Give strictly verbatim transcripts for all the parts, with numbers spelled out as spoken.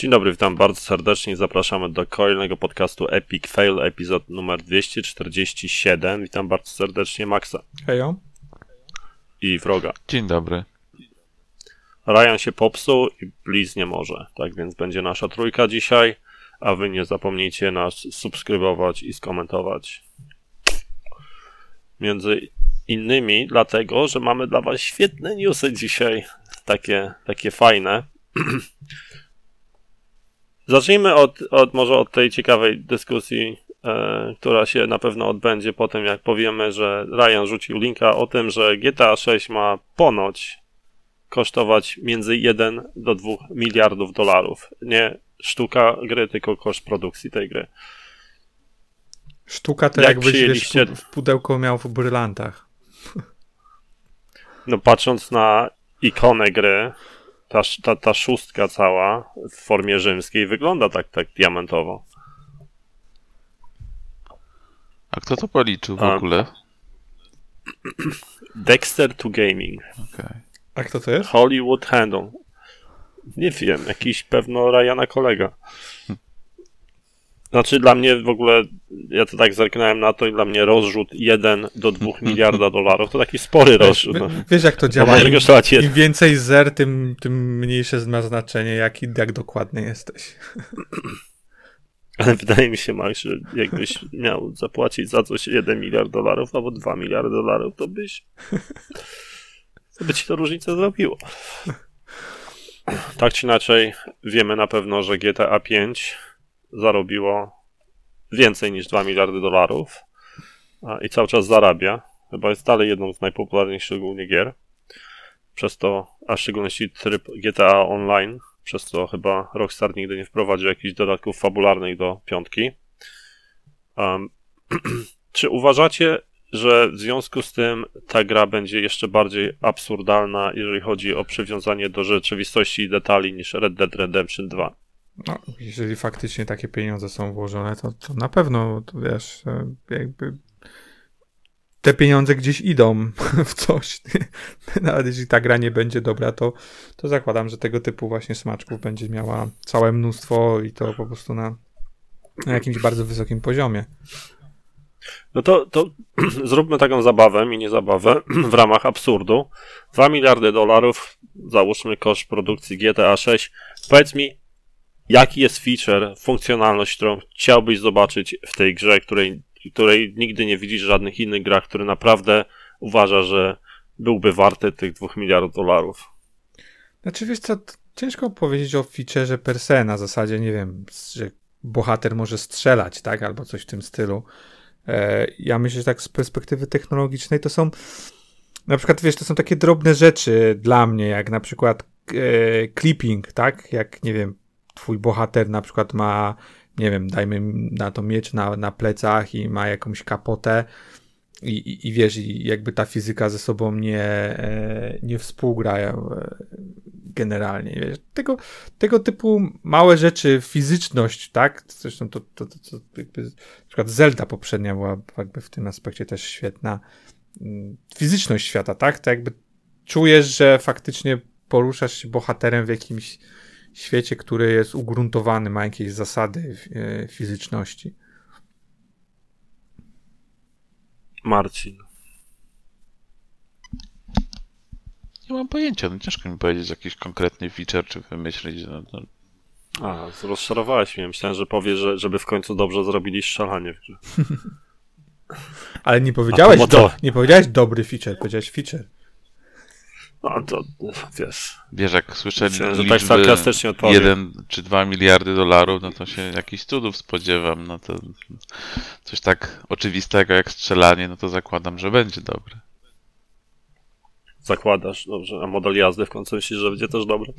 Dzień dobry, witam bardzo serdecznie. Zapraszamy do kolejnego podcastu Epic Fail, epizod numer dwieście czterdzieści siedem. Witam bardzo serdecznie Maxa. Hejo. I Wroga. Dzień dobry. Ryan się popsuł i Blizz nie może. Tak więc będzie nasza trójka dzisiaj, a wy nie zapomnijcie nas subskrybować i skomentować. Między innymi dlatego, że mamy dla was świetne newsy dzisiaj. Takie, takie fajne. Zacznijmy od, od może od tej ciekawej dyskusji, e, która się na pewno odbędzie po tym, jak powiemy, że Ryan rzucił linka o tym, że G T A sześć ma ponoć kosztować między jeden do dwóch miliardów dolarów. Nie sztuka gry, tylko koszt produkcji tej gry. Sztuka to Jak jakbyś przyjęliście... wiesz, w pudełko miał w brylantach. No patrząc na ikonę gry, ta, ta, ta szóstka cała w formie rzymskiej wygląda tak, tak diamentowo. A kto to policzył w A. ogóle? Dexter to Gaming. Okay. A kto to jest? Hollywood Handle. Nie wiem, jakiś pewno Ryana kolega. Znaczy dla mnie w ogóle, ja to tak zerknąłem na to i dla mnie rozrzut jeden do dwóch miliarda dolarów to taki spory rozrzut. No. Wiesz jak to działa, Im, im, im więcej zer, tym, tym mniejsze ma znaczenie, jak, jak dokładny jesteś. Ale wydaje mi się, Max, że jakbyś miał zapłacić za coś jeden miliard dolarów albo dwa miliardy dolarów, to byś to by ci to różnicę zrobiło. Tak czy inaczej, wiemy na pewno, że G T A pięć zarobiło więcej niż dwa miliardy dolarów i cały czas zarabia. Chyba jest dalej jedną z najpopularniejszych ogólnie gier. Przez to, a w szczególności tryb G T A Online, przez co chyba Rockstar nigdy nie wprowadził jakichś dodatków fabularnych do piątki. Um, czy uważacie, że w związku z tym ta gra będzie jeszcze bardziej absurdalna, jeżeli chodzi o przywiązanie do rzeczywistości i detali niż Red Dead Redemption dwa? No, jeżeli faktycznie takie pieniądze są włożone, to, to na pewno, to wiesz, jakby te pieniądze gdzieś idą w coś. Nawet jeśli ta gra nie będzie dobra, to, to zakładam, że tego typu właśnie smaczków będzie miała całe mnóstwo i to po prostu na, na jakimś bardzo wysokim poziomie. No to, to zróbmy taką zabawę, mini zabawę w ramach absurdu. dwa miliardy dolarów, załóżmy koszt produkcji G T A sześć. Powiedz mi, jaki jest feature, funkcjonalność, którą chciałbyś zobaczyć w tej grze, której, której nigdy nie widzisz w żadnych innych grach, który naprawdę uważa, że byłby warty tych dwóch miliardów dolarów? Znaczy wiesz co, ciężko powiedzieć o featureze per se, na zasadzie, nie wiem, że bohater może strzelać, tak, albo coś w tym stylu. Ja myślę, że tak z perspektywy technologicznej to są, na przykład wiesz, to są takie drobne rzeczy dla mnie, jak na przykład e, clipping, tak, jak nie wiem, twój bohater na przykład ma, nie wiem, dajmy na to miecz na, na plecach i ma jakąś kapotę i, i, i wiesz, i jakby ta fizyka ze sobą nie, e, nie współgra e, generalnie, wiesz, tego, tego typu małe rzeczy, fizyczność, tak, zresztą to, to, to, to jakby, na przykład Zelda poprzednia była jakby w tym aspekcie też świetna, fizyczność świata, tak, to jakby czujesz, że faktycznie poruszasz się bohaterem w jakimś świecie, który jest ugruntowany, ma jakieś zasady e, fizyczności. Marcin. Nie mam pojęcia, no ciężko mi powiedzieć jakiś konkretny feature, czy wymyślić. No, no. A, rozczarowałeś mnie. Myślałem, że powiesz, że, żeby w końcu dobrze zrobili strzelanie w grze. Ale nie powiedziałeś, to... do, nie powiedziałeś dobry feature, powiedziałeś feature. No to, wiesz... Wiesz, jak słyszę Myślałem, że liczby tak sarkastycznie odpowiem. jeden czy dwa miliardy dolarów, no to się jakichś cudów spodziewam. No to coś tak oczywistego jak strzelanie, no to zakładam, że będzie dobre. Zakładasz, dobrze. A model jazdy w końcu myślisz, że będzie też dobry?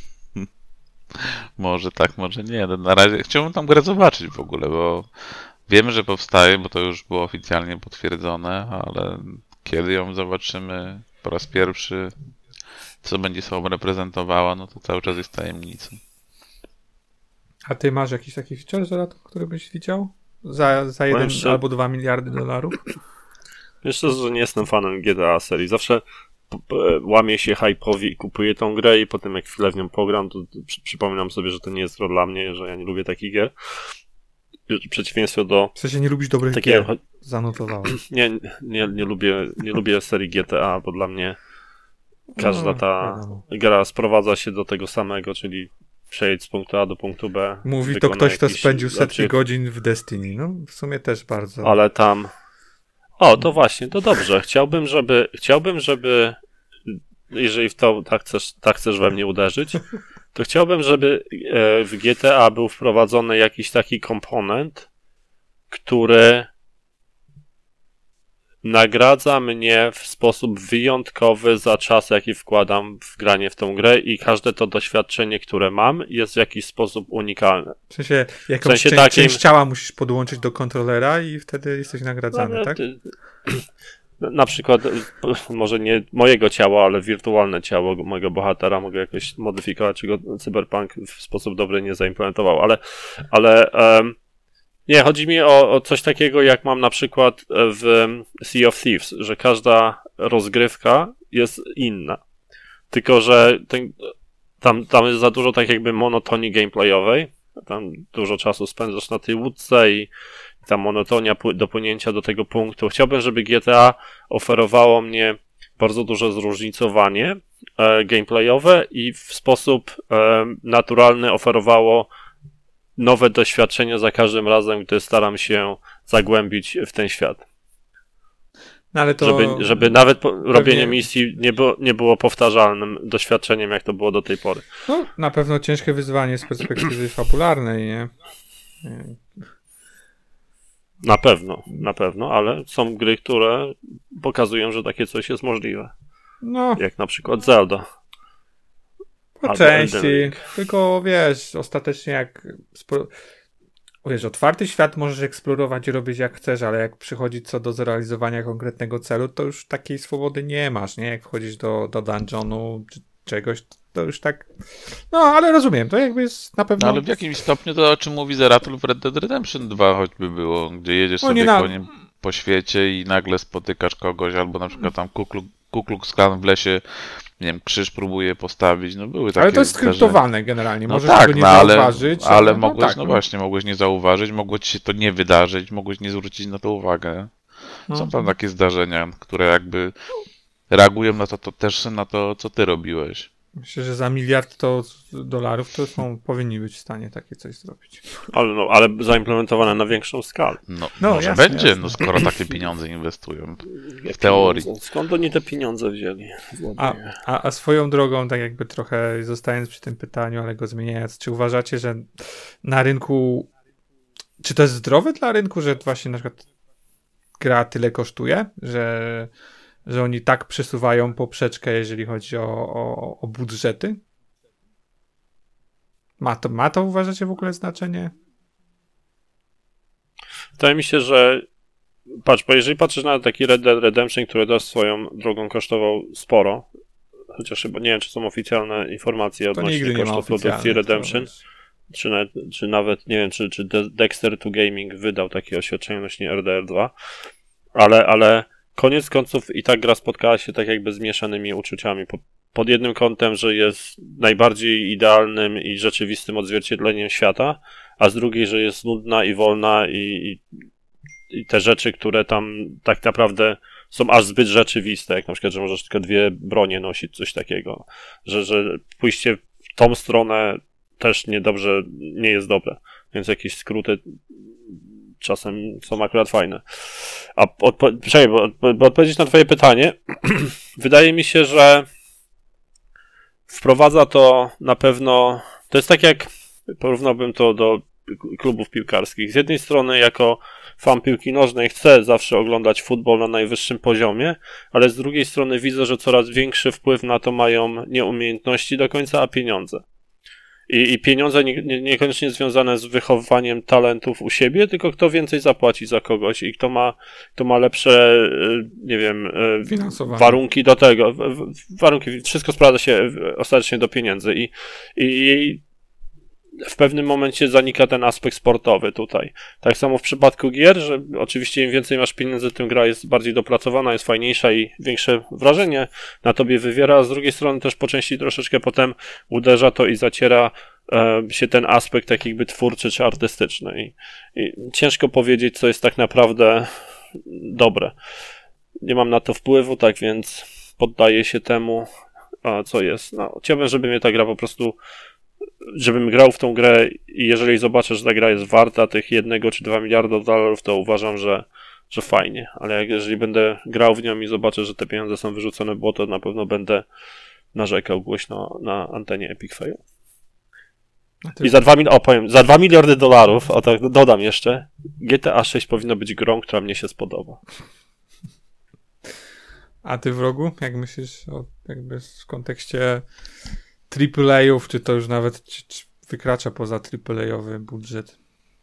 Może tak, może nie. No na razie chciałbym tam grę zobaczyć w ogóle, bo wiemy, że powstaje, bo to już było oficjalnie potwierdzone, ale kiedy ją zobaczymy po raz pierwszy, co będzie sobą reprezentowała, no to cały czas jest tajemnicą. A ty masz jakiś taki feature, Zorat, który byś widział? Za, za jeden jeszcze... albo dwa miliardy dolarów? Wiesz co, że nie jestem fanem G T A serii. Zawsze p- p- łamie się hype'owi i kupuję tą grę i potem jak chwilę w nią pogram, to przy, przypominam sobie, że to nie jest gra dla mnie, że ja nie lubię takich gier. W przeciwieństwie do W sensie nie lubisz dobrych takiego... gier. Zanotowałem. Nie, nie, nie, lubię, nie lubię serii G T A, bo dla mnie każda No, ta wiadomo. gra sprowadza się do tego samego, czyli przejdź z punktu A do punktu B. Mówi to wykona ktoś, kto jakiś- spędził setki znaczy, godzin w Destiny. No, w sumie też bardzo. Ale tam... O, to właśnie, to dobrze. Chciałbym, żeby... Chciałbym, żeby... Jeżeli w to tak chcesz, tak chcesz we mnie uderzyć, to chciałbym, żeby e, w G T A był wprowadzony jakiś taki komponent, który nagradza mnie w sposób wyjątkowy za czas, jaki wkładam w granie w tą grę i każde to doświadczenie, które mam, jest w jakiś sposób unikalne. W sensie jakąś sensie część, takim- część ciała musisz podłączyć do kontrolera i wtedy jesteś nagradzany, No, tak? ty- Na przykład, p- może nie mojego ciała, ale wirtualne ciało mojego bohatera mogę jakoś modyfikować, czego Cyberpunk w sposób dobry nie zaimplementował, ale, ale em, nie, chodzi mi o, o coś takiego, jak mam na przykład w Sea of Thieves, że każda rozgrywka jest inna. Tylko, że ten, tam, tam jest za dużo tak jakby monotonii gameplayowej. Tam dużo czasu spędzasz na tej łódce i ta monotonia pły- dopłynięcia do tego punktu. Chciałbym, żeby G T A oferowało mnie bardzo duże zróżnicowanie e, gameplayowe i w sposób e, naturalny oferowało nowe doświadczenia za każdym razem, gdy staram się zagłębić w ten świat. No ale to... Żeby, żeby nawet po, robienie pewnie- misji nie było, nie było powtarzalnym doświadczeniem, jak to było do tej pory. No, na pewno ciężkie wyzwanie z perspektywy fabularnej, nie? Nie. Na pewno, na pewno, ale są gry, które pokazują, że takie coś jest możliwe. No, Jak na przykład Zelda. po albo części. Elden Ring. Tylko wiesz, ostatecznie jak... Spro... Wiesz, otwarty świat możesz eksplorować i robić jak chcesz, ale jak przychodzi co do zrealizowania konkretnego celu, to już takiej swobody nie masz, nie? Jak wchodzisz do, do dungeonu czy czegoś, to już tak... No, ale rozumiem, to jakby jest na pewno... No ale w jakimś stopniu to, o czym mówi Zeratul w Red Dead Redemption dwa choćby było, gdzie jedziesz O, sobie nie na- koniem po świecie i nagle spotykasz kogoś, albo na przykład tam Ku Klux- Ku Klux Klan w lesie, nie wiem, krzyż próbuje postawić, no były takie Ale to jest zdarzenia. skryptowane generalnie, No możesz tak, tego nie no ale, zauważyć. ale no mogłeś, tak, no właśnie, mogłeś nie zauważyć, mogło ci się to nie wydarzyć, mogłeś nie zwrócić na to uwagę. no. Są tam takie zdarzenia, które jakby reagują na to, to też na to, co ty robiłeś. Myślę, że za miliard to dolarów to są, powinni być w stanie takie coś zrobić. Ale, no, ale zaimplementowane na większą skalę. No, No, może jasne, będzie, jasne. no skoro takie pieniądze inwestują. Jak teorii. pieniądze? Skąd oni te pieniądze wzięli? A, a, a swoją drogą, tak jakby trochę zostając przy tym pytaniu, ale go zmieniając, czy uważacie, że na rynku, czy to jest zdrowe dla rynku, że właśnie na przykład gra tyle kosztuje, że, że oni tak przesuwają poprzeczkę, jeżeli chodzi o, o, o budżety? Ma to, ma to, uważacie, w ogóle znaczenie? Wydaje mi się, że patrz, bo jeżeli patrzysz na taki Red Dead Redemption, który też swoją drogą kosztował sporo, chociaż chyba nie wiem, czy są oficjalne informacje To odnośnie nigdy nie ma kosztów produkcji oficjalnych. Redemption, to wiesz. czy, nawet, czy nawet, nie wiem, czy, czy De- Dexter two Gaming wydał takie oświadczenie odnośnie R D R dwa, ale, ale koniec końców i tak gra spotkała się tak jakby z mieszanymi uczuciami. Po, pod jednym kątem, że jest najbardziej idealnym i rzeczywistym odzwierciedleniem świata, a z drugiej, że jest nudna i wolna i, i, i te rzeczy, które tam tak naprawdę są aż zbyt rzeczywiste, jak na przykład, że możesz tylko dwie bronie nosić, coś takiego, że, że pójście w tą stronę też niedobrze, nie jest dobre, więc jakieś skróty czasem są akurat fajne. A odpo- czekaj, bo, bo, bo odpowiedzieć na twoje pytanie, wydaje mi się, że wprowadza to na pewno, to jest tak jak, porównałbym to do klubów piłkarskich. Z jednej strony jako fan piłki nożnej chcę zawsze oglądać futbol na najwyższym poziomie, ale z drugiej strony widzę, że coraz większy wpływ na to mają nie umiejętności do końca, a pieniądze. I, i pieniądze nie, nie, niekoniecznie związane z wychowywaniem talentów u siebie, tylko kto więcej zapłaci za kogoś i kto ma, kto ma lepsze, y, nie wiem, y, Finansowanie. warunki do tego. W, w, warunki, wszystko sprowadza się ostatecznie do pieniędzy. I, i, i w pewnym momencie zanika ten aspekt sportowy tutaj. Tak samo w przypadku gier, że oczywiście im więcej masz pieniędzy, tym gra jest bardziej dopracowana, jest fajniejsza i większe wrażenie na tobie wywiera, a z drugiej strony też po części troszeczkę potem uderza to i zaciera e, się ten aspekt tak jakby twórczy czy artystyczny. I, I ciężko powiedzieć, co jest tak naprawdę dobre. Nie mam na to wpływu, tak więc poddaję się temu, a co jest. No, chciałbym, żeby mnie ta gra po prostu, żebym grał w tą grę i jeżeli zobaczę, że ta gra jest warta tych jednego czy dwa miliarda dolarów, to uważam, że, że fajnie. Ale jak, jeżeli będę grał w nią i zobaczę, że te pieniądze są wyrzucone w błoto, na pewno będę narzekał głośno na antenie Epic Fail. I za dwa, mil- o, powiem, za dwa miliardy dolarów, o tak dodam jeszcze, G T A sześć powinno być grą, która mnie się spodoba. A ty, wrogu, jak myślisz o jakby w kontekście triple A-ów, czy to już nawet czy, czy wykracza poza triple A-owy budżet?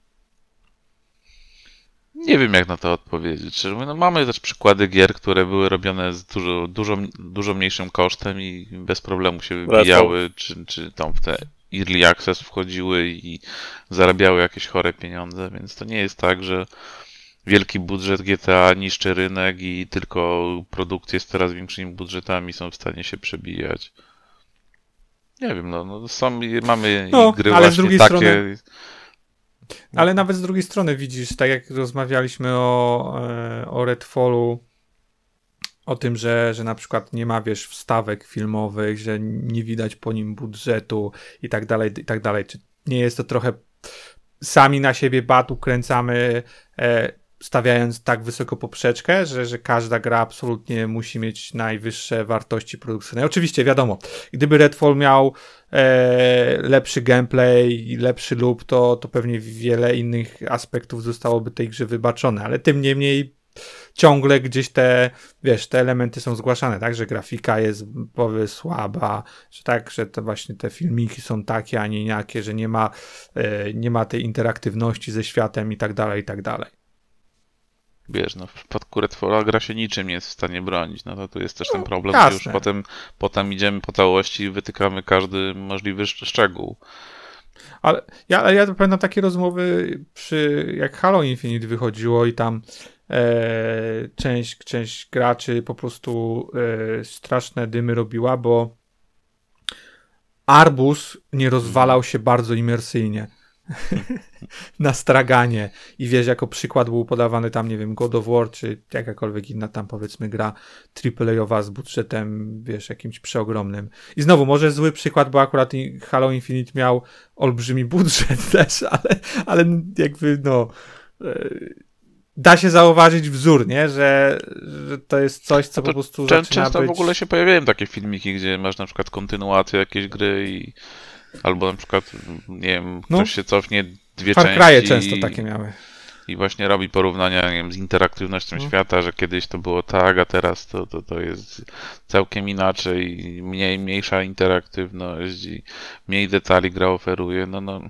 Nie wiem, jak na to odpowiedzieć. No, mamy też przykłady gier, które były robione z dużo, dużo, dużo mniejszym kosztem i bez problemu się wybijały, czy, czy tam w te Early Access wchodziły i zarabiały jakieś chore pieniądze, więc to nie jest tak, że wielki budżet G T A niszczy rynek i tylko produkcje z coraz większymi budżetami są w stanie się przebijać. Nie wiem, no, no są, mamy no, gry ale właśnie z drugiej takie... Strony... Ale nawet z drugiej strony widzisz, tak jak rozmawialiśmy o, o Redfallu, o tym, że, że na przykład nie ma, wiesz, wstawek filmowych, że nie widać po nim budżetu i tak dalej, i tak dalej. Czy nie jest to trochę sami na siebie bat ukręcamy, e, stawiając tak wysoko poprzeczkę, że, że każda gra absolutnie musi mieć najwyższe wartości produkcyjne. Oczywiście, wiadomo, gdyby Redfall miał e, lepszy gameplay, lepszy loop, to, to pewnie wiele innych aspektów zostałoby tej grze wybaczone, ale tym niemniej ciągle gdzieś te, wiesz, te elementy są zgłaszane, tak, że grafika jest powie słaba, że tak, że to właśnie te filmiki są takie, a nie inakie, że nie ma, e, nie ma tej interaktywności ze światem i tak dalej, i tak dalej. Wiesz, no w przypadku Redfalla gra się niczym nie jest w stanie bronić, no to tu jest też ten problem, jasne. że już potem, potem idziemy po całości i wytykamy każdy możliwy szczegół. Ale ja, ale ja pamiętam takie rozmowy przy, jak Halo Infinite wychodziło i tam e, część, część graczy po prostu e, straszne dymy robiła, bo arbuz nie rozwalał się bardzo imersyjnie na straganie i wiesz, jako przykład był podawany tam, nie wiem, God of War, czy jakakolwiek inna tam, powiedzmy, gra triple A-owa z budżetem, wiesz, jakimś przeogromnym. I znowu, może zły przykład, bo akurat Halo Infinite miał olbrzymi budżet też, ale, ale jakby, no da się zauważyć wzór, nie? Że, że to jest coś, co po prostu Czę- zaczyna Często być... w ogóle się pojawiają takie filmiki, gdzie masz na przykład kontynuację jakiejś gry i albo na przykład, nie wiem, ktoś no. się cofnie dwie Far części Cry'e często takie miały. I właśnie robi porównania, nie wiem, z interaktywnością No. świata, że kiedyś to było tak, a teraz to, to, to jest całkiem inaczej, mniej, mniejsza interaktywność i mniej detali gra oferuje, no no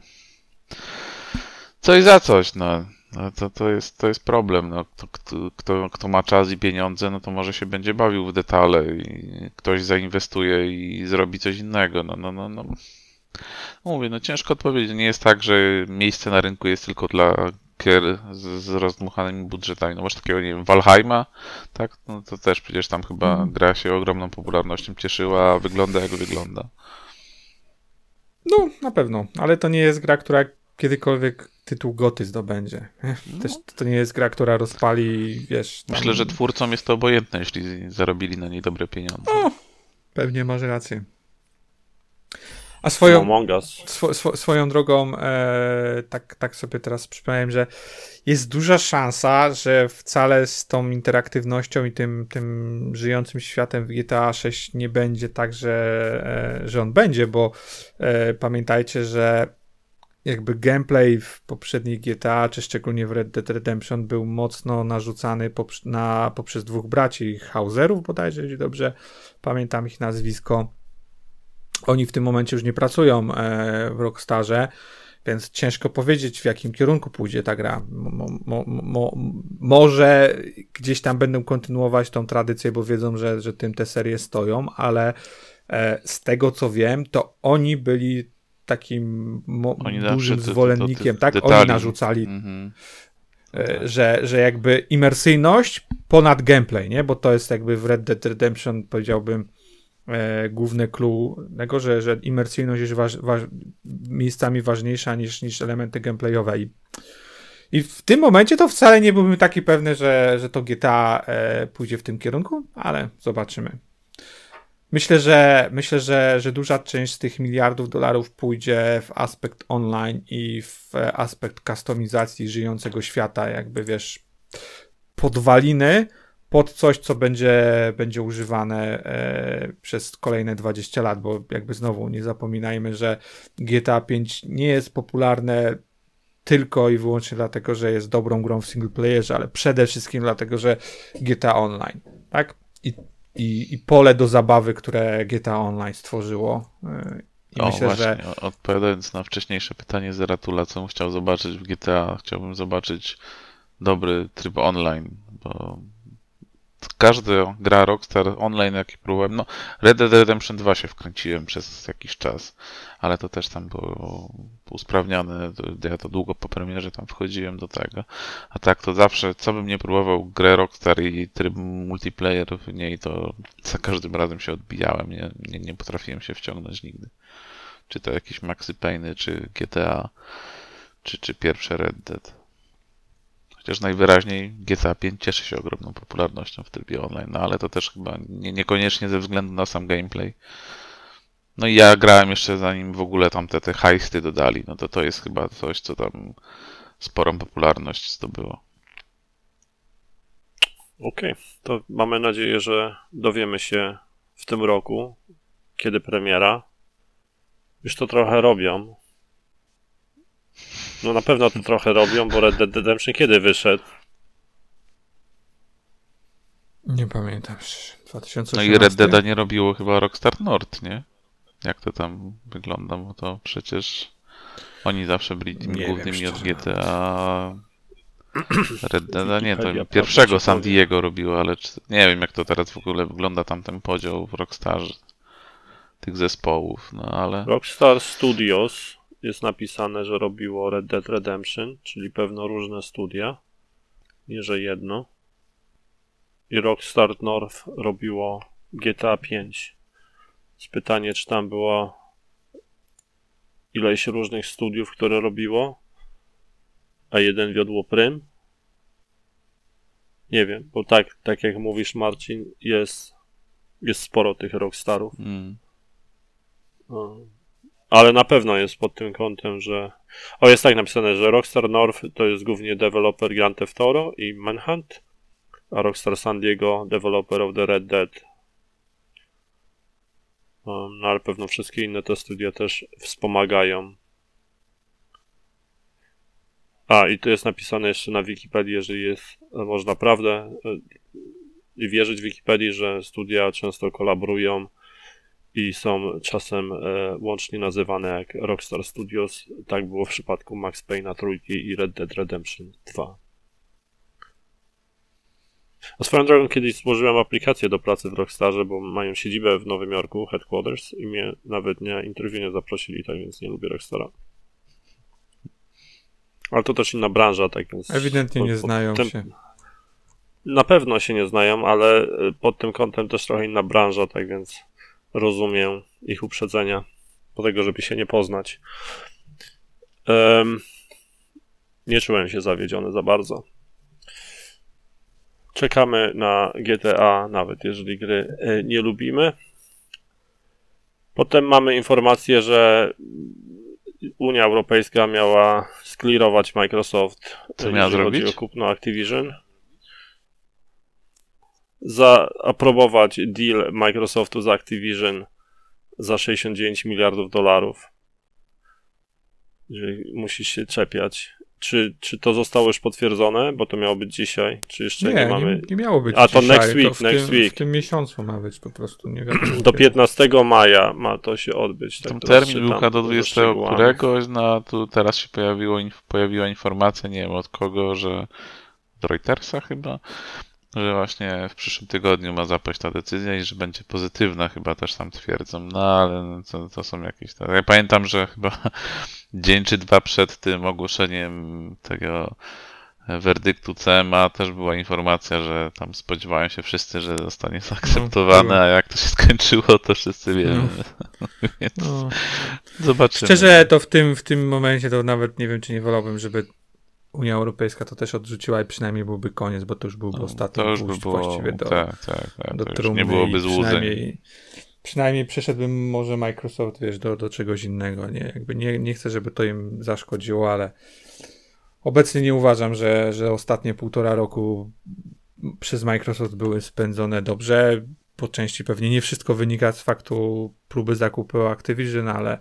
coś za coś, no. No to, to, jest, to jest problem. No, kto, kto, kto, kto ma czas i pieniądze, no to może się będzie bawił w detale i ktoś zainwestuje i zrobi coś innego. No, no, no, no. Mówię, no ciężko odpowiedzieć. Nie jest tak, że miejsce na rynku jest tylko dla gier z, z rozdmuchanymi budżetami. No masz takiego, nie wiem, Valheima, tak? No to też przecież tam chyba mm. gra się ogromną popularnością cieszyła, a wygląda jak wygląda. No, na pewno, ale to nie jest gra, która kiedykolwiek tytuł Goty zdobędzie. Też to nie jest gra, która rozpali, wiesz... Tam... Myślę, że twórcom jest to obojętne, jeśli zarobili na niej dobre pieniądze. O, pewnie masz rację. A swoją, swo, swo, swoją drogą, e, tak, tak sobie teraz przypomniałem, że jest duża szansa, że wcale z tą interaktywnością i tym, tym żyjącym światem w G T A sześć nie będzie tak, że, e, że on będzie, bo e, pamiętajcie, że jakby gameplay w poprzednich G T A, czy szczególnie w Red Dead Redemption był mocno narzucany poprze- na, poprzez dwóch braci Hauserów, bodajże, jeśli dobrze pamiętam ich nazwisko. Oni w tym momencie już nie pracują e, w Rockstarze, więc ciężko powiedzieć, w jakim kierunku pójdzie ta gra. Mo, mo, mo, może gdzieś tam będą kontynuować tą tradycję, bo wiedzą, że, że tym te serie stoją, ale e, z tego co wiem, to oni byli takim mo- Oni zawsze dużym te- te- to- zwolennikiem, te- tak? detali. Oni narzucali, Mhm. e, że, że jakby imersyjność ponad gameplay, nie? Bo to jest jakby w Red Dead Redemption, powiedziałbym, e, główne clue tego, że, że imersyjność jest waż, waż, miejscami ważniejsza niż, niż elementy gameplayowe. I, I w tym momencie to wcale nie byłbym taki pewny, że, że to G T A e, pójdzie w tym kierunku, ale zobaczymy. Myślę, że myślę, że, że duża część z tych miliardów dolarów pójdzie w aspekt online i w aspekt kustomizacji żyjącego świata, jakby wiesz, podwaliny pod coś, co będzie, będzie używane e, przez kolejne dwadzieścia lat, bo jakby znowu nie zapominajmy, że G T A pięć nie jest popularne tylko i wyłącznie dlatego, że jest dobrą grą w single playerze, ale przede wszystkim dlatego, że G T A Online, tak? I, i, i pole do zabawy, które G T A Online stworzyło. e, I O, myślę, właśnie, że odpowiadając na wcześniejsze pytanie z Ratula, co bym chciał zobaczyć w G T A, chciałbym zobaczyć dobry tryb online, bo każda gra Rockstar online, jaki próbowałem, no Red Dead Redemption dwa się wkręciłem przez jakiś czas, ale to też tam było usprawniane, to- ja to długo po premierze tam wchodziłem do tego, a tak to zawsze, co bym nie próbował, grę Rockstar i tryb multiplayer w niej, to za każdym razem się odbijałem, nie, nie, nie potrafiłem się wciągnąć nigdy. Czy to jakieś Maxi Payne'y, czy G T A, czy, czy pierwsze Red Dead. Chociaż najwyraźniej G T A pięć cieszy się ogromną popularnością w trybie online, no ale to też chyba nie, niekoniecznie ze względu na sam gameplay. No i ja grałem jeszcze zanim w ogóle tam te, te heisty dodali, no to to jest chyba coś, co tam sporą popularność zdobyło. Okej, to mamy nadzieję, że dowiemy się w tym roku, kiedy premiera. Już to trochę robią. No na pewno to trochę robią, bo Red Dead Redemption kiedy wyszedł? nie pamiętam. dwa tysiące No osiemnasty? i Red Deada nie robiło chyba Rockstar North, nie? Jak to tam wygląda, bo to przecież oni zawsze byli tymi Nie wiem, głównymi od szczerze G T A. Red Deada nie, to Wikipedia pierwszego prawda ci San powie. Diego robiło, ale czy, nie wiem jak to teraz w ogóle wygląda tam ten podział w Rockstarze tych zespołów, no ale Rockstar Studios jest napisane, że robiło Red Dead Redemption, czyli pewno różne studia, nie że jedno. I Rockstar North robiło G T A pięć. Jest pytanie, czy tam było ileś różnych studiów, które robiło, a jeden wiodło prym? Nie wiem, bo tak, tak jak mówisz, Marcin, jest, jest sporo tych Rockstarów. mm, No. Ale na pewno jest pod tym kątem, że... O, jest tak napisane, że Rockstar North to jest głównie deweloper Grand Theft Auto i Manhunt, a Rockstar San Diego developer of the Red Dead. Um, no ale pewno wszystkie inne te studia też wspomagają. A, i tu jest napisane jeszcze na Wikipedii, jeżeli jest, można prawdę i wierzyć Wikipedii, że studia często kolaborują i są czasem e, łącznie nazywane jak Rockstar Studios. Tak było w przypadku Max Payne'a trójki i Red Dead Redemption dwa. A swoją drogą kiedyś złożyłem aplikację do pracy w Rockstarze, bo mają siedzibę w Nowym Jorku, headquarters, i mnie nawet na interwiu nie zaprosili, tak więc nie lubię Rockstara. Ale to też inna branża, tak więc... Ewidentnie pod- nie pod znają tym- się. Na pewno się nie znają, ale y, pod tym kątem też trochę inna branża, tak więc rozumiem ich uprzedzenia do tego, żeby się nie poznać. Em, nie czułem się zawiedziony za bardzo. Czekamy na G T A, nawet jeżeli gry y, nie lubimy. Potem mamy informację, że Unia Europejska miała sklirować Microsoft, Co y, miała jeżeli chodzi zrobić? o kupno Activision. Zaaprobować deal Microsoftu z Activision za sześćdziesiąt dziewięć miliardów dolarów. Jeżeli musisz się czepiać. Czy, czy to zostało już potwierdzone? Bo to miało być dzisiaj. Czy jeszcze nie, Nie, mamy? nie, nie miało być A, to dzisiaj, next week, w next tym, week. W tym miesiącu ma być po prostu, nie wiadomo. Do kiedy. piętnastego maja ma to się odbyć. Tak tam teraz termin był czytam chyba do ze dwudziestego szczegółami. któregoś, no a tu teraz się pojawiło, inf- pojawiła informacja, nie wiem od kogo, że od Reutersa chyba, że właśnie w przyszłym tygodniu ma zapaść ta decyzja i że będzie pozytywna, chyba też tam twierdzą. No ale to, to są jakieś... Ja pamiętam, że chyba dzień czy dwa przed tym ogłoszeniem tego werdyktu C M A też była informacja, że tam spodziewają się wszyscy, że zostanie zaakceptowane, No, a jak to się skończyło, to wszyscy wiemy. No. Więc No. zobaczymy. Szczerze, to w tym, w tym momencie to nawet nie wiem, czy nie wolałbym, żeby Unia Europejska to też odrzuciła i przynajmniej byłby koniec, bo to już byłby No, ostatni to już by gwóźdź było, właściwie do, tak, tak, tak, do to już trumny nie byłoby i złudzeń. przynajmniej, przynajmniej przeszedłbym może Microsoft, wiesz, do, do czegoś innego, nie? Jakby nie, nie chcę, żeby to im zaszkodziło, ale obecnie nie uważam, że, że ostatnie półtora roku przez Microsoft były spędzone dobrze. Po części pewnie nie wszystko wynika z faktu próby zakupu Activision, ale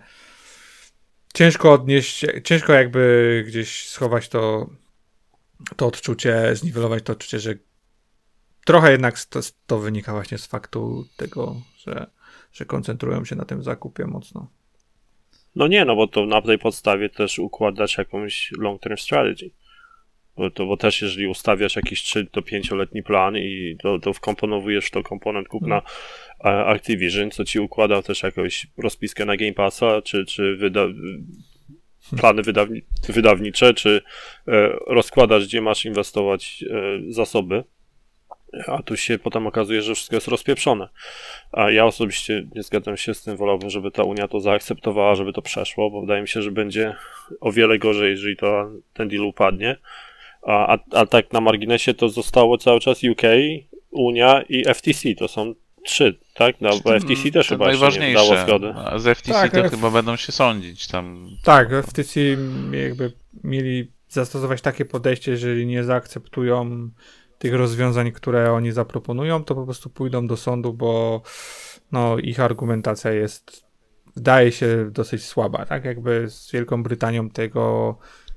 ciężko odnieść, ciężko jakby gdzieś schować to, to odczucie, zniwelować to odczucie, że trochę jednak to, to wynika właśnie z faktu tego, że, że koncentrują się na tym zakupie mocno. No nie, no bo to na tej podstawie też układać jakąś long-term strategy. Bo, to, bo też jeżeli ustawiasz jakiś trzy do pięcioletni plan i to, to wkomponowujesz w to komponent kupna hmm. Activision, co ci układa też jakąś rozpiskę na Game Passa, czy, czy wyda plany wydawni wydawnicze, czy e, rozkładasz, gdzie masz inwestować e, zasoby, a tu się potem okazuje, że wszystko jest rozpieprzone. A ja osobiście nie zgadzam się z tym, wolałbym, żeby ta Unia to zaakceptowała, żeby to przeszło, bo wydaje mi się, że będzie o wiele gorzej, jeżeli to, ten deal upadnie. A, a, a tak na marginesie to zostało cały czas U K, Unia i F T C. To są trzy, tak? No, bo F T C też chyba jeszcze nie dało zgody. A z F T C tak, to F... chyba będą się sądzić tam. Tak, F T C jakby mieli zastosować takie podejście, jeżeli nie zaakceptują tych rozwiązań, które oni zaproponują, to po prostu pójdą do sądu, bo no, ich argumentacja jest, wydaje się, dosyć słaba, tak? Jakby z Wielką Brytanią tego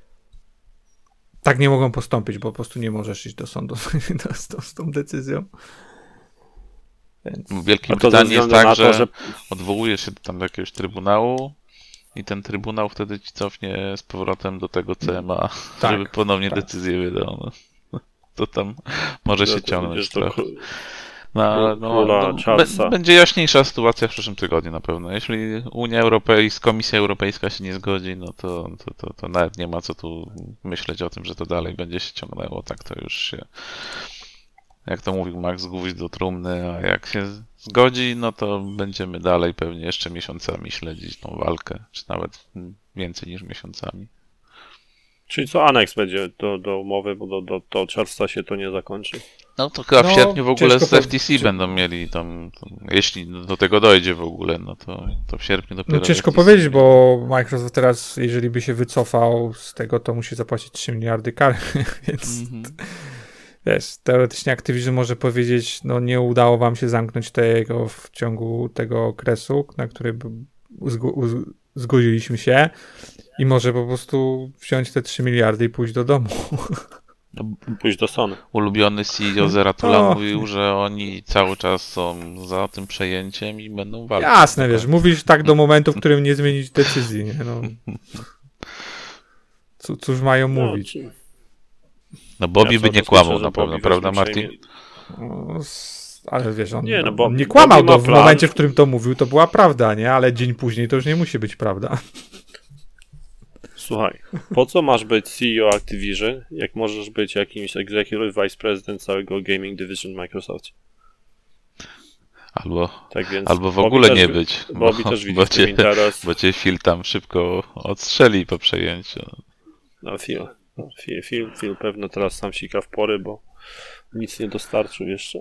tak nie mogą postąpić, bo po prostu nie możesz iść do sądu z, tą, z tą decyzją. Więc... W Wielkiej Brytanii jest tak, to, że, że odwołujesz się tam do jakiegoś trybunału i ten trybunał wtedy ci cofnie z powrotem do tego C M A, tak, żeby ponownie tak. decyzję wydał. To tam może się to, ciągnąć to, trochę. No, no, no, będzie jaśniejsza sytuacja w przyszłym tygodniu na pewno. Jeśli Unia Europejska, Komisja Europejska się nie zgodzi, no to, to, to, to nawet nie ma co tu myśleć o tym, że to dalej będzie się ciągnęło. Tak to już się, jak to mówił Max, gwóźdź do trumny, a jak się zgodzi, no to będziemy dalej pewnie jeszcze miesiącami śledzić tą walkę, czy nawet więcej niż miesiącami. Czyli co aneks będzie do, do umowy, bo do, do, do czerwca się to nie zakończy. No to chyba w no, sierpniu w ogóle z F T C czy... będą mieli tam, tam, jeśli do tego dojdzie w ogóle, no to, to w sierpniu dopiero... No ciężko powiedzieć, bo Microsoft teraz, jeżeli by się wycofał z tego, to musi zapłacić trzy miliardy kary, więc mm-hmm. wiesz, teoretycznie Activision może powiedzieć, no nie udało wam się zamknąć tego w ciągu tego okresu, na który uzg- zgodziliśmy się i może po prostu wziąć te trzy miliardy i pójść do domu. No, pójść do Sony. Ulubiony C E O Zeratula oh. mówił, że oni cały czas są za tym przejęciem i będą walczyć. Jasne, wiesz, mówisz tak do momentu, w którym nie zmienić decyzji. Nie? No. C- cóż mają no, mówić? Czy... No Bobby ja by nie kłamał na pewno, prawda Martin? No, ale wiesz, on nie, no, bo, nie kłamał, to w plan. momencie, w którym to mówił, to była prawda, nie? Ale dzień później to już nie musi być prawda. Słuchaj, po co masz być C E O Activision, jak możesz być jakimś Executive Vice President całego Gaming Division Microsoft? Albo, tak więc albo w ogóle nie też, być, Bobby bo, też widzi bo, cię, interes. bo cię Phil tam szybko odstrzeli po przejęciu. No Phil, no, Phil, Phil, Phil pewno teraz sam sika w pory, bo nic nie dostarczył jeszcze.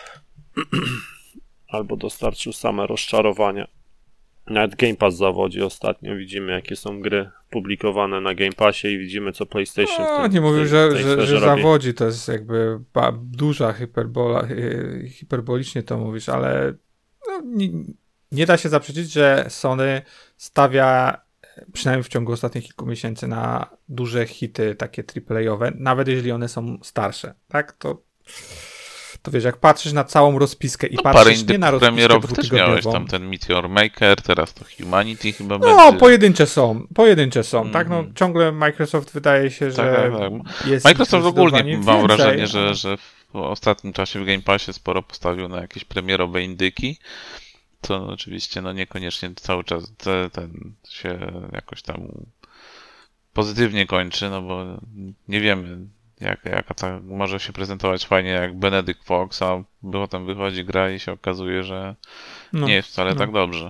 Albo dostarczył same rozczarowania. Nawet Game Pass zawodzi ostatnio. Widzimy, jakie są gry publikowane na Game Passie i widzimy, co PlayStation no, w tym, nie mówił, w tej, że, w tej że, że robi. zawodzi. To jest jakby ba, duża hyperbola, hiperbolicznie to mówisz, ale no, nie, nie da się zaprzeczyć, że Sony stawia przynajmniej w ciągu ostatnich kilku miesięcy na duże hity takie triplejowe, nawet jeżeli one są starsze. Tak? To To wiesz, jak patrzysz na całą rozpiskę i no, patrzysz nie na rozpiskę premierowych też miałeś tam ten Meteor Maker, teraz to Humanity chyba no, będzie. No, pojedyncze są, pojedyncze są, mm. tak? No, ciągle Microsoft wydaje się, że tak, tak, tak. jest Microsoft ogólnie mam więcej, wrażenie, ale... że, że w ostatnim czasie w Game Passie sporo postawił na jakieś premierowe indyki, co oczywiście no niekoniecznie cały czas te, ten się jakoś tam pozytywnie kończy, no bo nie wiemy, jak, jaka ta może się prezentować fajnie jak Benedict Fox, a potem wychodzi gra i się okazuje, że No, nie jest wcale no. tak dobrze.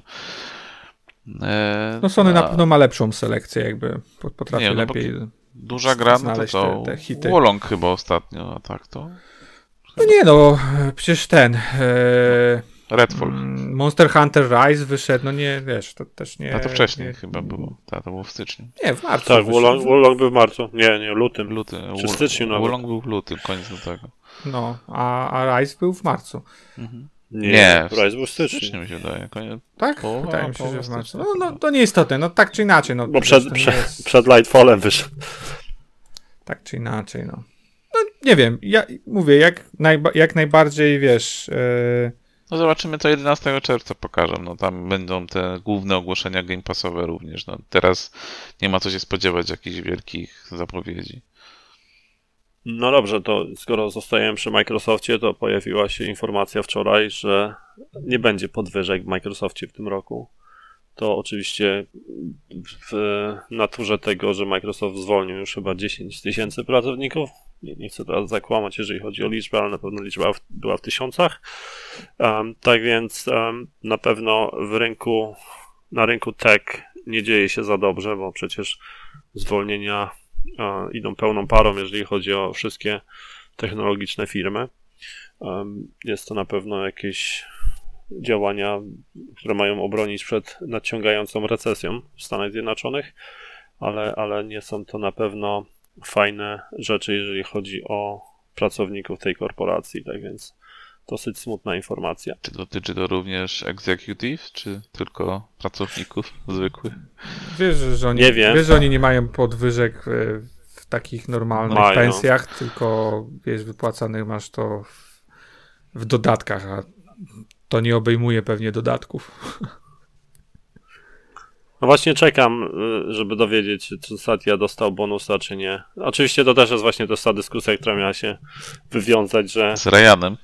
E, No Sony a- na pewno ma lepszą selekcję, jakby po- potrafi Nie, no bo lepiej. Duża gra, no to znaleźć to te- te hity. Wolong chyba ostatnio, a tak to No nie no, przecież ten e, Redfall. mm, Monster Hunter Rise wyszedł, no nie, wiesz, to też nie... A to wcześniej nie, chyba było. Ta, to było w styczniu. Nie, w marcu Tak, wyszedł. Wolong, Wolong był w marcu. Nie, nie, lutym. Luty. Czy w styczniu nawet. Wolong był w lutym, koniec lutego. No, a, a Rise był w marcu. Nie, Nie, Rise był w W styczniu. styczniu mi się wydaje. Koniec... Tak? Połowa- Wydaje mi się, połowa że w marcu. stycznia No, no chyba. to nieistotne, no tak czy inaczej. No, Bo wiesz, przed, to nie przed, jest- przed Lightfallem wyszedł. Tak czy inaczej, no. No nie wiem, ja mówię, jak, najba, jak najbardziej, wiesz... e, No zobaczymy, co jedenastego czerwca pokażą. No tam będą te główne ogłoszenia Game Passowe również. No teraz nie ma co się spodziewać jakichś wielkich zapowiedzi. No dobrze, to skoro zostajemy przy Microsoftie, to pojawiła się informacja wczoraj, że nie będzie podwyżek w Microsoftie w tym roku. To oczywiście w naturze tego, że Microsoft zwolnił już chyba dziesięć tysięcy pracowników. Nie, nie chcę teraz zakłamać, jeżeli chodzi o liczbę, ale na pewno liczba w, była w tysiącach. Um, tak więc um, na pewno w rynku, na rynku tech nie dzieje się za dobrze, bo przecież zwolnienia e, idą pełną parą, jeżeli chodzi o wszystkie technologiczne firmy. Um, jest to na pewno jakieś działania, które mają obronić przed nadciągającą recesją w Stanach Zjednoczonych, ale, ale nie są to na pewno fajne rzeczy, jeżeli chodzi o pracowników tej korporacji, tak więc dosyć smutna informacja. Czy dotyczy to również executive, czy tylko pracowników zwykłych? Wiesz, że oni Nie wiem. wiesz, że oni nie mają podwyżek e, w takich normalnych Mają. pensjach, tylko wiesz, wypłacanych masz to w, w dodatkach, a to nie obejmuje pewnie dodatków. No właśnie czekam, y, żeby dowiedzieć się, czy Satya dostał bonusa, czy nie. Oczywiście to też jest właśnie ta dyskusja, która miała się wywiązać, że Z Ryanem.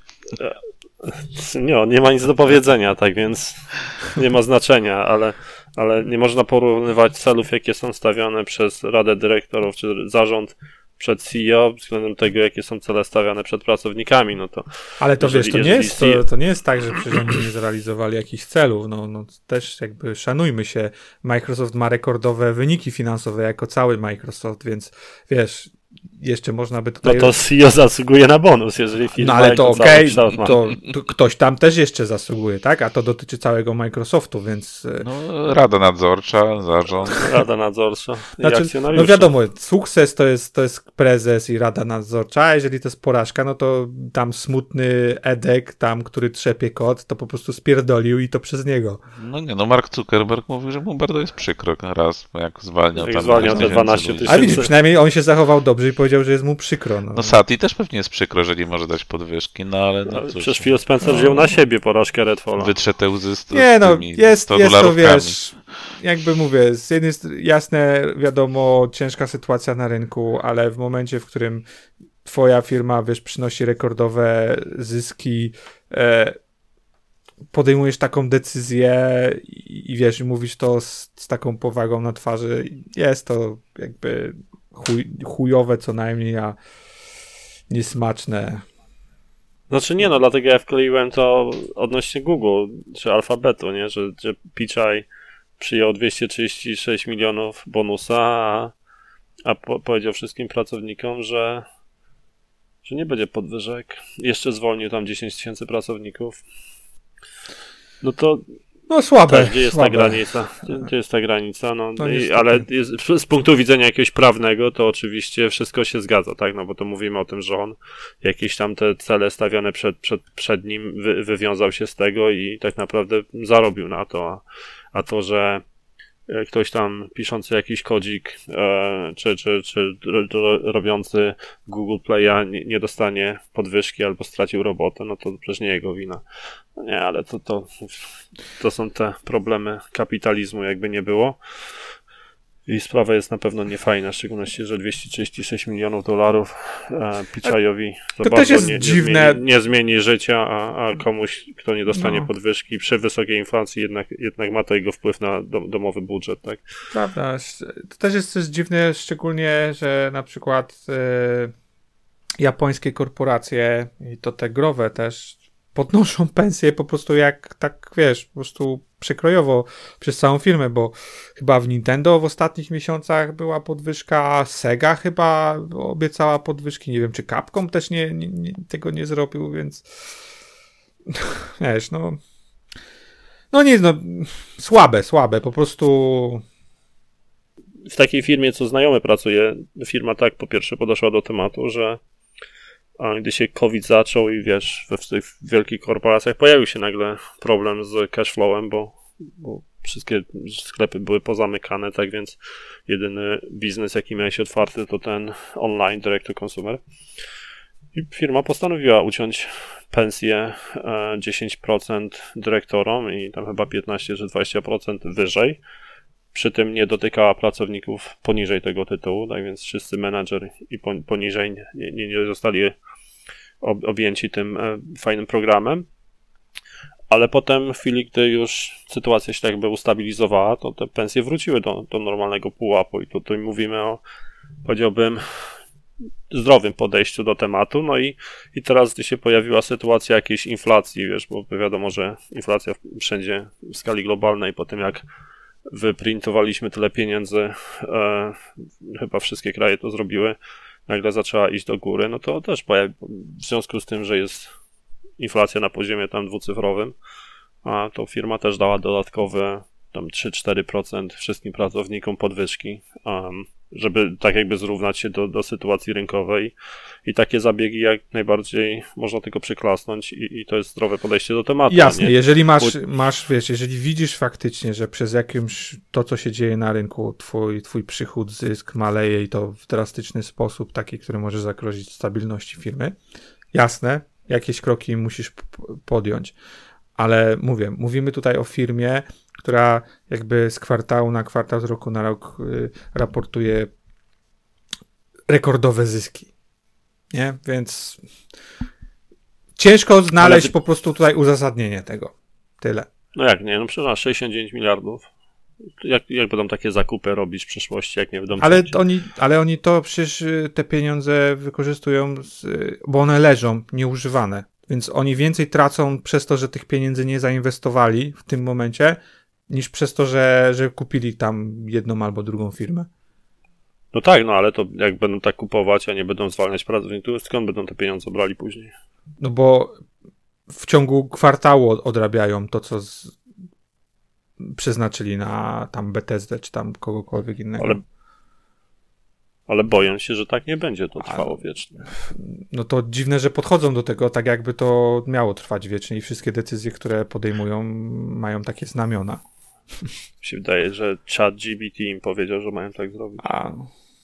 nie, nie ma nic do powiedzenia, tak więc nie ma znaczenia, ale, ale nie można porównywać celów, jakie są stawiane przez Radę Dyrektorów czy Zarząd przed C E O względem tego, jakie są cele stawiane przed pracownikami. No to Ale to Jeżeli- wiesz, to nie, jeżeli jest, to, to nie jest tak, że przecież oni nie zrealizowali jakichś celów. No, no też jakby szanujmy się. Microsoft ma rekordowe wyniki finansowe jako cały Microsoft, więc wiesz, jeszcze można by No tutaj... to C E O zasługuje na bonus, jeżeli firma No ale to jako cały okej, kształt ma. to, to ktoś tam też jeszcze zasługuje, tak? A to dotyczy całego Microsoftu, więc... e, No, Rada Nadzorcza, Zarząd. Rada nadzorcza i Znaczy, akcjonariusze. no wiadomo, sukces to jest, to jest prezes i rada nadzorcza, a jeżeli to jest porażka, no to tam smutny Edek, tam, który trzepie kot, to po prostu spierdolił i to przez niego. No nie, no Mark Zuckerberg mówił, że mu bardzo jest przykro raz, jak zwalniał Jak tam zwalniał ileś te dwanaście ludzi. A widzisz, Tysięcy. przynajmniej on się zachował dobrze i powiedział, że jest mu przykro. No, No Sati też pewnie jest przykro, że nie może dać podwyżki, no ale no Ale cóż, Przecież Phil Spencer wziął na siebie porażkę Redfalla. wytrze te łzy z, Nie z no, tymi jest, sto jest to, dolarówkami. wiesz, jakby mówię, z jednej strony jasne, wiadomo, ciężka sytuacja na rynku, ale w momencie, w którym twoja firma, wiesz, przynosi rekordowe zyski, e, podejmujesz taką decyzję i, i wiesz, i mówisz to z, z taką powagą na twarzy, jest to jakby chuj, chujowe co najmniej, a niesmaczne. Znaczy nie no, dlatego ja wkleiłem to odnośnie Google, czy Alfabetu, nie? Że, że Pichai przyjął dwieście trzydzieści sześć milionów bonusa, a, a po, powiedział wszystkim pracownikom, że, że nie będzie podwyżek. Jeszcze zwolnił tam dziesięć tysięcy pracowników. No to No słabe, też, gdzie jest słabe. ta granica? Gdzie, gdzie jest ta granica? No, No i, niestety. ale jest, z punktu widzenia jakiegoś prawnego, to oczywiście wszystko się zgadza, tak? No bo to mówimy o tym, że on jakieś tam te cele stawiane przed, przed, przed nim wy, wywiązał się z tego i tak naprawdę zarobił na to. A, a to, że e, ktoś tam piszący jakiś kodzik, e, czy, czy, czy ro, ro, robiący Google Play'a nie, nie dostanie podwyżki albo stracił robotę, no to przecież nie jego wina. No nie, ale to, to, to są te problemy kapitalizmu, jakby nie było. I sprawa jest na pewno niefajna, w szczególności, że dwieście trzydzieści sześć milionów dolarów e, Piczajowi to, to bardzo też jest nie, nie, dziwne. Zmieni, nie zmieni życia, a, a komuś, kto nie dostanie No. podwyżki przy wysokiej inflacji, jednak, jednak ma to jego wpływ na dom, domowy budżet, tak? Prawda. To też jest coś dziwne, szczególnie, że na przykład e, japońskie korporacje i to te growe też podnoszą pensje po prostu jak tak, wiesz, po prostu przekrojowo przez całą firmę, bo chyba w Nintendo w ostatnich miesiącach była podwyżka, Sega chyba obiecała podwyżki, nie wiem, czy Capcom też nie, nie, nie, tego nie zrobił, więc wiesz, no no nic, no słabe, słabe, po prostu W takiej firmie, co znajomy pracuje, firma tak po pierwsze podeszła do tematu, że a gdy się COVID zaczął i wiesz, we tych wielkich korporacjach pojawił się nagle problem z cashflowem, bo, bo wszystkie sklepy były pozamykane, tak więc jedyny biznes, jaki miałeś otwarty, to ten online, direct to consumer. I firma postanowiła uciąć pensję e, dziesięć procent dyrektorom i tam chyba piętnaście czy dwadzieścia procent wyżej. Przy tym nie dotykała pracowników poniżej tego tytułu, tak więc wszyscy menadżery i poniżej nie, nie, nie zostali objęci tym fajnym programem. Ale potem w chwili, gdy już sytuacja się jakby ustabilizowała, to te pensje wróciły do, do normalnego pułapu i tutaj mówimy o, powiedziałbym, zdrowym podejściu do tematu. No i, i teraz, gdy się pojawiła sytuacja jakiejś inflacji, wiesz, bo wiadomo, że inflacja wszędzie w skali globalnej po tym, jak wyprintowaliśmy tyle pieniędzy, e, chyba wszystkie kraje to zrobiły, nagle zaczęła iść do góry, no to też pojawi, w związku z tym, że jest inflacja na poziomie tam dwucyfrowym, a to firma też dała dodatkowe tam trzy cztery procent wszystkim pracownikom podwyżki, um, żeby tak jakby zrównać się do, do sytuacji rynkowej i takie zabiegi jak najbardziej można tylko przyklasnąć i, i to jest zdrowe podejście do tematu. Jasne, nie? jeżeli masz, masz, wiesz, jeżeli widzisz faktycznie, że przez jakimś to, co się dzieje na rynku, twój, twój przychód, zysk maleje i to w drastyczny sposób, taki, który może zagrozić stabilności firmy, jasne, jakieś kroki musisz p- podjąć, ale mówię, mówimy tutaj o firmie, która jakby z kwartału na kwartał, z roku na rok y, raportuje rekordowe zyski, nie? Więc ciężko znaleźć Ale... po prostu tutaj uzasadnienie tego. Tyle. No jak nie, no przecież sześćdziesiąt dziewięć miliardów. Jak, jak będą takie zakupy robić w przyszłości, jak nie będą... Ale oni, ale oni to przecież te pieniądze wykorzystują, z, bo one leżą nieużywane. Więc oni więcej tracą przez to, że tych pieniędzy nie zainwestowali w tym momencie, niż przez to, że, że kupili tam jedną albo drugą firmę. No tak, no ale to jak będą tak kupować, a nie będą zwalniać pracowników, skąd będą te pieniądze brali później? No bo w ciągu kwartału odrabiają to, co z... przeznaczyli na tam Bethesdę, czy tam kogokolwiek innego. Ale, ale boję się, że tak nie będzie to trwało a, wiecznie. No to dziwne, że podchodzą do tego tak, jakby to miało trwać wiecznie i wszystkie decyzje, które podejmują, mają takie znamiona. Mi się wydaje, że ChatGPT im powiedział, że mają tak zrobić. A...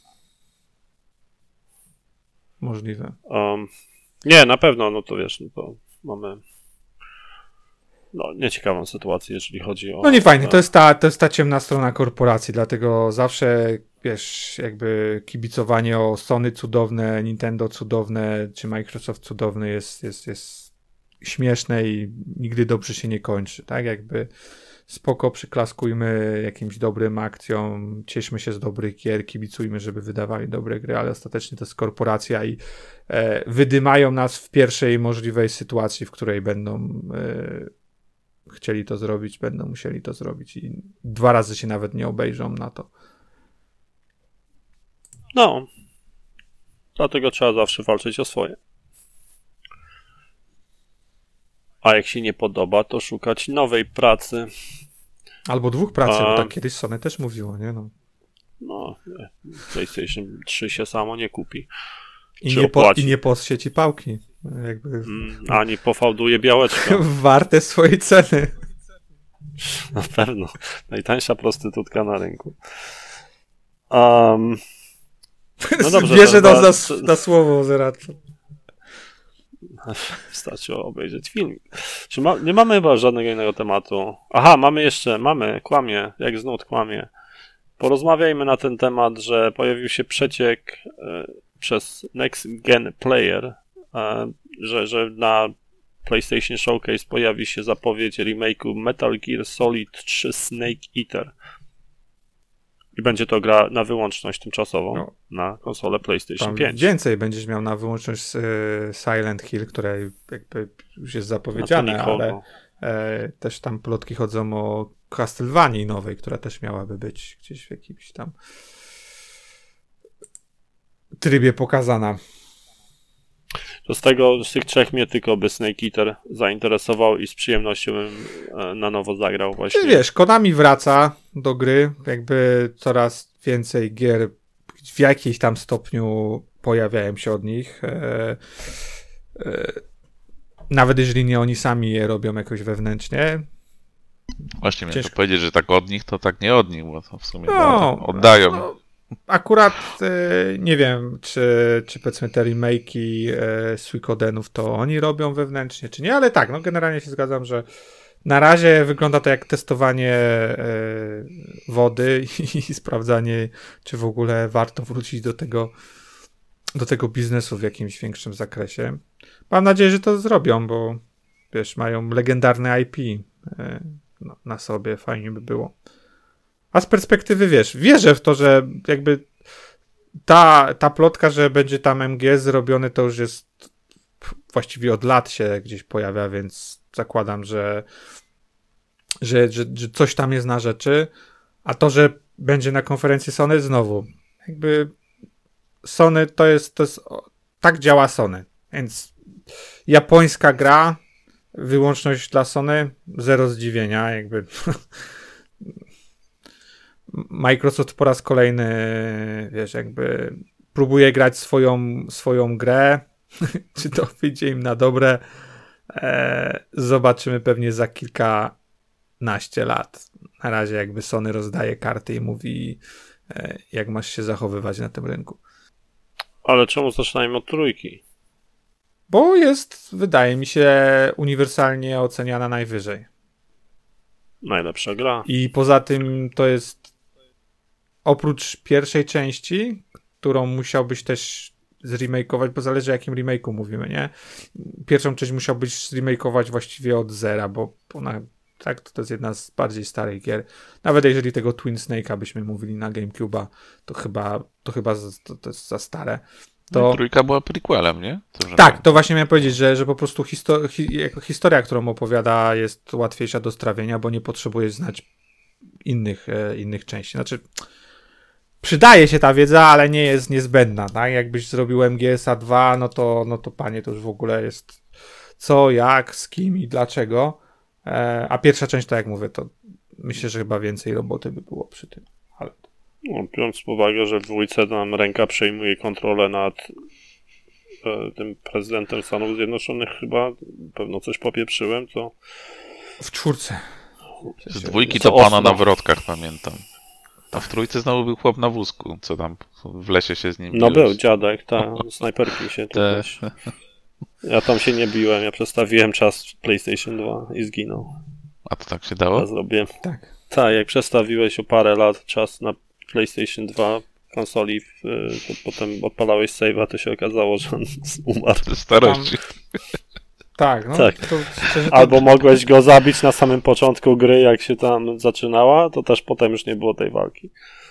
Możliwe. Um, nie, na pewno, no to wiesz, no to mamy no, nieciekawą sytuację, jeżeli chodzi o... No nie fajnie, to jest, ta, to jest ta ciemna strona korporacji, dlatego zawsze, wiesz, jakby kibicowanie o Sony cudowne, Nintendo cudowne, czy Microsoft cudowny jest, jest, jest śmieszne i nigdy dobrze się nie kończy, tak? Jakby spoko, przyklaskujmy jakimś dobrym akcjom, cieszmy się z dobrych gier, kibicujmy, żeby wydawali dobre gry, ale ostatecznie to jest korporacja i e, wydymają nas w pierwszej możliwej sytuacji, w której będą e, chcieli to zrobić, będą musieli to zrobić i dwa razy się nawet nie obejrzą na to. No, dlatego trzeba zawsze walczyć o swoje. A jak się nie podoba, to szukać nowej pracy. Albo dwóch pracy, A... bo tak kiedyś Sony też mówiło, nie? No, no PlayStation trzy się samo nie kupi. I nie, po, I nie po sieci pałki. Jakby... Mm, ani pofałduje białeczko. Warte swojej ceny. Na pewno. Najtańsza prostytutka na rynku. Um, no dobrze. Wierzę to, na, to, na słowo Zerato. Wystarczy obejrzeć film. Czy ma, nie mamy chyba żadnego innego tematu. Aha, mamy jeszcze, mamy, kłamie, jak znów kłamie. porozmawiajmy na ten temat, że pojawił się przeciek e, przez Next Gen Player, e, że, że na PlayStation Showcase pojawi się zapowiedź remake'u Metal Gear Solid trzy Snake Eater. I będzie to gra na wyłączność tymczasową No. na konsolę PlayStation Tam pięć. więcej będziesz miał na wyłączność y, Silent Hill, które jakby już jest zapowiedziane, Na to ale nikogo. e, też tam plotki chodzą o Castlevanii nowej, która też miałaby być gdzieś w jakimś tam trybie pokazana. To z tego, z tych trzech mnie tylko by Snake Eater zainteresował i z przyjemnością bym e, na nowo zagrał właśnie. Ty wiesz, Konami wraca do gry, jakby coraz więcej gier w jakimś tam stopniu pojawiają się od nich. E, e, nawet jeżeli nie oni sami je robią jakoś wewnętrznie. Właśnie miałem Ciężko. to powiedzieć, że tak od nich, to tak nie od nich, bo to w sumie No, no, oddają. No, akurat e, nie wiem, czy, czy powiedzmy te remake'i e, Suikodenów to oni robią wewnętrznie, czy nie, ale tak, no generalnie się zgadzam, że na razie wygląda to jak testowanie e, wody i, i sprawdzanie, czy w ogóle warto wrócić do tego, do tego biznesu w jakimś większym zakresie. Mam nadzieję, że to zrobią, bo wiesz, mają legendarne I P e, no, na sobie, fajnie by było. A z perspektywy, wiesz, wierzę w to, że jakby ta, ta plotka, że będzie tam M G S zrobiony, to już jest właściwie od lat się gdzieś pojawia, więc zakładam, że, że, że, że coś tam jest na rzeczy. A to, że będzie na konferencji Sony, znowu, jakby Sony to jest, to jest tak działa Sony, więc japońska gra, wyłączność dla Sony, zero zdziwienia, jakby Microsoft po raz kolejny, wiesz, jakby próbuje grać swoją, swoją grę. Czy to wyjdzie im na dobre? Eee, zobaczymy pewnie za kilkanaście lat. Na razie jakby Sony rozdaje karty i mówi, e, jak masz się zachowywać na tym rynku. Ale czemu zaczynajmy od trójki? Bo jest, wydaje mi się, uniwersalnie oceniana najwyżej. Najlepsza gra. I poza tym to jest oprócz pierwszej części, którą musiałbyś też zremakeować, bo zależy o jakim remake'u mówimy, nie? Pierwszą część musiałbyś zremakeować właściwie od zera, bo ona, tak, to jest jedna z bardziej starych gier. Nawet jeżeli tego Twin Snake'a byśmy mówili na GameCube'a, to chyba, to chyba z- to, to jest za stare. To... To... Trójka była prequelem, nie? To, że Tak, to właśnie miałem powiedzieć, że, że po prostu histo- hi- jako historia, którą opowiada, jest łatwiejsza do strawienia, bo nie potrzebujesz znać innych, e, innych części. Znaczy, przydaje się ta wiedza, ale nie jest niezbędna, tak? Jakbyś zrobił M G S a dwa, no to, no to panie, to już w ogóle jest co, jak, z kim i dlaczego. E, a pierwsza część, tak jak mówię, to myślę, że chyba więcej roboty by było przy tym. Ale... No, biorąc pod uwagę, że w dwójce nam ręka przejmuje kontrolę nad e, tym prezydentem Stanów Zjednoczonych, chyba pewno coś popieprzyłem, to W czwórce. Z dwójki Co to pana ostro. na wrotkach pamiętam. A w trójce znowu był chłop na wózku, co tam w lesie się z nim no bił. był dziadek, ta snajperki się tu Te- też. Ja tam się nie biłem, ja przestawiłem czas w PlayStation dwa i zginął. A to tak się Ja dało? zrobiłem. Tak. Tak, jak przestawiłeś o parę lat czas na PlayStation dwa konsoli, w- to potem odpalałeś save'a, to się okazało, że on umarł. Ze starości. Tak, no. Tak. To, szczerze, to... Albo mogłeś go zabić na samym początku gry, jak się tam zaczynała, to też potem już nie było tej walki.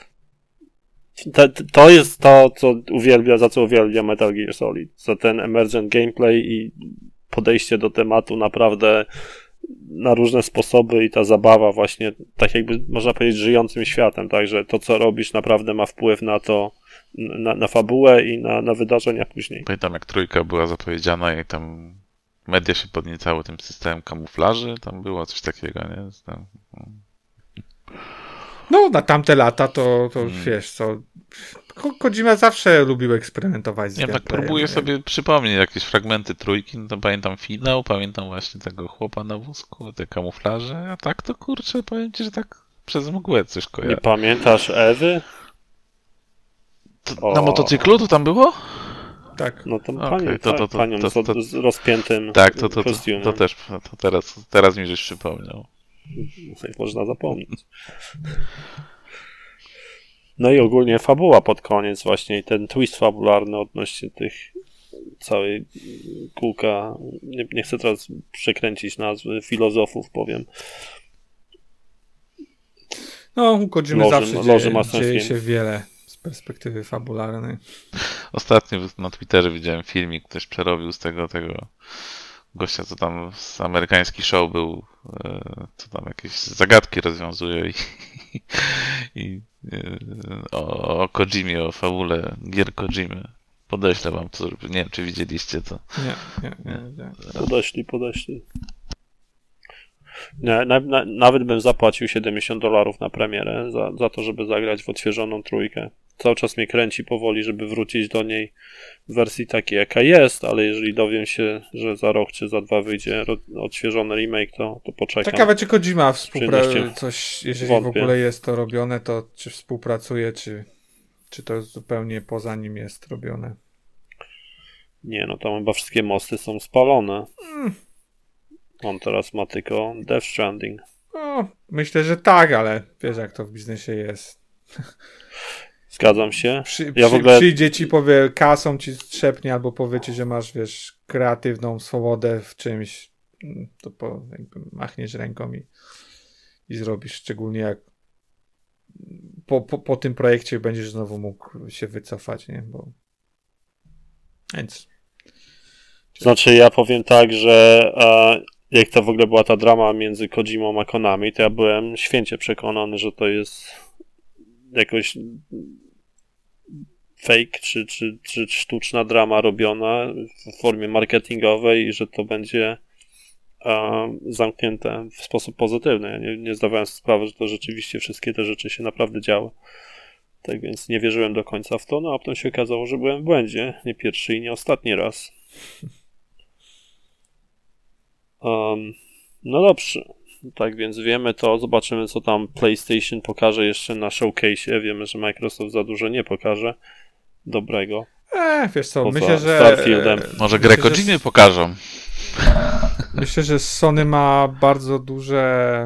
Te, to jest to, co uwielbia, za co uwielbia Metal Gear Solid. Za ten emergent gameplay i podejście do tematu naprawdę na różne sposoby i ta zabawa właśnie, tak jakby można powiedzieć, żyjącym światem, także to, co robisz, naprawdę ma wpływ na to, na, na fabułę i na, na wydarzenia później. Pamiętam jak trójka była zapowiedziana i tam media się podniecały tym systemem kamuflaży, tam było coś takiego, nie? Tam... No, na tamte lata to, to Hmm. wiesz co, Ko- Kojima zawsze lubił eksperymentować z Ja tak gameplayem, próbuję nie? sobie przypomnieć jakieś fragmenty trójki, no to pamiętam finał, pamiętam właśnie tego chłopa na wózku, te kamuflaże, a tak to kurczę, powiem ci, że tak przez mgłę coś Nie kojarzę. pamiętasz Ewy? To, na motocyklu to tam było? Tak. No to Okej, panią, to- tak, to- to- panią to- z, to- z rozpiętym Tak, to, to, to, kostiumem. to też, to teraz, teraz mi żeś przypomniał. Można zapomnieć. No i ogólnie fabuła pod koniec właśnie i ten twist fabularny odnośnie tych całej kółka, nie, nie chcę teraz przekręcić nazwy filozofów, powiem. No, u Kojimy Loży- zawsze Loży dzieje, Masterskiej. dzieje się wiele z perspektywy fabularnej. Ostatnio na Twitterze widziałem filmik, ktoś przerobił z tego tego gościa, co tam z amerykański show był, e, co tam jakieś zagadki rozwiązuje i, i e, o, o Kojimie, o fabule gier Kojimy. Podeślę wam to, nie wiem, czy widzieliście to. Nie, nie, nie. nie. Podeślij, podeślij. Nie, na, na, nawet bym zapłacił siedemdziesiąt dolarów na premierę za, za to, żeby zagrać w odświeżoną trójkę. Cały czas mnie kręci powoli, żeby wrócić do niej w wersji takiej, jaka jest, ale jeżeli dowiem się, że za rok czy za dwa wyjdzie ro, odświeżony remake, to, to poczekam. Ciekawe, czy Kojima współpracuje, przyjemnością. coś, jeżeli Wątpię. w ogóle jest to robione, to czy współpracuje, czy, czy to zupełnie poza nim jest robione. Nie, no tam chyba wszystkie mosty są spalone. On teraz ma tylko Death Stranding. No, myślę, że tak, ale wiesz, jak to w biznesie jest. Zgadzam się. Przy, Ja przy, w ogóle- Przyjdzie ci, powie, kasą ci strzepnie, albo powie ci, że masz, wiesz, kreatywną swobodę w czymś, mm, to po, jakby machniesz ręką i, i zrobisz, szczególnie jak po, po, po tym projekcie będziesz znowu mógł się wycofać, nie? Bo... Więc Znaczy, ja powiem tak, że e, jak to w ogóle była ta drama między Kojimą a Konami, to ja byłem święcie przekonany, że to jest jakoś fake czy, czy, czy sztuczna drama robiona w formie marketingowej i że to będzie e, zamknięte w sposób pozytywny. Ja nie, nie zdawałem sobie sprawy, że to rzeczywiście wszystkie te rzeczy się naprawdę działy. Tak więc nie wierzyłem do końca w to, no a potem się okazało, że byłem w błędzie. Nie pierwszy i nie ostatni raz. Um, no dobrze. Tak więc wiemy to, zobaczymy co tam PlayStation pokaże jeszcze na showcase'ie. Wiemy, że Microsoft za dużo nie pokaże dobrego. e, wiesz co, Poza myślę, że Starfieldem. Może myślę, grę że- Kojimy pokażą. Myślę, że Sony ma bardzo duże.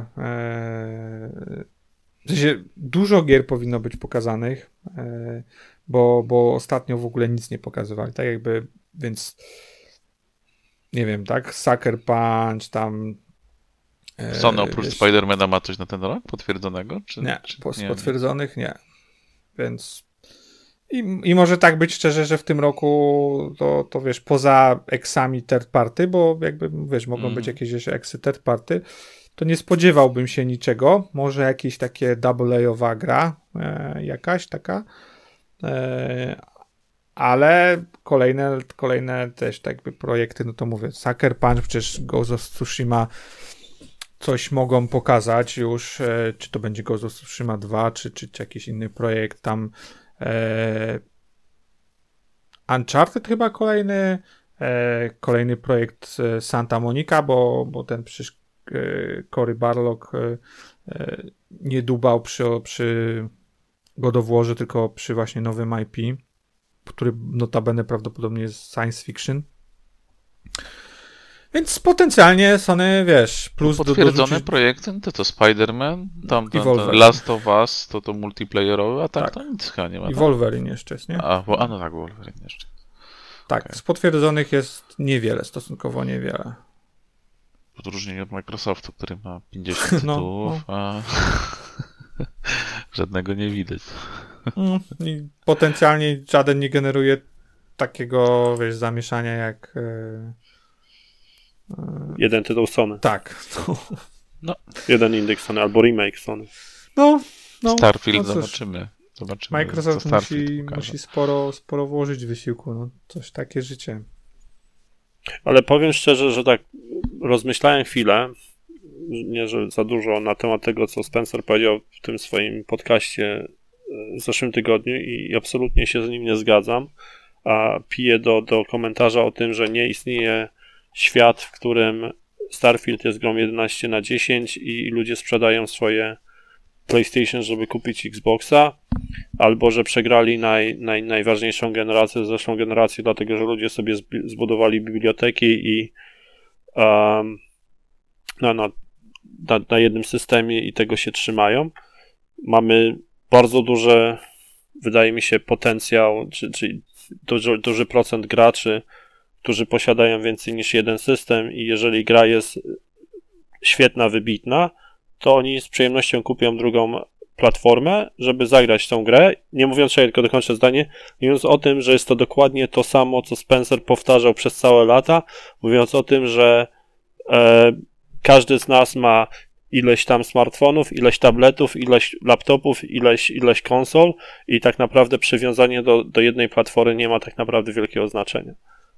E, w sensie dużo gier powinno być pokazanych, e, bo, bo ostatnio w ogóle nic nie pokazywali. Tak jakby, więc nie wiem, tak? Sucker Punch tam. e, Sony oprócz wiesz, Spidermana ma coś na ten rok potwierdzonego? Czy, Nie, czy po, z nie? potwierdzonych nie. Więc. I, I może tak być szczerze, że w tym roku to, to wiesz, poza eksami third party, bo jakby wiesz, mogą Mm. być jakieś jeszcze eksy third party, to nie spodziewałbym się niczego. Może jakieś takie double A-owa gra, e, jakaś taka. E, ale kolejne, kolejne też tak jakby projekty, no to mówię, Sucker Punch, przecież Ghost of Tsushima coś mogą pokazać już, e, czy to będzie Ghost of Tsushima dwa, czy, czy, czy jakiś inny projekt tam. E, Uncharted chyba kolejny, e, kolejny projekt e, Santa Monica, bo, bo ten przecież e, Cory Barlog e, e, nie dubał przy, przy God of Warze, tylko przy właśnie nowym I P, który notabene prawdopodobnie jest science fiction. Więc potencjalnie Sony, wiesz, plus do, Potwierdzone dorzucić... projekty, no to to Spider-Man, tam ten, Wolverine. ten Last of Us, to to multiplayerowe, a tak, Tak. to nic chyba nie ma. I tak? Wolverine jeszcze jest, nie? A, bo, a no tak, Wolverine jeszcze. Tak, okej. z potwierdzonych jest niewiele, stosunkowo niewiele. W odróżnieniu od Microsoftu, który ma pięćdziesiąt No, tytułów, a żadnego nie widać. Mm, I potencjalnie żaden nie generuje takiego, wiesz, zamieszania jak... E, e, Jeden tytuł Sony. tak. Jeden indeks Sony albo remake Sony. No, no, Starfield no cóż, zobaczymy. zobaczymy. Microsoft co Starfield musi, pokaże. musi sporo, sporo włożyć wysiłku. No, coś takie życie. Ale powiem szczerze, że tak rozmyślałem chwilę, nie że za dużo na temat tego, co Spencer powiedział w tym swoim podcaście w zeszłym tygodniu i absolutnie się z nim nie zgadzam, a piję do, do komentarza o tym, że nie istnieje świat, w którym Starfield jest grą jedenaście na dziesięć i ludzie sprzedają swoje PlayStation, żeby kupić Xboxa, albo że przegrali naj, naj, najważniejszą generację, zeszłą generację, dlatego że ludzie sobie zbi- zbudowali biblioteki i um, na, na, na, na jednym systemie i tego się trzymają. Mamy bardzo duże wydaje mi się, potencjał, czy, czy duży, duży procent graczy, którzy posiadają więcej niż jeden system i jeżeli gra jest świetna, wybitna, to oni z przyjemnością kupią drugą platformę, żeby zagrać tą grę. Nie mówiąc, że ja tylko dokończę zdanie, mówiąc o tym, że jest to dokładnie to samo, co Spencer powtarzał przez całe lata, mówiąc o tym, że e, każdy z nas ma ileś tam smartfonów, ileś tabletów, ileś laptopów, ileś, ileś konsol i tak naprawdę przywiązanie do, do jednej platformy nie ma tak naprawdę wielkiego znaczenia.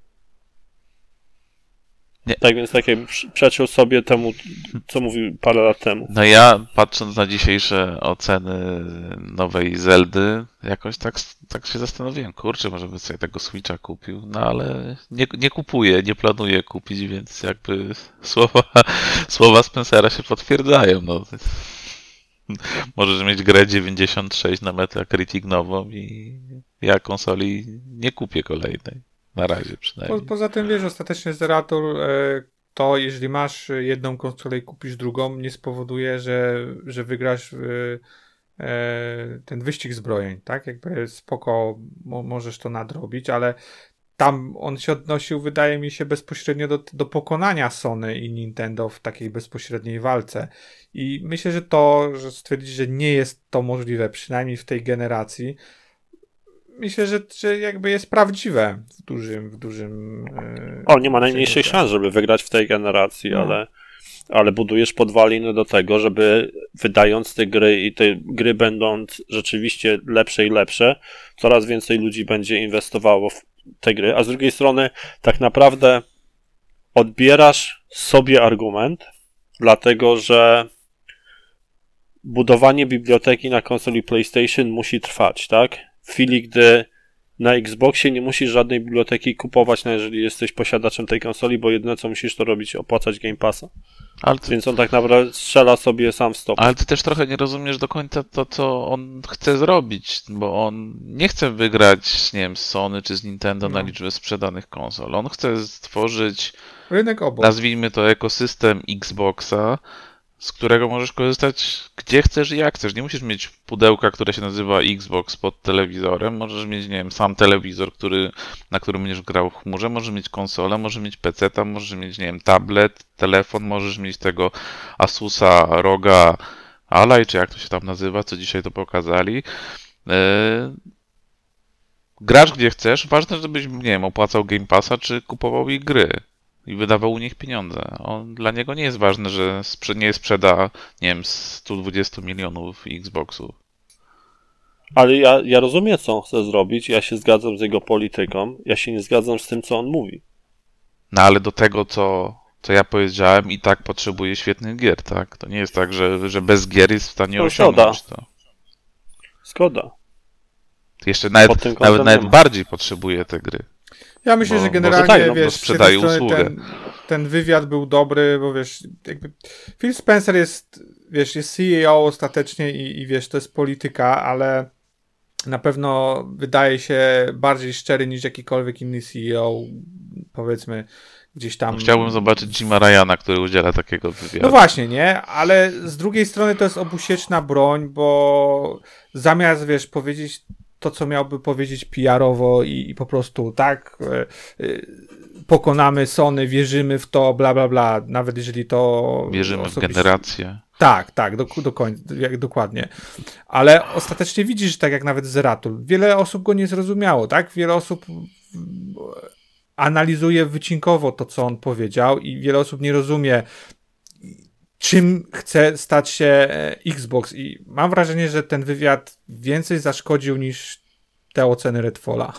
Nie. Tak więc tak jakby przeczył sobie temu, co mówił parę lat temu. No ja, patrząc na dzisiejsze oceny nowej Zeldy, jakoś tak, tak się zastanowiłem, kurczę, może by sobie tego Switcha kupił, no ale nie, nie kupuję, nie planuję kupić, więc jakby słowa, słowa Spencera się potwierdzają. No. Możesz mieć grę dziewięćdziesiąt sześć na Metacritic nową i ja konsoli nie kupię kolejnej. Na razie przynajmniej. Po, poza tym, wiesz, ostatecznie Zeratul, e, to jeżeli masz jedną konsolę i kupisz drugą, nie spowoduje, że, że wygrasz e, e, ten wyścig zbrojeń, tak? Jakby spoko, mo, możesz to nadrobić, ale tam on się odnosił, wydaje mi się, bezpośrednio do, do pokonania Sony i Nintendo w takiej bezpośredniej walce. I myślę, że to, że stwierdzić, że nie jest to możliwe, przynajmniej w tej generacji, myślę, że, że jakby jest prawdziwe w dużym, w dużym... Yy, o, nie ma najmniejszych szans, żeby wygrać w tej generacji, no. ale, ale budujesz podwaliny do tego, żeby wydając te gry i te gry będąc rzeczywiście lepsze i lepsze, coraz więcej ludzi będzie inwestowało w te gry, a z drugiej strony tak naprawdę odbierasz sobie argument, dlatego że budowanie biblioteki na konsoli PlayStation musi trwać, tak? W chwili, gdy na Xboxie nie musisz żadnej biblioteki kupować, no jeżeli jesteś posiadaczem tej konsoli, bo jedyne co musisz to robić, opłacać Game Passa. Ale ty, Więc on tak naprawdę strzela sobie sam w stop. Ale ty też trochę nie rozumiesz do końca to, co on chce zrobić, bo on nie chce wygrać, nie wiem, z Sony czy z Nintendo no. na liczbę sprzedanych konsol. On chce stworzyć, rynek obok. Nazwijmy to ekosystem Xboxa, z którego możesz korzystać gdzie chcesz i jak chcesz. Nie musisz mieć pudełka, które się nazywa Xbox pod telewizorem. Możesz mieć, nie wiem, sam telewizor, który, na którym będziesz grał w chmurze. Możesz mieć konsolę, możesz mieć peceta, możesz mieć, nie wiem, tablet, telefon, możesz mieć tego Asusa, Roga, Ally, czy jak to się tam nazywa, co dzisiaj to pokazali. Yy... Grasz gdzie chcesz. Ważne, żebyś, nie wiem, opłacał Game Passa, czy kupował ich gry. I wydawał u nich pieniądze. On, dla niego nie jest ważne, że sprze- nie sprzeda, nie wiem, sto dwadzieścia milionów Xboxów. Ale ja, ja rozumiem, co on chce zrobić. Ja się zgadzam z jego polityką. Ja się nie zgadzam z tym, co on mówi. No ale do tego, co, co ja powiedziałem, i tak potrzebuje świetnych gier, tak? To nie jest tak, że, że bez gier jest w stanie to osiągnąć zgoda. to. Zgoda. Jeszcze nawet, nawet, nawet bardziej potrzebuje te gry. Ja myślę, bo, że generalnie, tak, no, wiesz, sprzedaje usługę. Ten, ten wywiad był dobry, bo wiesz, jakby Phil Spencer jest, wiesz, jest C E O ostatecznie i, i wiesz, to jest polityka, ale na pewno wydaje się bardziej szczery niż jakikolwiek inny C E O, powiedzmy, gdzieś tam... No, chciałbym zobaczyć Jima Ryana, który udziela takiego wywiadu. No właśnie, nie? Ale z drugiej strony to jest obusieczna broń, bo zamiast, wiesz, powiedzieć to, co miałby powiedzieć P R-owo i, i po prostu tak, y, y, pokonamy Sony, wierzymy w to, bla, bla, bla, nawet jeżeli to... Wierzymy osobiście... w generację. Tak, tak, do, do końca, jak, dokładnie. Ale ostatecznie widzisz, tak jak nawet Zeratul, wiele osób go nie zrozumiało, tak? Wiele osób analizuje wycinkowo to, co on powiedział i wiele osób nie rozumie, czym chce stać się Xbox i mam wrażenie, że ten wywiad więcej zaszkodził niż te oceny Redfalla.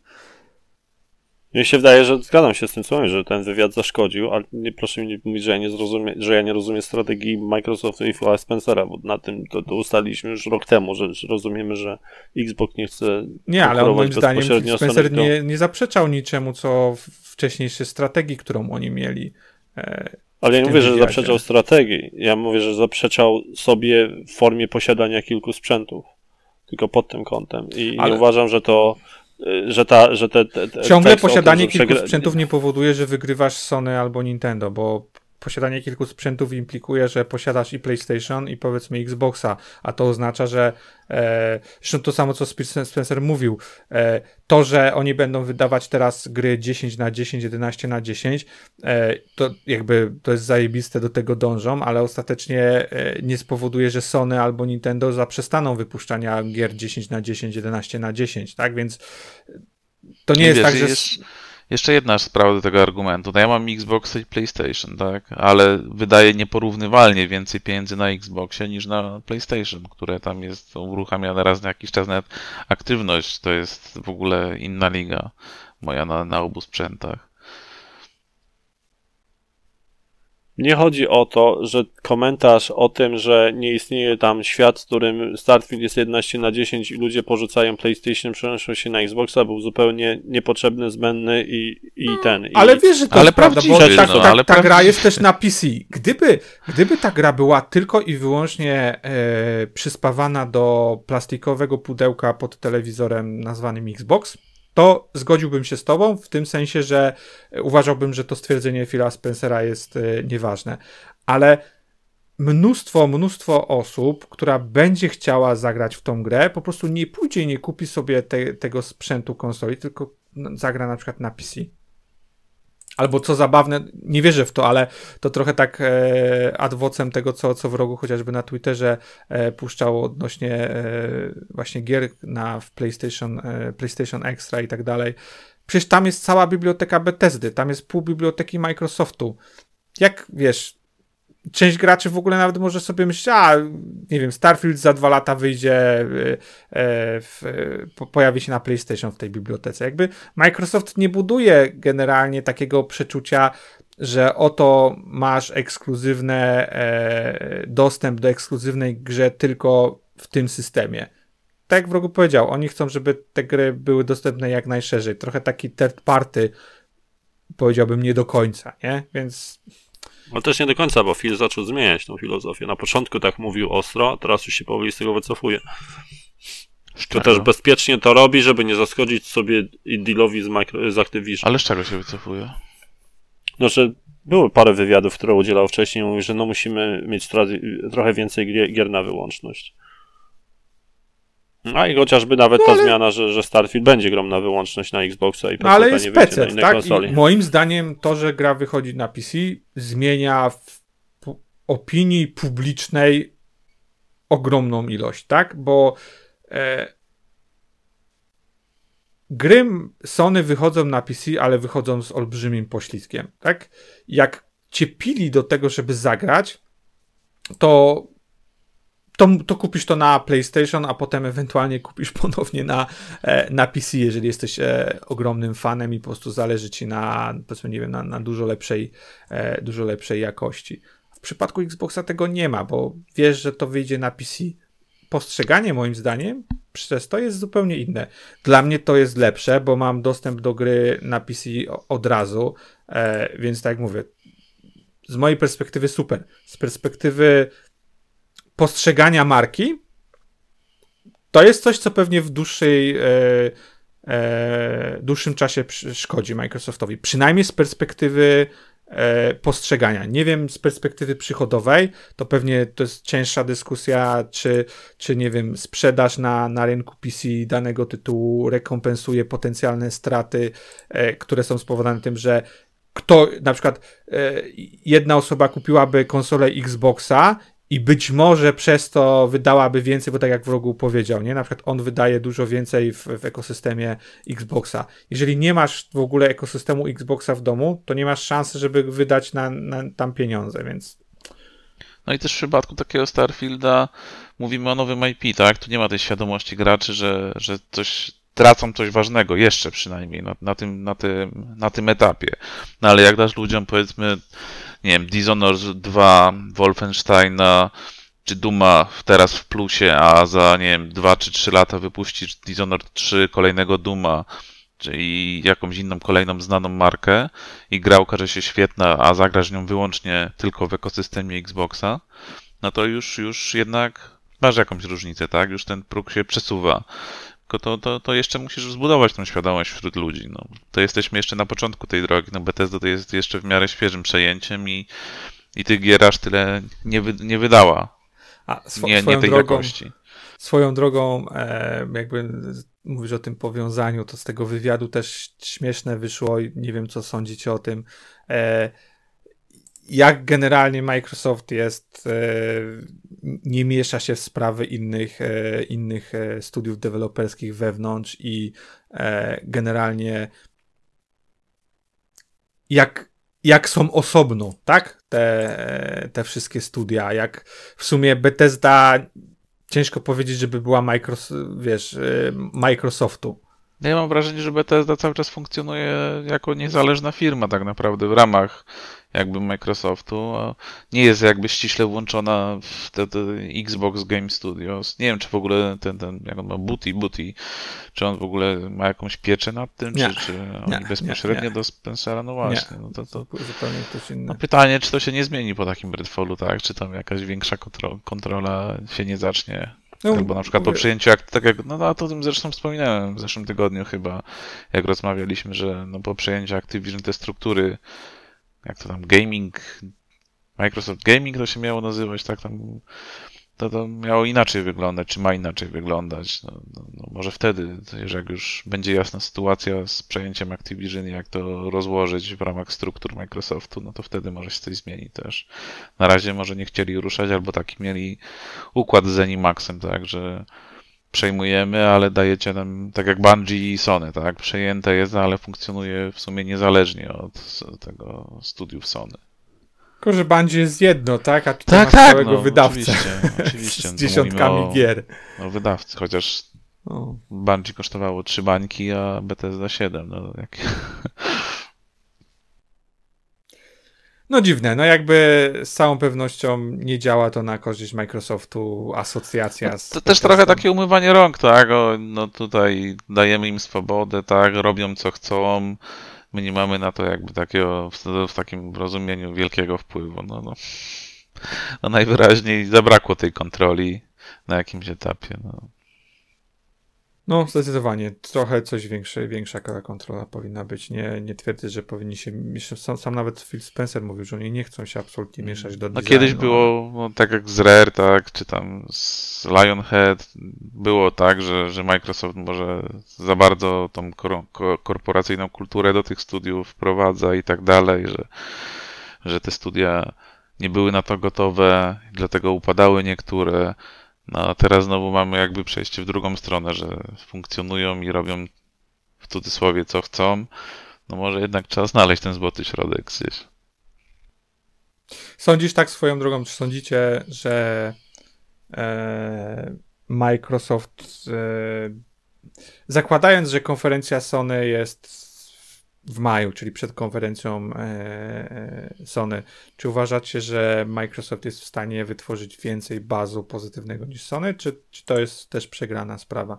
Mnie się wydaje, że zgadzam się z tym, co mówię, że ten wywiad zaszkodził, ale nie, proszę mi nie mówić, że ja nie, zrozumie, że ja nie rozumiem strategii Microsoftu i Phila Spencera, bo na tym to, to ustaliliśmy już rok temu, że, że rozumiemy, że Xbox nie chce Nie, ale on moim zdaniem bezpośrednio Spencer Sony, nie, nie zaprzeczał niczemu, co w wcześniejszej strategii, którą oni mieli. E, ale ja nie mówię, wywiadzie. że zaprzeczał strategii. Ja mówię, że zaprzeczał sobie w formie posiadania kilku sprzętów. Tylko pod tym kątem. I ale... nie uważam, że to że ta, że te, te, te ciągle posiadanie tym, kilku przegra... sprzętów nie powoduje, że wygrywasz Sony albo Nintendo, bo posiadanie kilku sprzętów implikuje, że posiadasz i PlayStation, i powiedzmy Xboxa, a to oznacza, że e, zresztą to samo, co Spencer mówił, e, to, że oni będą wydawać teraz gry dziesięć na dziesięć, jedenaście na dziesięć, e, to jakby to jest zajebiste, do tego dążą, ale ostatecznie e, nie spowoduje, że Sony albo Nintendo zaprzestaną wypuszczania gier dziesięć na dziesięć, jedenaście na dziesięć, tak, więc to nie I jest wiesz, tak, że... Jest, jeszcze jedna sprawa do tego argumentu. No ja mam Xbox i PlayStation, tak? Ale wydaję nieporównywalnie więcej pieniędzy na Xboxie niż na PlayStation, które tam jest uruchamiane raz na jakiś czas. Nawet aktywność to jest w ogóle inna liga moja na, na obu sprzętach. Nie chodzi o to, że komentarz o tym, że nie istnieje tam świat, w którym Starfield jest jedenaście na dziesięć i ludzie porzucają PlayStation, przenoszą się na Xboxa, był zupełnie niepotrzebny, zbędny i, i ten. I... Ale wiesz, że to ale jest prawda, bo prawdziwy, ta, no, ta, ale ta gra prawdziwy. jest też na P C. Gdyby, gdyby ta gra była tylko i wyłącznie e, przyspawana do plastikowego pudełka pod telewizorem nazwanym Xbox, to zgodziłbym się z tobą, w tym sensie, że uważałbym, że to stwierdzenie Phila Spencera jest e, nieważne. Ale mnóstwo, mnóstwo osób, która będzie chciała zagrać w tą grę, po prostu nie pójdzie i nie kupi sobie te, tego sprzętu konsoli, tylko zagra na przykład na P C. Albo co zabawne, nie wierzę w to, ale to trochę tak e, ad vocem tego, co, co w rogu chociażby na Twitterze e, puszczało odnośnie e, właśnie gier na w PlayStation, e, PlayStation Extra i tak dalej. Przecież tam jest cała biblioteka Bethesdy, tam jest pół biblioteki Microsoftu. Jak, wiesz, część graczy w ogóle nawet może sobie myśleć, a nie wiem, Starfield za dwa lata wyjdzie, e, w, po, pojawi się na PlayStation w tej bibliotece. Jakby Microsoft nie buduje generalnie takiego przeczucia, że oto masz ekskluzywny e, dostęp do ekskluzywnej grze tylko w tym systemie. Tak jak wrogu powiedział, oni chcą, żeby te gry były dostępne jak najszerzej. Trochę taki third party, powiedziałbym, nie do końca, nie? Więc... Ale też nie do końca, bo Phil zaczął zmieniać tą filozofię. Na początku tak mówił ostro, a teraz już się powoli z tego wycofuje. To też bezpiecznie to robi, żeby nie zaskoczyć sobie i dealowi z, micro, z Activision. Ale z czego się wycofuje? No, że były parę wywiadów, które udzielał wcześniej, mówi, że no musimy mieć trochę, trochę więcej gier, gier na wyłączność. A i chociażby nawet no, ta ale... zmiana, że, że Starfield będzie grą na wyłączność na Xboxa i no, ale jest nie P wyjdzie C, na innej tak? konsoli. I moim zdaniem to, że gra wychodzi na P C, zmienia w pu- opinii publicznej ogromną ilość, tak? Bo e, gry Sony wychodzą na P C, ale wychodzą z olbrzymim poślizgiem, tak? Jak cię pili do tego, żeby zagrać, to To, to kupisz to na PlayStation, a potem ewentualnie kupisz ponownie na, na P C, jeżeli jesteś e, ogromnym fanem i po prostu zależy ci na, powiedzmy, nie wiem, na, na dużo lepszej, e, dużo lepszej jakości. W przypadku Xboxa tego nie ma, bo wiesz, że to wyjdzie na P C. Postrzeganie moim zdaniem przez to jest zupełnie inne. Dla mnie to jest lepsze, bo mam dostęp do gry na P C od razu, e, więc tak jak mówię, z mojej perspektywy super. Z perspektywy postrzegania marki, to jest coś, co pewnie w dłuższej, e, e, dłuższym czasie szkodzi Microsoftowi. Przynajmniej z perspektywy e, postrzegania. Nie wiem, z perspektywy przychodowej, to pewnie to jest cięższa dyskusja, czy, czy nie wiem, sprzedaż na, na rynku P C danego tytułu rekompensuje potencjalne straty, e, które są spowodowane tym, że kto, na przykład e, jedna osoba kupiłaby konsolę Xboxa i być może przez to wydałaby więcej, bo tak jak wrogu powiedział, nie? Na przykład on wydaje dużo więcej w, w ekosystemie Xboxa. Jeżeli nie masz w ogóle ekosystemu Xboxa w domu, to nie masz szansy, żeby wydać na, na tam pieniądze, więc... No i też w przypadku takiego Starfielda mówimy o nowym I P, tak? Tu nie ma tej świadomości graczy, że, że coś tracą coś ważnego, jeszcze przynajmniej na, na, tym, na, tym, na tym etapie. No ale jak dasz ludziom, powiedzmy, nie wiem, Dishonored dwa, Wolfensteina, czy Duma teraz w plusie, a za, nie wiem, dwa czy trzy lata wypuścisz Dishonored trzy, kolejnego Duma, czyli jakąś inną, kolejną znaną markę i gra okaże się świetna, a zagrasz nią wyłącznie tylko w ekosystemie Xboxa, no to już, już jednak masz jakąś różnicę, tak? Już ten próg się przesuwa. Tylko to, to, to jeszcze musisz zbudować tą świadomość wśród ludzi. No. To jesteśmy jeszcze na początku tej drogi. No Bethesda to jest jeszcze w miarę świeżym przejęciem i i tych gier aż tyle nie, wy, nie wydała. A swo- Nie, nie swoją tej drogą, jakości. Swoją drogą, e, jakby mówisz o tym powiązaniu, to z tego wywiadu też śmieszne wyszło i nie wiem, co sądzicie o tym. E, jak generalnie Microsoft jest, e, nie miesza się w sprawy innych, e, innych e, studiów deweloperskich wewnątrz i e, generalnie jak, jak są osobno, tak? Te, te wszystkie studia, jak w sumie Bethesda, ciężko powiedzieć, żeby była Microsoft, wiesz, Microsoftu. Ja mam wrażenie, że Bethesda cały czas funkcjonuje jako niezależna firma tak naprawdę w ramach jakby Microsoftu. A nie jest jakby ściśle włączona w te, te Xbox Game Studios. Nie wiem, czy w ogóle ten, ten jak on ma, Booty, Booty, czy on w ogóle ma jakąś pieczę nad tym, Nie, czy, czy nie, oni bezpośrednio nie, nie. do Spencera? No właśnie. No to, to, Zupełnie ktoś inny. no pytanie, czy to się nie zmieni po takim Redfallu, tak? Czy tam jakaś większa kontro, kontrola się nie zacznie? No, Albo na przykład po mówię- przyjęciu, jak, tak jak, no, no to o tym zresztą wspominałem w zeszłym tygodniu chyba, jak rozmawialiśmy, że no, po przejęciu Activision te struktury, jak to tam, gaming, Microsoft Gaming to się miało nazywać, tak tam, to, to miało inaczej wyglądać, czy ma inaczej wyglądać. No, no, no może wtedy, to że jak już będzie jasna sytuacja z przejęciem Activision, jak to rozłożyć w ramach struktur Microsoftu, no to wtedy może się coś zmieni też. Na razie może nie chcieli ruszać, albo taki mieli układ z Zenimaxem, tak, że przejmujemy, ale dajecie nam, tak jak Bungie i Sony, tak, przejęte jest, ale funkcjonuje w sumie niezależnie od s- tego studiów Sony. Tylko, że Bungie jest jedno, tak? A tutaj Tak, masz tak, całego no, wydawcę. oczywiście, oczywiście. Z No, dziesiątkami mówimy o, gier. o wydawcy, chociaż O. Bungie kosztowało trzy bańki, a Bethesda siedem. No, jak... No dziwne, no jakby z całą pewnością nie działa to na korzyść Microsoftu, asocjacja z To też trochę Bethesdą. takie umywanie rąk, tak? O, no tutaj dajemy im swobodę, tak? Robią co chcą. My nie mamy na to jakby takiego, w, w takim rozumieniu wielkiego wpływu. No, no. no najwyraźniej zabrakło tej kontroli na jakimś etapie. No. No, zdecydowanie. Trochę coś większe, większa kontrola powinna być. Nie, nie twierdzę, że powinni się... Sam, sam nawet Phil Spencer mówił, że oni nie chcą się absolutnie mieszać do No designu. kiedyś było, no, tak jak z Rare, tak, czy tam z Lionhead, było tak, że, że Microsoft może za bardzo tą kor- ko- korporacyjną kulturę do tych studiów wprowadza i tak dalej, że, że te studia nie były na to gotowe, dlatego upadały niektóre. No a teraz znowu mamy jakby przejście w drugą stronę, że funkcjonują i robią w cudzysłowie co chcą. No może jednak trzeba znaleźć ten złoty środek gdzieś. Sądzisz tak swoją drogą, czy sądzicie, że e, Microsoft, e, zakładając, że konferencja Sony jest w maju, czyli przed konferencją e, e, Sony, czy uważacie, że Microsoft jest w stanie wytworzyć więcej bazu pozytywnego niż Sony, czy, czy to jest też przegrana sprawa?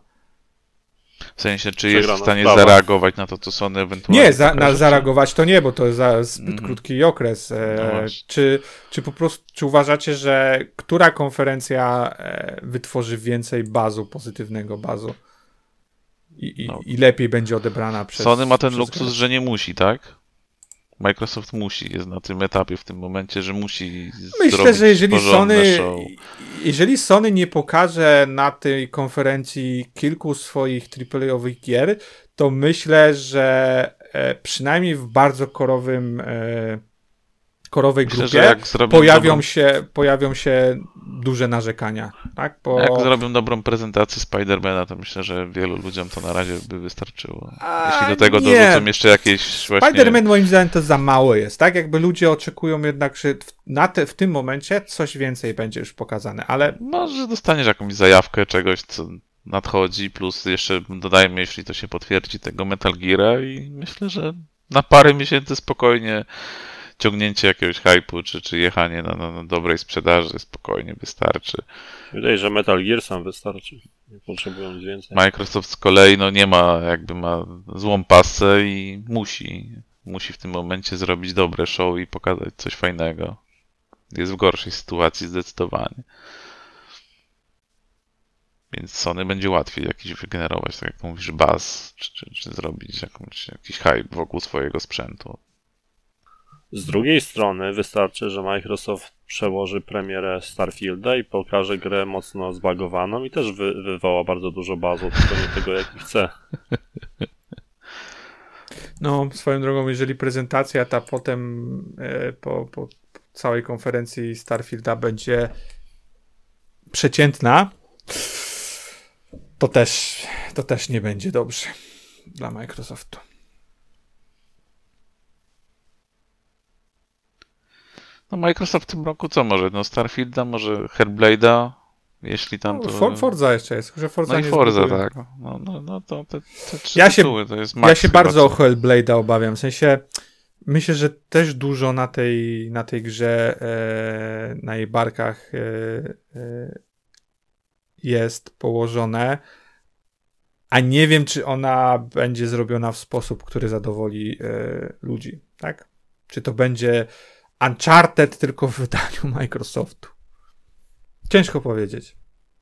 W sensie, czy jest w Przegrana stanie sprawa. zareagować na to, co Sony ewentualnie Nie, za, na, pokaże, czy- zareagować to nie, bo to jest za zbyt Mhm. krótki okres. E, No właśnie. czy, czy po prostu, czy uważacie, że która konferencja e, wytworzy więcej bazu, pozytywnego bazu i, i, No. i lepiej będzie odebrana przez... Sony ma ten przez luksus, graczy? że nie musi, tak? Microsoft musi, jest na tym etapie w tym momencie, że musi Myślę, zrobić że jeżeli porządne Sony, show. jeżeli Sony nie pokaże na tej konferencji kilku swoich triple-owych gier, to myślę, że e, przynajmniej w bardzo korowym e, korowej Myślę, że grupie jak zrobią pojawią, dobrą, się, pojawią się duże narzekania. Tak? Bo... jak zrobią dobrą prezentację Spidermana, to myślę, że wielu ludziom to na razie by wystarczyło. A, Jeśli do tego nie. dorzucą jeszcze jakieś właśnie... Spider-Man moim zdaniem to za mało jest, tak? Jakby ludzie oczekują jednak, że w, na te, w tym momencie coś więcej będzie już pokazane, ale Może dostaniesz jakąś zajawkę czegoś, co nadchodzi, plus jeszcze dodajmy, jeśli to się potwierdzi, tego Metal Geara i myślę, że na parę miesięcy spokojnie ciągnięcie jakiegoś hype'u, czy, czy jechanie na, na, na dobrej sprzedaży spokojnie wystarczy. Wydaje, że Metal Gear sam wystarczy. Nie potrzebują nic więcej. Microsoft z kolei no nie ma, jakby ma złą pasę i musi, musi w tym momencie zrobić dobre show i pokazać coś fajnego. Jest w gorszej sytuacji zdecydowanie. Więc Sony będzie łatwiej jakiś wygenerować, tak jak mówisz, buzz, czy, czy, czy zrobić jakąś, jakiś hype wokół swojego sprzętu. Z drugiej strony wystarczy, że Microsoft przełoży premierę Starfielda i pokaże grę mocno zbagowaną i też wy, wywoła bardzo dużo bazu, tylko nie tego, jaki chce. No, swoją drogą, jeżeli prezentacja ta potem e, po, po całej konferencji Starfielda będzie przeciętna, to też, to też nie będzie dobrze dla Microsoftu. No Microsoft w tym roku co może? No Starfielda, może Hellblade'a, jeśli tam to... For, Forza jeszcze jest, że Forza No i nie Forza, zbuduje. tak. No, no, no to te, te trzy Ja się- tytuły, to jest max Ja się chyba, bardzo o co- Hellblade'a obawiam, w sensie myślę, że też dużo na tej, na tej grze, e, na jej barkach e, e, jest położone, a nie wiem, czy ona będzie zrobiona w sposób, który zadowoli e, ludzi, tak? Czy to będzie Uncharted tylko w wydaniu Microsoftu? Ciężko powiedzieć.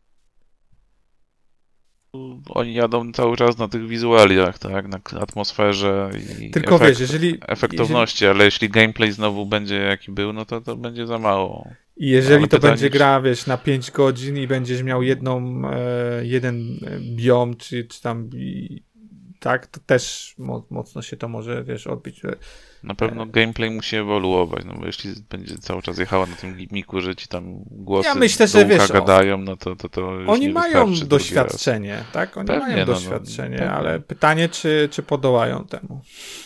Oni jadą cały czas na tych wizualiach, tak? Na atmosferze i Tylko efekt, wiesz, jeżeli... efektowności, ale jeśli gameplay znowu będzie jaki był, no to to będzie za mało. I jeżeli Ale to pytanie, będzie czy- gra, wiesz, na pięć godzin i będziesz miał jedną, e, jeden biom, czy, czy tam i, tak, to też mo- mocno się to może, wiesz, odbić. Na pewno gameplay musi ewoluować, no bo jeśli będzie cały czas jechała na tym gimiku, że ci tam głosy Ja myślę, do że, ucha wiesz, o- gadają, no to to, to już Oni nie mają wystarczy drugi doświadczenie, tak? Oni Pewnie, mają no, no, doświadczenie, pewnie. ale pytanie, czy, czy podołają temu.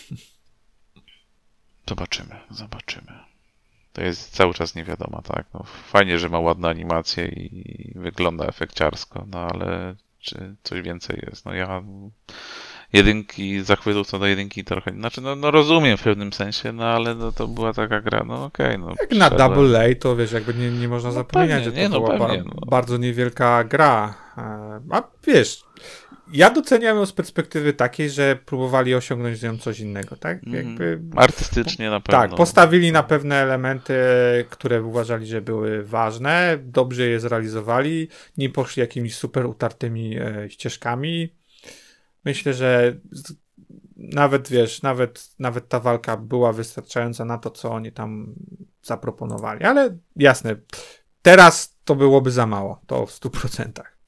raz. Zobaczymy, zobaczymy. To jest cały czas nie wiadomo, tak? No, fajnie, że ma ładne animacje i wygląda efekciarsko, no ale czy coś więcej jest? No ja jedynki, zachwytów co do jedynki trochę, znaczy no, no rozumiem w pewnym sensie, no ale no, to była taka gra, no okej, no Jak na przyszedłem. Double A, to wiesz, jakby nie, nie można No zapominać, pewnie, że nie, to no była pewnie, ba- no. bardzo niewielka gra. E, A wiesz, ja doceniam ją z perspektywy takiej, że próbowali osiągnąć z nią coś innego, tak? Mhm. Jakby Artystycznie na pewno. tak, postawili na pewne elementy, które uważali, że były ważne, dobrze je zrealizowali, nie poszli jakimiś super utartymi e, ścieżkami. Myślę, że z, nawet, wiesz, nawet, nawet ta walka była wystarczająca na to, co oni tam zaproponowali. Ale jasne, teraz to byłoby za mało, to w stu procentach.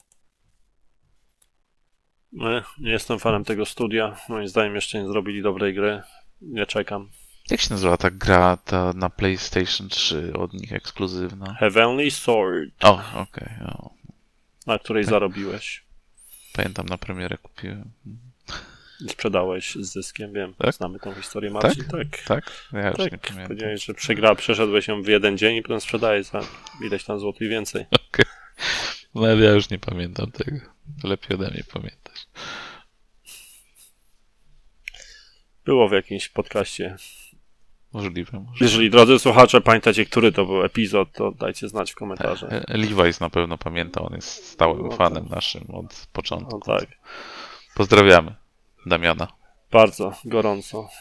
No, nie jestem fanem tego studia. Moim zdaniem jeszcze nie zrobili dobrej gry. Nie czekam. Jak się nazywa ta gra ta na PlayStation trzy od nich ekskluzywna? Heavenly Sword, O, okej, o. na której Tak. zarobiłeś. Pamiętam, na premierę kupiłem. I sprzedałeś z zyskiem, wiem. Tak? Znamy tą historię, Marcin. Tak. Tak? Ja już nie Tak. pamiętam. Powiedziałeś, że przegra, przeszedłeś ją w jeden dzień i potem sprzedajesz za ileś tam złotych więcej. No ale ja już nie pamiętam tego. Lepiej ode mnie pamiętasz. Było w jakimś podcaście. Możliwe, możliwe. Jeżeli, drodzy słuchacze, pamiętacie, który to był epizod, to dajcie znać w komentarzach. E- Levi's na pewno pamięta, on jest stałym No fanem tak. naszym od początku. No tak, Pozdrawiamy Damiana. bardzo gorąco.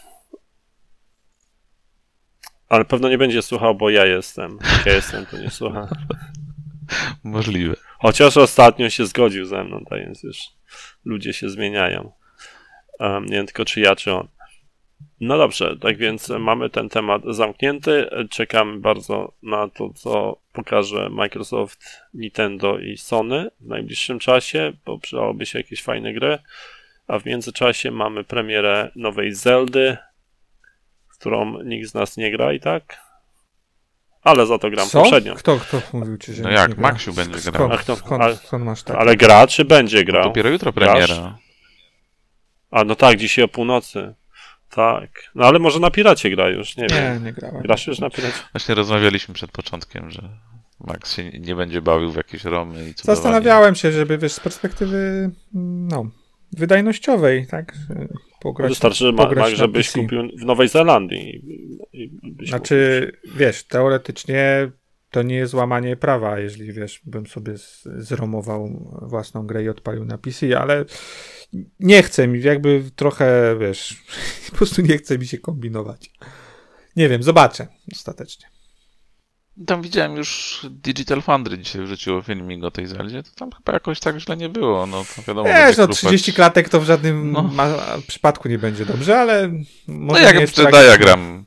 Ale pewno nie będzie słuchał, bo ja jestem. Jak ja jestem, to nie słucha. Możliwe. Chociaż ostatnio się zgodził ze mną, tak więc już ludzie się zmieniają. Um, nie wiem tylko czy ja, czy on. No dobrze, tak więc mamy ten temat zamknięty. Czekamy bardzo na to, co pokaże Microsoft, Nintendo i Sony w najbliższym czasie, bo przydałoby się jakieś fajne gry. A w międzyczasie mamy premierę nowej Zeldy, w którą nikt z nas nie gra i tak. Ale za to gram Co? poprzednio. Kto, kto mówił ci, że No nikt jak, nie gra? Maksiu będzie Skąd, grał. Ach, to- skąd, ale- skąd masz tak? Ale gra czy będzie grał? Dopiero jutro Grasz? premiera. A no tak, dzisiaj o północy. Tak. No ale może na Piracie gra już, nie, Nie, wiem. nie grałem. Grasz już na Piracie? Właśnie rozmawialiśmy przed początkiem, że Max się nie będzie bawił w jakieś romy i cudowanie. Zastanawiałem się, żeby wiesz, z perspektywy no, wydajnościowej, tak? Pograć, Wystarczy, że ma, pograć ma, na żebyś P C. kupił w Nowej Zelandii. I, i, i byś Znaczy, wiesz, teoretycznie to nie jest łamanie prawa, jeżeli wiesz, bym sobie z- zromował własną grę i odpalił na P C, ale nie chce mi, jakby trochę, wiesz, po prostu nie chce mi się kombinować. Nie wiem, zobaczę ostatecznie. Tam widziałem już Digital Foundry dzisiaj wrzuciło filmik o tej Zeldzie, to tam chyba jakoś tak źle nie było, no to wiadomo. Wiesz, będzie no krupać- trzydzieści klatek to w żadnym No. ma- przypadku nie będzie dobrze, ale No może jak nie jest sprzeda tragicznie. ja gram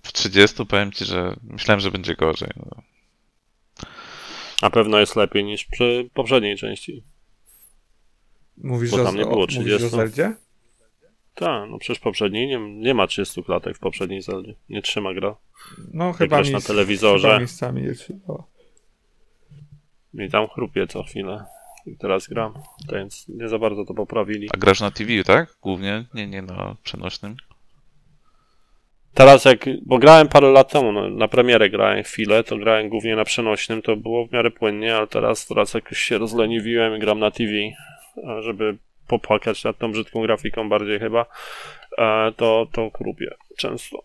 w trzydziestu powiem ci, że myślałem, że będzie gorzej. No. Na pewno jest lepiej niż przy poprzedniej części. Mówisz, Bo że tam nie o, było mówisz o trzydziestu. Zeldzie? Tak, no przecież poprzedniej nie, nie ma trzydziestu klatek w poprzedniej Zeldzie. Nie trzyma gra. No chyba grasz mi, na telewizorze. chyba miejscami je trzymało. I tam chrupie co chwilę. I teraz gram. Więc nie za bardzo to poprawili. A grasz na T V, tak? Głównie? Nie, nie na przenośnym. Teraz jak, bo grałem parę lat temu, no, na premierę grałem chwilę, to grałem głównie na przenośnym, to było w miarę płynnie, ale teraz, teraz jakoś się rozleniwiłem i gram na T V, a żeby popłakać nad tą brzydką grafiką bardziej chyba, e, to, to krupię często.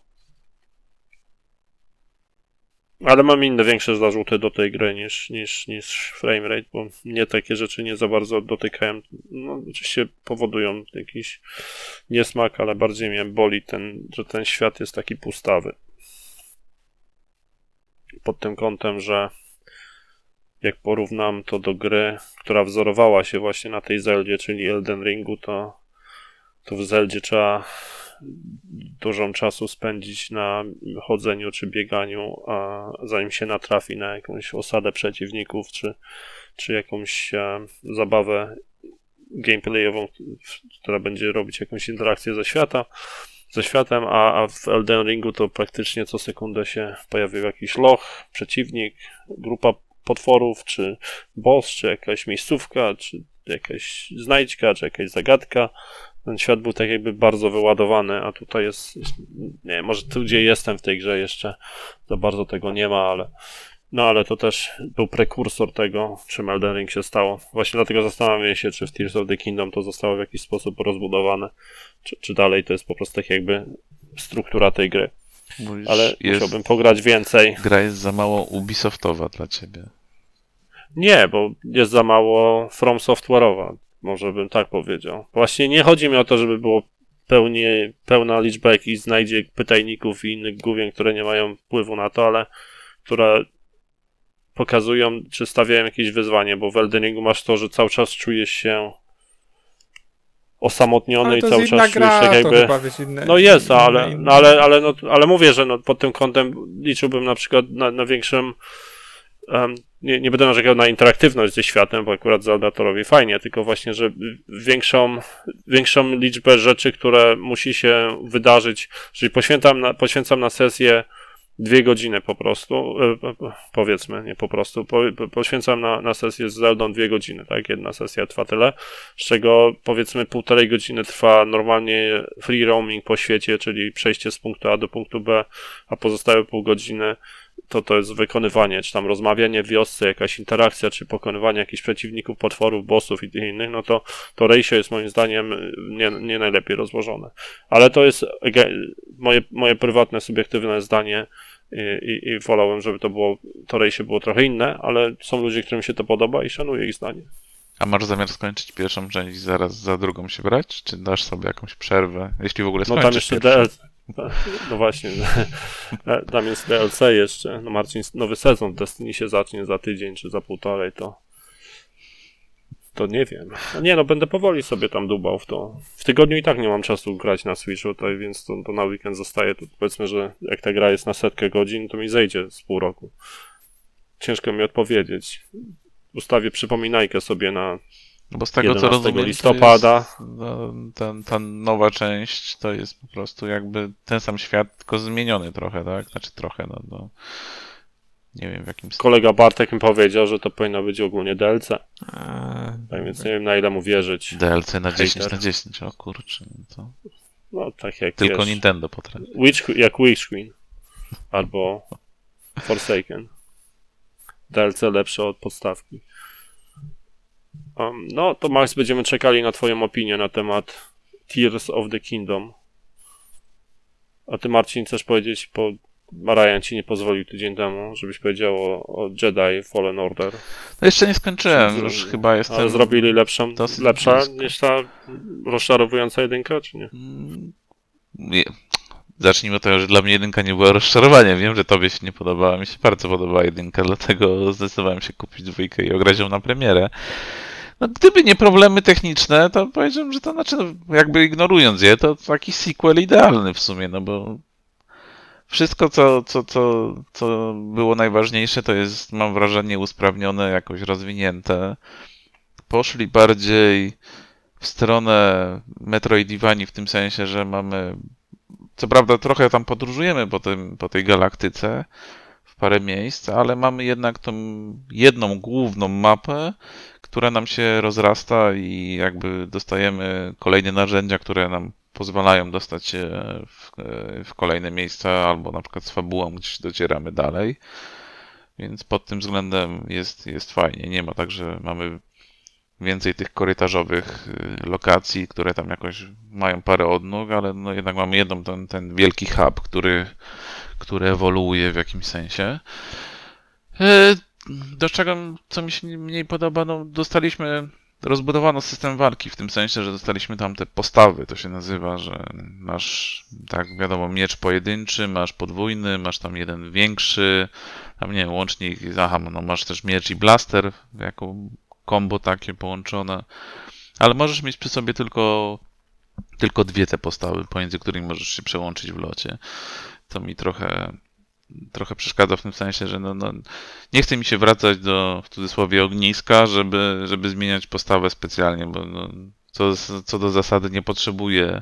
Ale mam inne większe zarzuty do tej gry niż, niż, niż framerate, bo mnie takie rzeczy nie za bardzo dotykają. No, oczywiście powodują jakiś niesmak, ale bardziej mnie boli ten, że ten świat jest taki pustawy. Pod tym kątem, że jak porównam to do gry, która wzorowała się właśnie na tej Zeldzie, czyli Elden Ringu, to, to w Zeldzie trzeba dużo czasu spędzić na chodzeniu czy bieganiu, a zanim się natrafi na jakąś osadę przeciwników, czy, czy jakąś e, zabawę gameplayową, która będzie robić jakąś interakcję ze świata, ze światem, a, a w Elden Ringu to praktycznie co sekundę się pojawił jakiś loch, przeciwnik, grupa potworów, czy boss, czy jakaś miejscówka, czy jakaś znajdźka, czy jakaś zagadka. Ten świat był tak jakby bardzo wyładowany, a tutaj jest, jest nie wiem, może tu gdzie jestem w tej grze jeszcze za bardzo tego nie ma, ale no ale to też był prekursor tego, czym Elden Ring się stało. Właśnie dlatego zastanawiam się, czy w Tears of the Kingdom to zostało w jakiś sposób rozbudowane, czy, czy dalej to jest po prostu tak jakby struktura tej gry. Mówisz, Ale jest, musiałbym pograć więcej. gra jest za mało Ubisoftowa dla ciebie. Nie, bo jest za mało From Software'owa. Może bym tak powiedział. Właśnie nie chodzi mi o to, żeby było pełnie, pełna liczba jakichś znajdzie pytajników i innych główien, które nie mają wpływu na to, ale które pokazują, czy stawiają jakieś wyzwanie, bo w Elden Ringu masz to, że cały czas czujesz się osamotniony Ale i to cały jest inna czas gra, czujesz tak to jakby... chyba, wiesz, inne, No jest, inne, ale, inne. no ale, ale, no, ale mówię, że no pod tym kątem liczyłbym na przykład na, na większym um, nie, nie będę narzekał na interaktywność ze światem, bo akurat Zelda to robi fajnie, tylko właśnie, że większą, większą liczbę rzeczy, które musi się wydarzyć, czyli poświęcam na, poświęcam na sesję dwie godziny po prostu, powiedzmy, nie po prostu, po, poświęcam na, na sesję z Zeldą dwie godziny, tak, jedna sesja trwa tyle, z czego powiedzmy półtorej godziny trwa normalnie free roaming po świecie, czyli przejście z punktu A do punktu B, a pozostałe pół godziny to to jest wykonywanie, czy tam rozmawianie w wiosce, jakaś interakcja, czy pokonywanie jakichś przeciwników, potworów, bossów i innych, no to to ratio jest moim zdaniem nie, nie najlepiej rozłożone. Ale to jest moje, moje prywatne, subiektywne zdanie i, i, i wolałem, żeby to było, to ratio było trochę inne, ale są ludzie, którym się to podoba i szanuję ich zdanie. A masz zamiar skończyć pierwszą część i zaraz za drugą się brać? Czy dasz sobie jakąś przerwę? Jeśli w ogóle No skończysz tam jeszcze pierwszą. D L C. No właśnie, tam jest D L C jeszcze. No Marcin, nowy sezon Destiny się zacznie za tydzień czy za półtorej, to to nie wiem. No nie no, będę powoli sobie tam dubał w to. W tygodniu i tak nie mam czasu grać na Switchu, tutaj, więc to, to na weekend zostaje. To powiedzmy, że jak ta gra jest na setkę godzin, to mi zejdzie z pół roku. Ciężko mi odpowiedzieć. Ustawię przypominajkę sobie na No bo z tego co rozumiem, listopada. To jest, no, ta, ta nowa część to jest po prostu jakby ten sam świat, tylko zmieniony trochę, tak? Znaczy trochę, no, no nie wiem w jakim stopniu. Kolega Bartek mi powiedział, że to powinno być ogólnie D L C. A, Tak więc nie wiem, na ile mu wierzyć. D L C na dziesięć Hater. na dziesięć, o kurczę, no to No tak jak tylko wiesz, Nintendo potrafi. Witch, jak Witch Queen albo Forsaken. D L C lepsze od podstawki. Um, no to Max, będziemy czekali na twoją opinię na temat Tears of the Kingdom. A ty, Marcin, chcesz powiedzieć, bo Ryan ci nie pozwolił tydzień temu, żebyś powiedział o, o Jedi Fallen Order. No jeszcze nie skończyłem, Zro- już chyba jestem... Ale zrobili lepszą, dosyć lepsza blisko. niż ta rozczarowująca jedynka, czy nie? Mm, nie. Zacznijmy od tego, że dla mnie jedynka nie była rozczarowaniem. Wiem, że tobie się nie podobała, mi się bardzo podobała jedynka, dlatego zdecydowałem się kupić dwójkę i ograć ją na premierę. No, gdyby nie problemy techniczne, to powiedziałbym, że to znaczy, no, jakby ignorując je, to taki sequel idealny w sumie, no bo wszystko, co, co, co, co było najważniejsze, to jest, mam wrażenie, usprawnione, jakoś rozwinięte. Poszli bardziej w stronę Metroidvanii w tym sensie, że mamy, co prawda trochę tam podróżujemy po, tym, po tej galaktyce w parę miejsc, ale mamy jednak tą jedną główną mapę, która nam się rozrasta i jakby dostajemy kolejne narzędzia, które nam pozwalają dostać się w, w kolejne miejsca, albo na przykład z fabułą gdzieś docieramy dalej. Więc pod tym względem jest, jest fajnie. Nie ma tak, że mamy więcej tych korytarzowych lokacji, które tam jakoś mają parę odnóg, ale no jednak mamy jedną, ten, ten wielki hub, który, który ewoluuje w jakimś sensie. Do czego, co mi się mniej podoba, no dostaliśmy, rozbudowano system walki, w tym sensie, że dostaliśmy tam te postawy, to się nazywa, że masz, tak wiadomo, miecz pojedynczy, masz podwójny, masz tam jeden większy, tam nie wiem, łącznik, aha, no masz też miecz i blaster, jako kombo takie połączone, ale możesz mieć przy sobie tylko, tylko dwie te postawy, pomiędzy którymi możesz się przełączyć w locie. To mi trochę, trochę przeszkadza w tym sensie, że no, no, nie chce mi się wracać do, w cudzysłowie, ogniska, żeby, żeby zmieniać postawę specjalnie, bo no, co, co do zasady nie potrzebuję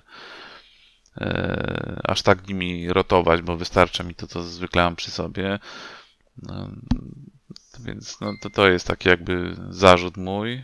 e, aż tak nimi rotować, bo wystarcza mi to, co zwykle mam przy sobie. No, więc no, to, to jest taki jakby zarzut mój.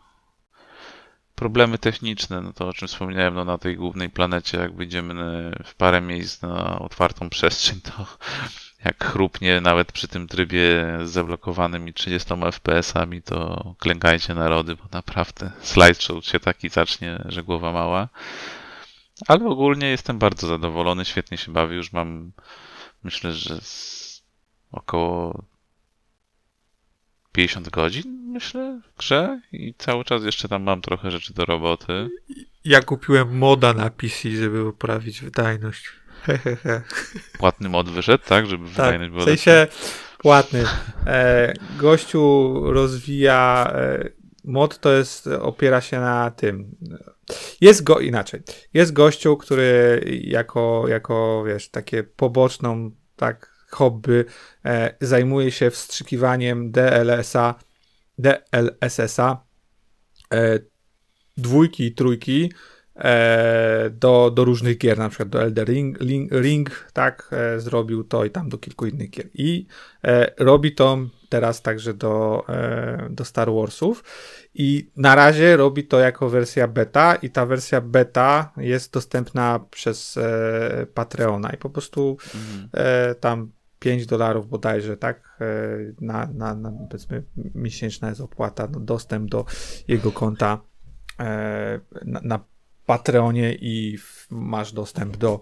Problemy techniczne, no to o czym wspomniałem, no na tej głównej planecie, jak wyjdziemy w parę miejsc na otwartą przestrzeń, to jak chrupnie nawet przy tym trybie z zablokowanym trzydziestoma F P S-ami, to klękajcie narody, bo naprawdę slideshow się taki zacznie, że głowa mała. Ale ogólnie jestem bardzo zadowolony, świetnie się bawię, już mam, myślę, że z około pięćdziesiąt godzin, myślę, w grze i cały czas jeszcze tam mam trochę rzeczy do roboty. Ja kupiłem moda na P C, żeby poprawić wydajność. Hehehe. Płatny mod wyszedł, tak? Żeby Tak, wydajność była w sensie płatny. E, gościu rozwija... E, mod to jest, opiera się na tym... Jest go inaczej. Jest gościu, który jako, jako wiesz, takie poboczną, tak, hobby e, zajmuje się wstrzykiwaniem D L S-a, D L S S-a e, dwójki i trójki e, do, do różnych gier, na przykład do Elden Ring, Ring, Ring tak, e, zrobił to i tam do kilku innych gier. I e, robi to teraz także do, e, do Star Warsów i na razie robi to jako wersja beta i ta wersja beta jest dostępna przez e, Patreona i po prostu Mhm. e, tam pięć dolarów bodajże, tak, e, na, na, na powiedzmy miesięczna jest opłata, no, dostęp do jego konta e, na, na Patreonie i w, masz dostęp do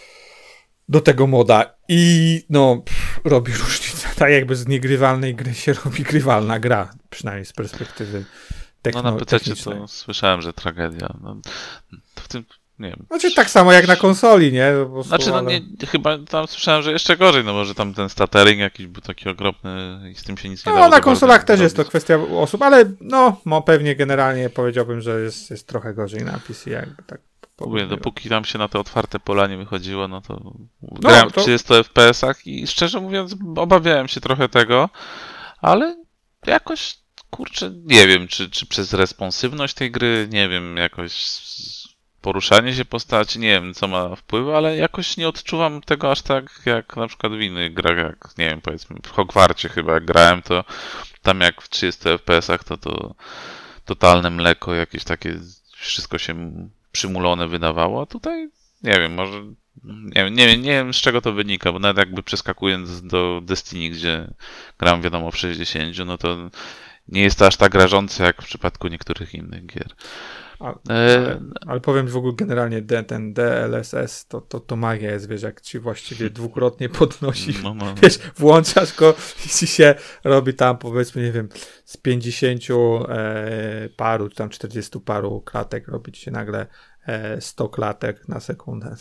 do tego moda i no pff, robi różnicę, tak jakby z niegrywalnej gry się robi grywalna gra, przynajmniej z perspektywy techno- No na P C technicznej. to słyszałem, że tragedia. No, to w tym, nie wiem. Znaczy tak samo jak na konsoli, nie? Po prostu, Znaczy, no ale... nie, chyba tam słyszałem, że jeszcze gorzej, no może tam ten stuttering jakiś był taki okropny i z tym się nic nie No dało na za konsolach bardzo też jest to zrobić. kwestia osób, ale no, no pewnie generalnie powiedziałbym, że jest, jest trochę gorzej na P C, jakby tak. W ogóle, dopóki tam się na te otwarte pola nie wychodziło, no to No, grałem w to- trzydziestu F P S-ach i szczerze mówiąc obawiałem się trochę tego, ale jakoś, kurczę, nie wiem, czy, czy przez responsywność tej gry, nie wiem, jakoś s- poruszanie się postaci, nie wiem, co ma wpływ, ale jakoś nie odczuwam tego aż tak, jak na przykład w innych grach, jak, nie wiem, powiedzmy w Hogwarcie chyba jak grałem, to tam jak w trzydziestu F P S-ach, to to totalne mleko, jakieś takie, wszystko się przymulone wydawało, a tutaj, nie wiem, może, nie wiem, nie wiem, nie wiem z czego to wynika, bo nawet jakby przeskakując do Destiny, gdzie gram wiadomo w sześćdziesięciu, no to nie jest to aż tak rażące jak w przypadku niektórych innych gier. A, E, ale, ale powiem w ogóle generalnie D, ten D L S S to, to, to magia jest, wiesz, jak ci właściwie dwukrotnie podnosi, no, no, wiesz, włączasz go i ci się robi tam powiedzmy, nie wiem, z pięćdziesięciu e, paru, czy tam czterdziestu paru klatek robi ci się nagle e, sto klatek na sekundę.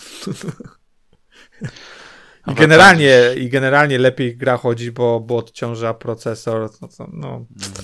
I generalnie, I generalnie lepiej gra chodzi, bo, bo odciąża procesor, no, to, no.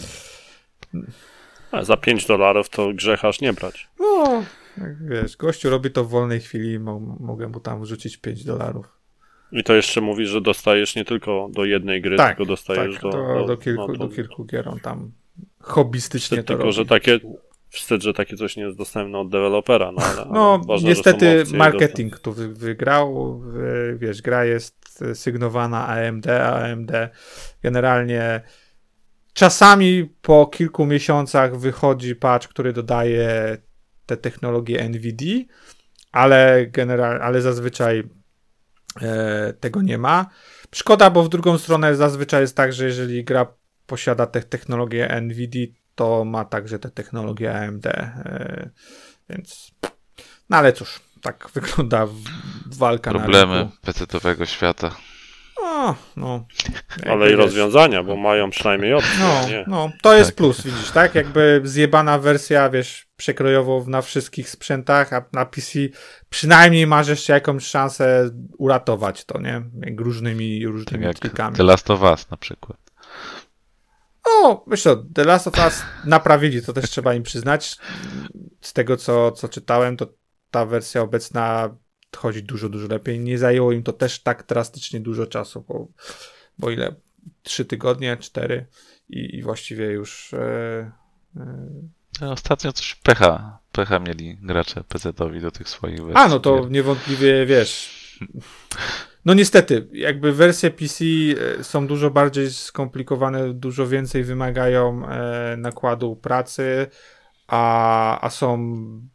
A za pięć dolarów to grzech nie brać. No, jak wiesz, gościu robi to w wolnej chwili, mo- mogę mu tam wrzucić pięć dolarów. I to jeszcze mówi, że dostajesz nie tylko do jednej gry, Tak, tylko dostajesz tak, do, do, do, do, kilku, no to, do kilku gier on tam hobbystycznie wstyd to tylko, robi. że takie wstyd, że takie coś nie jest dostępne od dewelopera, no ale, No, ale ważne, niestety że są opcje marketing tu wy- wygrał, wy- wiesz, gra jest sygnowana A M D, a A M D generalnie czasami po kilku miesiącach wychodzi patch, który dodaje te technologie N V D, ale, general, ale zazwyczaj e, tego nie ma. Szkoda, bo w drugą stronę zazwyczaj jest tak, że jeżeli gra posiada te technologie N V D, to ma także te technologie A M D, e, więc no ale cóż, tak wygląda w- walka na Problemy rynku. pecetowego świata. O, no, Ale i jakby wiesz, rozwiązania, bo mają przynajmniej opcje, No, nie? no, to jest Tak. plus, widzisz, tak? Jakby zjebana wersja, wiesz, przekrojowo na wszystkich sprzętach, a na P C przynajmniej masz jeszcze jakąś szansę uratować to, nie? Jak różnymi, Tak różnymi jak trikami. The Last of Us na przykład. No, wiesz co, The Last of Us naprawili, to też trzeba im przyznać. Z tego, co, co czytałem, to ta wersja obecna chodzi dużo, dużo lepiej. Nie zajęło im to też tak drastycznie dużo czasu, bo, bo ile? Trzy tygodnie, cztery i, i właściwie już e, e, No, ostatnio coś pecha, pecha mieli gracze pecetowi do tych swoich wersji. A, no to gier. niewątpliwie, wiesz, no niestety, jakby wersje P C e, są dużo bardziej skomplikowane, dużo więcej wymagają e, nakładu pracy, a, a są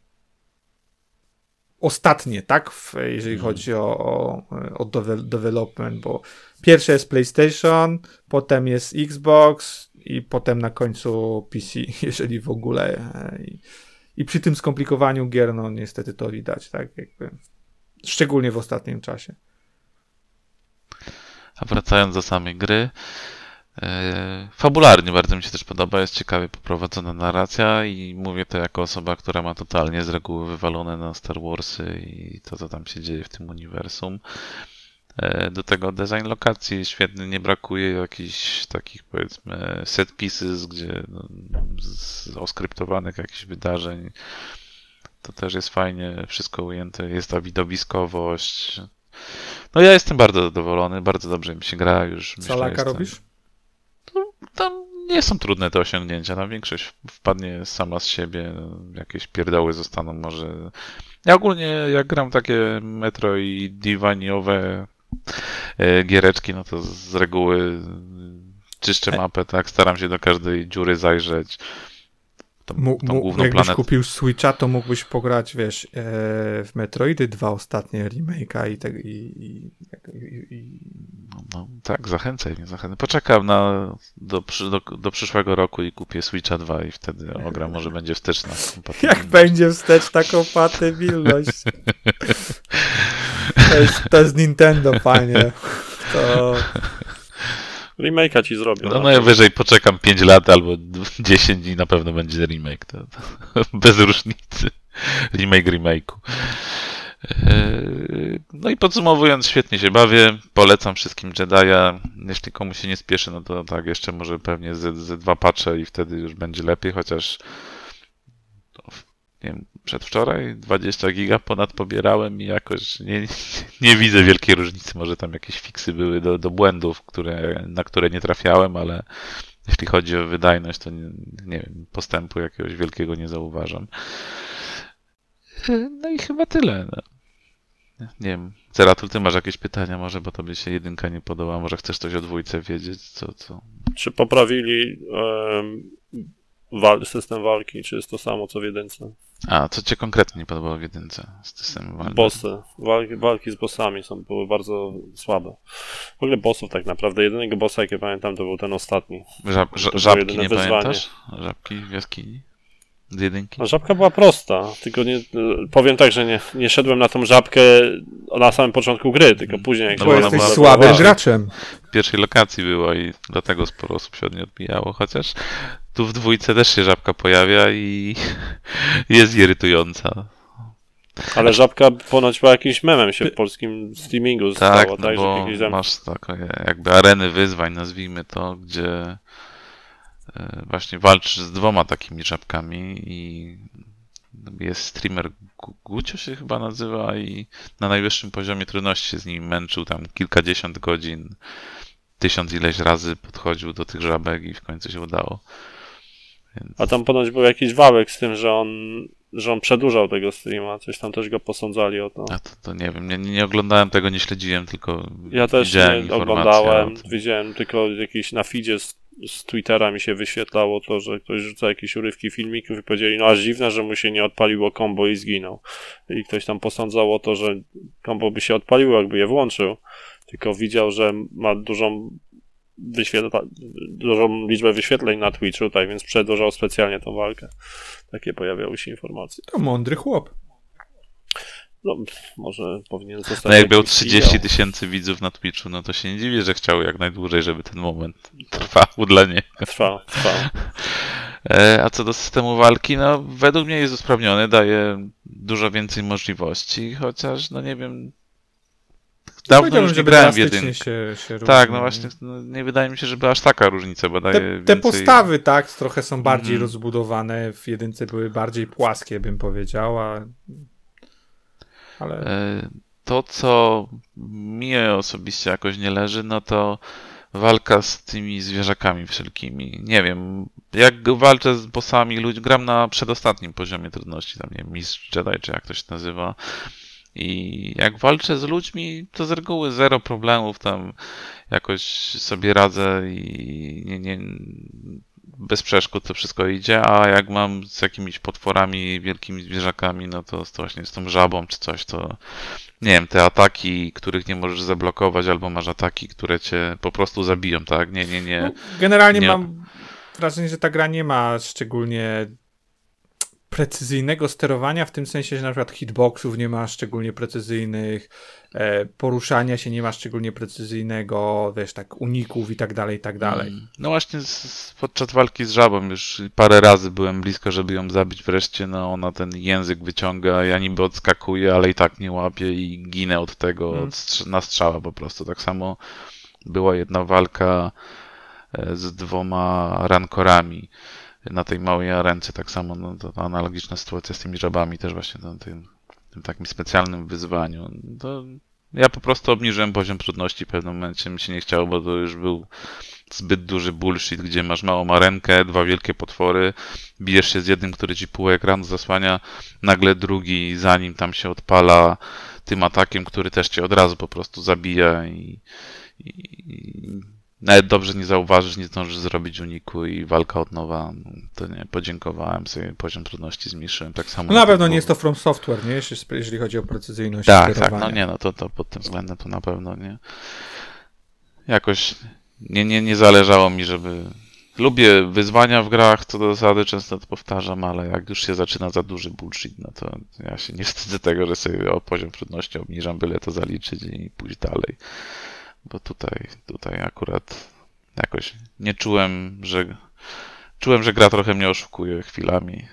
ostatnie, tak, w, jeżeli Mhm. chodzi o, o, o devel- development, bo pierwsze jest PlayStation, potem jest Xbox i potem na końcu P C, jeżeli w ogóle. e, I, i przy tym skomplikowaniu gier, no niestety to widać, tak, jakby, szczególnie w ostatnim czasie. A wracając do samej gry, yy, fabularnie bardzo mi się też podoba, jest ciekawie poprowadzona narracja i mówię to jako osoba, która ma totalnie z reguły wywalone na Star Warsy i to, co tam się dzieje w tym uniwersum. Yy, Do tego design lokacji świetny, nie brakuje jakichś takich, powiedzmy, set pieces, gdzie no, z oskryptowanych jakichś wydarzeń. To też jest fajnie wszystko ujęte, jest ta widowiskowość. No ja jestem bardzo zadowolony, bardzo dobrze mi się gra już. myślę, Salaka jestem- robisz? Tam nie są trudne te osiągnięcia, na większość wpadnie sama z siebie, jakieś pierdoły zostaną może. Ja ogólnie jak gram takie metroidvaniowe e, giereczki, no to z reguły czyszczę mapę, tak, staram się do każdej dziury zajrzeć. Tą, Mu, tą mu, główną jakbyś planetę. kupił Switcha, to mógłbyś pograć, wiesz, e, w Metroidy dwa ostatnie remake'a i, tak, i, i, i, i No, no, tak, zachęcaj mnie, zachęcaj. Poczekam na, do, przy- do, do przyszłego roku i kupię Switcha dwa i wtedy ogra może będzie wsteczna. jak kompatybilność. będzie wsteczna kompatybilność. To jest, to jest Nintendo, panie. To... Remake'a ci zrobią. No najwyżej poczekam pięć lat albo dziesięć i na pewno będzie remake. To, to, bez różnicy. Remake remake'u. Eee, No i podsumowując, świetnie się bawię. Polecam wszystkim Jedi'a. Jeśli komuś się nie spieszy, no to tak, jeszcze może pewnie ze, ze dwa patche i wtedy już będzie lepiej, chociaż to, nie wiem, przedwczoraj dwadzieścia giga ponad pobierałem i jakoś nie, nie widzę wielkiej różnicy. Może tam jakieś fiksy były do, do błędów, które, na które nie trafiałem, ale jeśli chodzi o wydajność, to nie, nie wiem, postępu jakiegoś wielkiego nie zauważam. No i chyba tyle. No. Nie wiem, Zeratul, ty masz jakieś pytania może, bo tobie się jedynka nie podoba, może chcesz coś o dwójce wiedzieć, co, co? Czy poprawili em, wal, system walki, czy jest to samo co w jedynce? A, co cię konkretnie nie podobało w jedynce z systemem walki? Bossy. Walki, walki z bossami są, były bardzo słabe. W ogóle bossów tak naprawdę. Jedynego bossa, jakie pamiętam, to był ten ostatni. Żab, To ża, było żabki jedyne nie wyzwanie. pamiętasz? Żabki w jaskini? Z jedynki? No, żabka była prosta, tylko nie, powiem tak, że nie, nie szedłem na tą żabkę na samym początku gry, tylko później jak No się Bo ona jesteś była- słabym była- graczem. W pierwszej lokacji było i dlatego sporo osób się od niej odbijało, chociaż tu w dwójce też się żabka pojawia i jest irytująca. Ale żabka ponoć była jakimś memem się w polskim streamingu Tak, stało, no tak, że bo jakieś tam... masz takie jakby areny wyzwań, nazwijmy to, gdzie e, właśnie walczysz z dwoma takimi żabkami i jest streamer Gu- Gucio się chyba nazywa i na najwyższym poziomie trudności się z nim męczył tam kilkadziesiąt godzin, tysiąc ileś razy podchodził do tych żabek i w końcu się udało. Więc... A tam ponoć był jakiś wałek z tym, że on, że on przedłużał tego streama, coś tam też go posądzali o to. A to, to nie wiem, nie, nie oglądałem tego, nie śledziłem, tylko Ja też widziałem nie informacje oglądałem, o tym. widziałem tylko jakiś na feedzie z, z Twittera mi się wyświetlało to, że ktoś rzuca jakieś urywki filmików i powiedzieli, no aż dziwne, że mu się nie odpaliło combo i zginął. I ktoś tam posądzał o to, że combo by się odpaliło, jakby je włączył, tylko widział, że ma dużą wyświetla, dużą liczbę wyświetleń na Twitchu, tak więc przedłużał specjalnie tą walkę. Takie pojawiały się informacje. To mądry chłop. No, może powinien zostać... No jak miał jakimś trzydzieści C E O. tysięcy widzów na Twitchu, no to się nie dziwię, że chciał jak najdłużej, żeby ten moment trwał dla niego. Trwa, trwa. E, A co do systemu walki, no według mnie jest usprawniony, daje dużo więcej możliwości, chociaż no nie wiem, dawno Powiedziałbym, już nie żeby grałem w drastycznie jedynkę. się, się Tak, różnią, no nie? właśnie, no, nie wydaje mi się, żeby aż taka różnica, bo daje Te, więcej... te postawy, tak, trochę są bardziej Mhm. rozbudowane. W jedynce były bardziej płaskie, bym powiedział, a... ale E, To, co mi osobiście jakoś nie leży, no to walka z tymi zwierzakami wszelkimi. Nie wiem, jak walczę z bossami ludzi, gram na przedostatnim poziomie trudności, tam nie wiem, Mistrz Jedi, czy jak to się nazywa. I jak walczę z ludźmi, to z reguły zero problemów, tam jakoś sobie radzę i nie, nie, bez przeszkód to wszystko idzie, a jak mam z jakimiś potworami, wielkimi zwierzakami, no to z- to właśnie z tą żabą czy coś, to nie wiem, te ataki, których nie możesz zablokować, albo masz ataki, które cię po prostu zabiją, tak? Nie, nie, nie. no, generalnie nie- mam wrażenie, że ta gra nie ma szczególnie precyzyjnego sterowania, w tym sensie, że na przykład hitboxów nie ma szczególnie precyzyjnych, e, poruszania się nie ma szczególnie precyzyjnego, wiesz, tak, uników i tak dalej, i tak dalej. Mm. No właśnie z, z- podczas walki z żabą już parę razy byłem blisko, żeby ją zabić wreszcie, no ona ten język wyciąga, ja niby odskakuję, ale i tak nie łapię i ginę od tego, Mm. od strz- na strzała po prostu. Tak samo była jedna walka e, z dwoma rankorami na tej małej arence, tak samo no, to analogiczna sytuacja z tymi żabami też właśnie na tym, tym takim specjalnym wyzwaniu. To ja po prostu obniżyłem poziom trudności w pewnym momencie, mi się nie chciało, bo to już był zbyt duży bullshit, gdzie masz małą arenkę, dwa wielkie potwory, bijesz się z jednym, który ci pół ekranu zasłania, nagle drugi za nim tam się odpala tym atakiem, który też cię od razu po prostu zabija i, i, i nawet dobrze nie zauważysz, nie zdążysz zrobić uniku i walka od nowa, no, to nie, podziękowałem sobie, poziom trudności zmniejszyłem, tak samo No na tym pewno nie było. jest to From Software, nie? Jeśli, jeżeli chodzi o precyzyjność Tak, tak, sterowania. no nie, no to, to pod tym względem to na pewno nie. Jakoś nie, nie, nie zależało mi, żeby... Lubię wyzwania w grach, co do zasady często to powtarzam, ale jak już się zaczyna za duży bullshit, no to ja się nie wstydzę tego, że sobie o poziom trudności obniżam, byle to zaliczyć i pójść dalej. Bo tutaj, tutaj akurat jakoś nie czułem, że... Czułem, że gra trochę mnie oszukuje chwilami.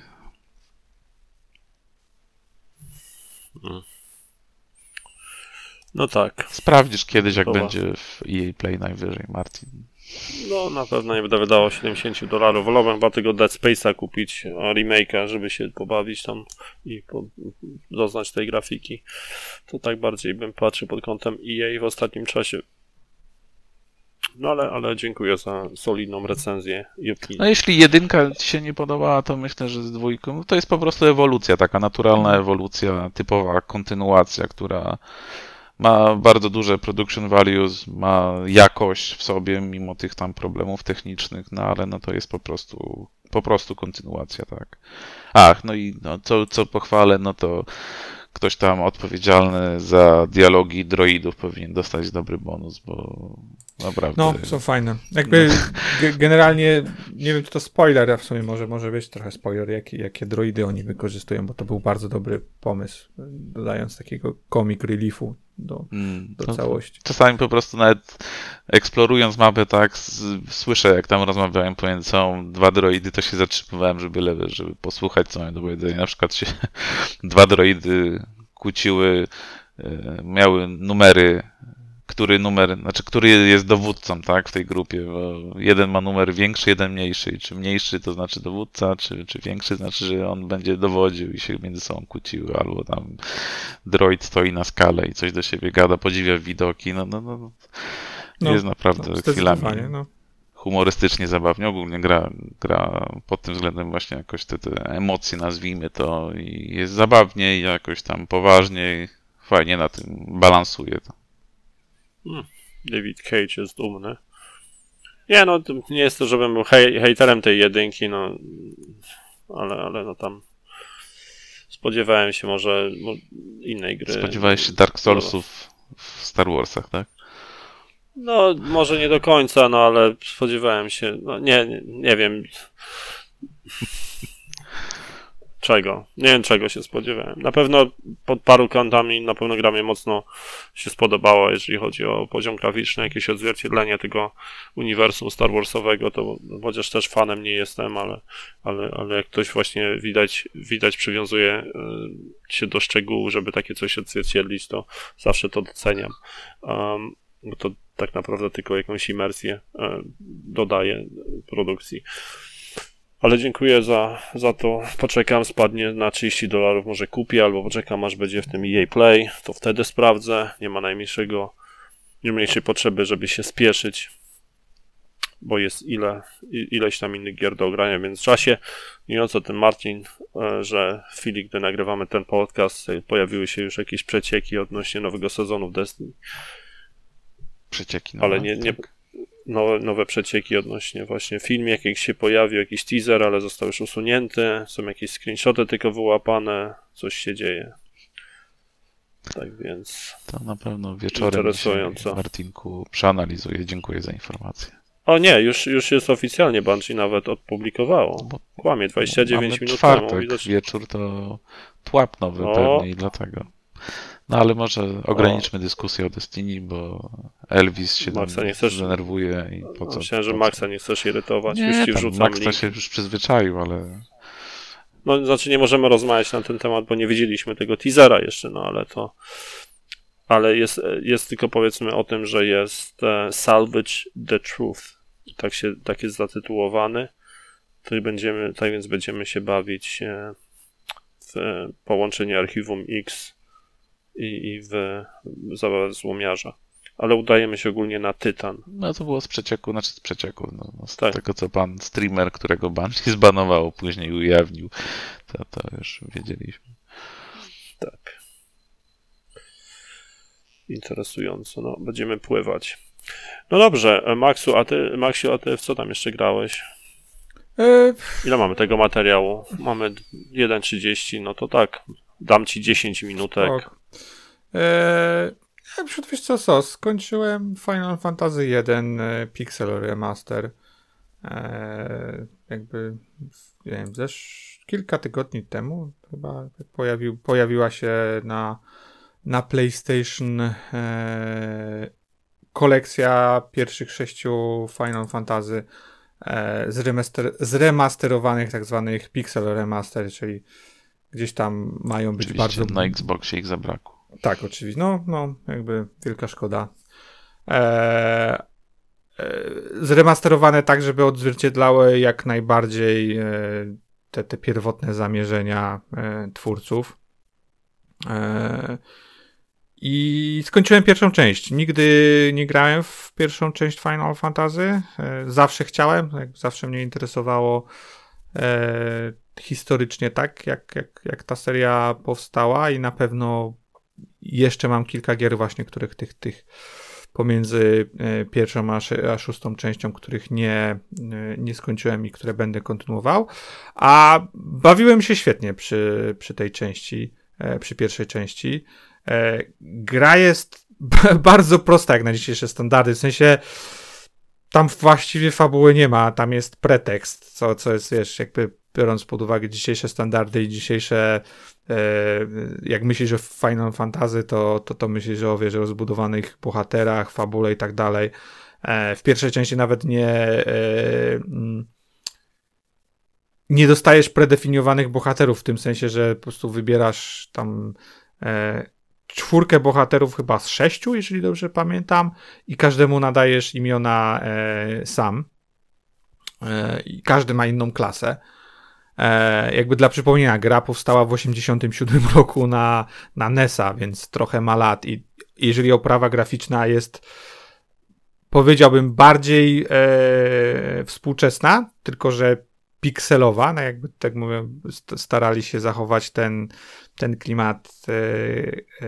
No tak. Sprawdzisz kiedyś, jak Dobra. będzie w E A Play najwyżej, Martin. No na pewno nie będę wydawał siedemdziesiąt dolarów. Wolałbym chyba tego Dead Space'a kupić, a remake'a, żeby się pobawić tam i po, doznać tej grafiki. To tak bardziej bym patrzył pod kątem E A w ostatnim czasie. No ale, ale dziękuję za solidną recenzję i opinię. No jeśli jedynka ci się nie podobała, to myślę, że z dwójką, no to jest po prostu ewolucja, taka naturalna ewolucja, typowa kontynuacja, która ma bardzo duże production values, ma jakość w sobie, mimo tych tam problemów technicznych, no ale no to jest po prostu, po prostu kontynuacja, tak. Ach, no i no, co, co pochwalę, no to ktoś tam odpowiedzialny za dialogi droidów powinien dostać dobry bonus, bo naprawdę... No, są fajne. Jakby ge- generalnie, nie wiem czy to spoiler, a w sumie może, może być trochę spoiler, jakie, jakie droidy oni wykorzystują, bo to był bardzo dobry pomysł, dodając takiego comic reliefu do, Mm, do no, całości. czasami po prostu nawet eksplorując mapę, tak, z, słyszę jak tam rozmawiałem pomiędzy sobą dwa droidy, to się zatrzymywałem, żeby, lewy, żeby posłuchać co mają do powiedzenia. Na przykład się dwa droidy kłóciły, e, miały numery który numer, znaczy który jest dowódcą, tak, w tej grupie, bo jeden ma numer większy, jeden mniejszy i czy mniejszy to znaczy dowódca, czy, czy większy znaczy, że on będzie dowodził i się między sobą kłóciły, albo tam droid stoi na skale i coś do siebie gada, podziwia widoki, no, no, no, No, jest naprawdę no, chwilami zdecydowanie, no. humorystycznie, zabawnie, ogólnie gra, gra pod tym względem właśnie jakoś te, te emocje, nazwijmy to, i jest zabawniej, jakoś tam poważniej, fajnie na tym balansuje to. Hmm. David Cage jest dumny. Nie, no to nie jest to, żebym był hej, hejterem tej jedynki, no ale, ale no tam spodziewałem się może mo- innej gry. Spodziewałeś się Dark Soulsów w Star Warsach, tak? No, może nie do końca, no ale spodziewałem się, no nie, nie, nie wiem czego, nie wiem czego się spodziewałem. Na pewno pod paru kątami, na pewno gra mnie mocno się spodobała, jeżeli chodzi o poziom graficzny, jakieś odzwierciedlenie tego uniwersum Star Warsowego, to chociaż też fanem nie jestem, ale, ale, ale jak ktoś właśnie widać, widać przywiązuje y, się do szczegółów, żeby takie coś odzwierciedlić, to zawsze to doceniam. Um, bo to tak naprawdę tylko jakąś imersję y, dodaje produkcji. Ale dziękuję za, za to. Poczekam, spadnie na trzydzieści dolarów, może kupię, albo poczekam, aż będzie w tym E A Play, to wtedy sprawdzę. Nie ma najmniejszego, najmniejszej potrzeby, żeby się spieszyć, bo jest ile, ileś tam innych gier do ogrania w międzyczasie. I o co ten Marcin, że w chwili, gdy nagrywamy ten podcast, pojawiły się już jakieś przecieki odnośnie nowego sezonu w Destiny. Przecieki, no, Ale nie, nie, tak. Nowe, nowe przecieki odnośnie właśnie film, jakiś się pojawił, jakiś teaser, ale został już usunięty, są jakieś screenshoty tylko wyłapane, coś się dzieje. Tak więc... To na pewno wieczorem Interesująco. Martinku przeanalizuję. Dziękuję za informację. O nie, już, już jest oficjalnie, Bungie nawet odpublikowało. Bo Kłamie, dwadzieścia dziewięć mamy minut czwartek, temu. Widocznie. wieczór to pułap nowy O. pewnie i dlatego. No ale może ograniczmy dyskusję o Destiny, bo Elvis się Maxa, nie chcesz- denerwuje i po co? Myślałem, że po co? Maxa nie chcesz irytować, Nie, już ci tam wrzucam Maxa link. się już przyzwyczaił, ale No, znaczy nie możemy rozmawiać na ten temat, bo nie widzieliśmy tego teasera jeszcze, no ale to... Ale jest, jest tylko powiedzmy o tym, że jest e, Salvage the Truth. Tak, się, tak jest zatytułowany. To będziemy, tak więc będziemy się bawić e, w e, połączenie Archiwum X i, i w zabawę złomiarza. Ale udajemy się ogólnie na Tytan. no to było z przecieku, znaczy z przecieku, no, no z Tak. tego co pan streamer, którego Bungie zbanował, później ujawnił, to, to już wiedzieliśmy. Tak. Interesująco. No, będziemy pływać. No dobrze, e, Maxu, a ty, Maxiu, a ty w co tam jeszcze grałeś? E, Ile mamy tego materiału? Mamy jeden trzydzieści, no to tak, dam ci dziesięć minutek. ok. E, ja przed wiesz co, co, skończyłem Final Fantasy jeden e, Pixel Remaster. E, jakby, nie wiem, zesz kilka tygodni temu chyba pojawił, pojawiła się na, na PlayStation e, kolekcja pierwszych sześciu Final Fantasy e, zremaster, zremasterowanych, tak zwanych Pixel Remaster, czyli gdzieś tam mają być Oczywiście bardzo... na Xboxie ich zabrakło. Tak, oczywiście. No, no jakby wielka szkoda. Eee, e, zremasterowane tak, żeby odzwierciedlały jak najbardziej e, te, te pierwotne zamierzenia e, twórców. E, I skończyłem pierwszą część. Nigdy nie grałem w pierwszą część Final Fantasy. E, zawsze chciałem, jak zawsze mnie interesowało e, historycznie tak, jak, jak, jak ta seria powstała i na pewno jeszcze mam kilka gier właśnie, których tych, tych pomiędzy e, pierwszą a, sze- a szóstą częścią, których nie, e, nie skończyłem i które będę kontynuował, a bawiłem się świetnie przy, przy tej części, e, przy pierwszej części. E, gra jest b- bardzo prosta jak na dzisiejsze standardy, w sensie tam właściwie fabuły nie ma, tam jest pretekst, co, co jest, wiesz, jakby biorąc pod uwagę dzisiejsze standardy i dzisiejsze, e, jak myślisz o Final Fantasy, to, to, to myślisz o, wiesz, o rozbudowanych bohaterach, fabule i tak dalej. E, w pierwszej części nawet nie e, mm, nie dostajesz predefiniowanych bohaterów, w tym sensie, że po prostu wybierasz tam e, czwórkę bohaterów chyba z sześciu, jeżeli dobrze pamiętam, i każdemu nadajesz imiona e, sam. E, I każdy ma inną klasę. E, jakby dla przypomnienia, gra powstała w osiemdziesiątym siódmym roku na, na N E S a, więc trochę ma lat i jeżeli oprawa graficzna jest, powiedziałbym, bardziej e, współczesna, tylko że pikselowa, no jakby tak mówię, starali się zachować ten, ten klimat e, e,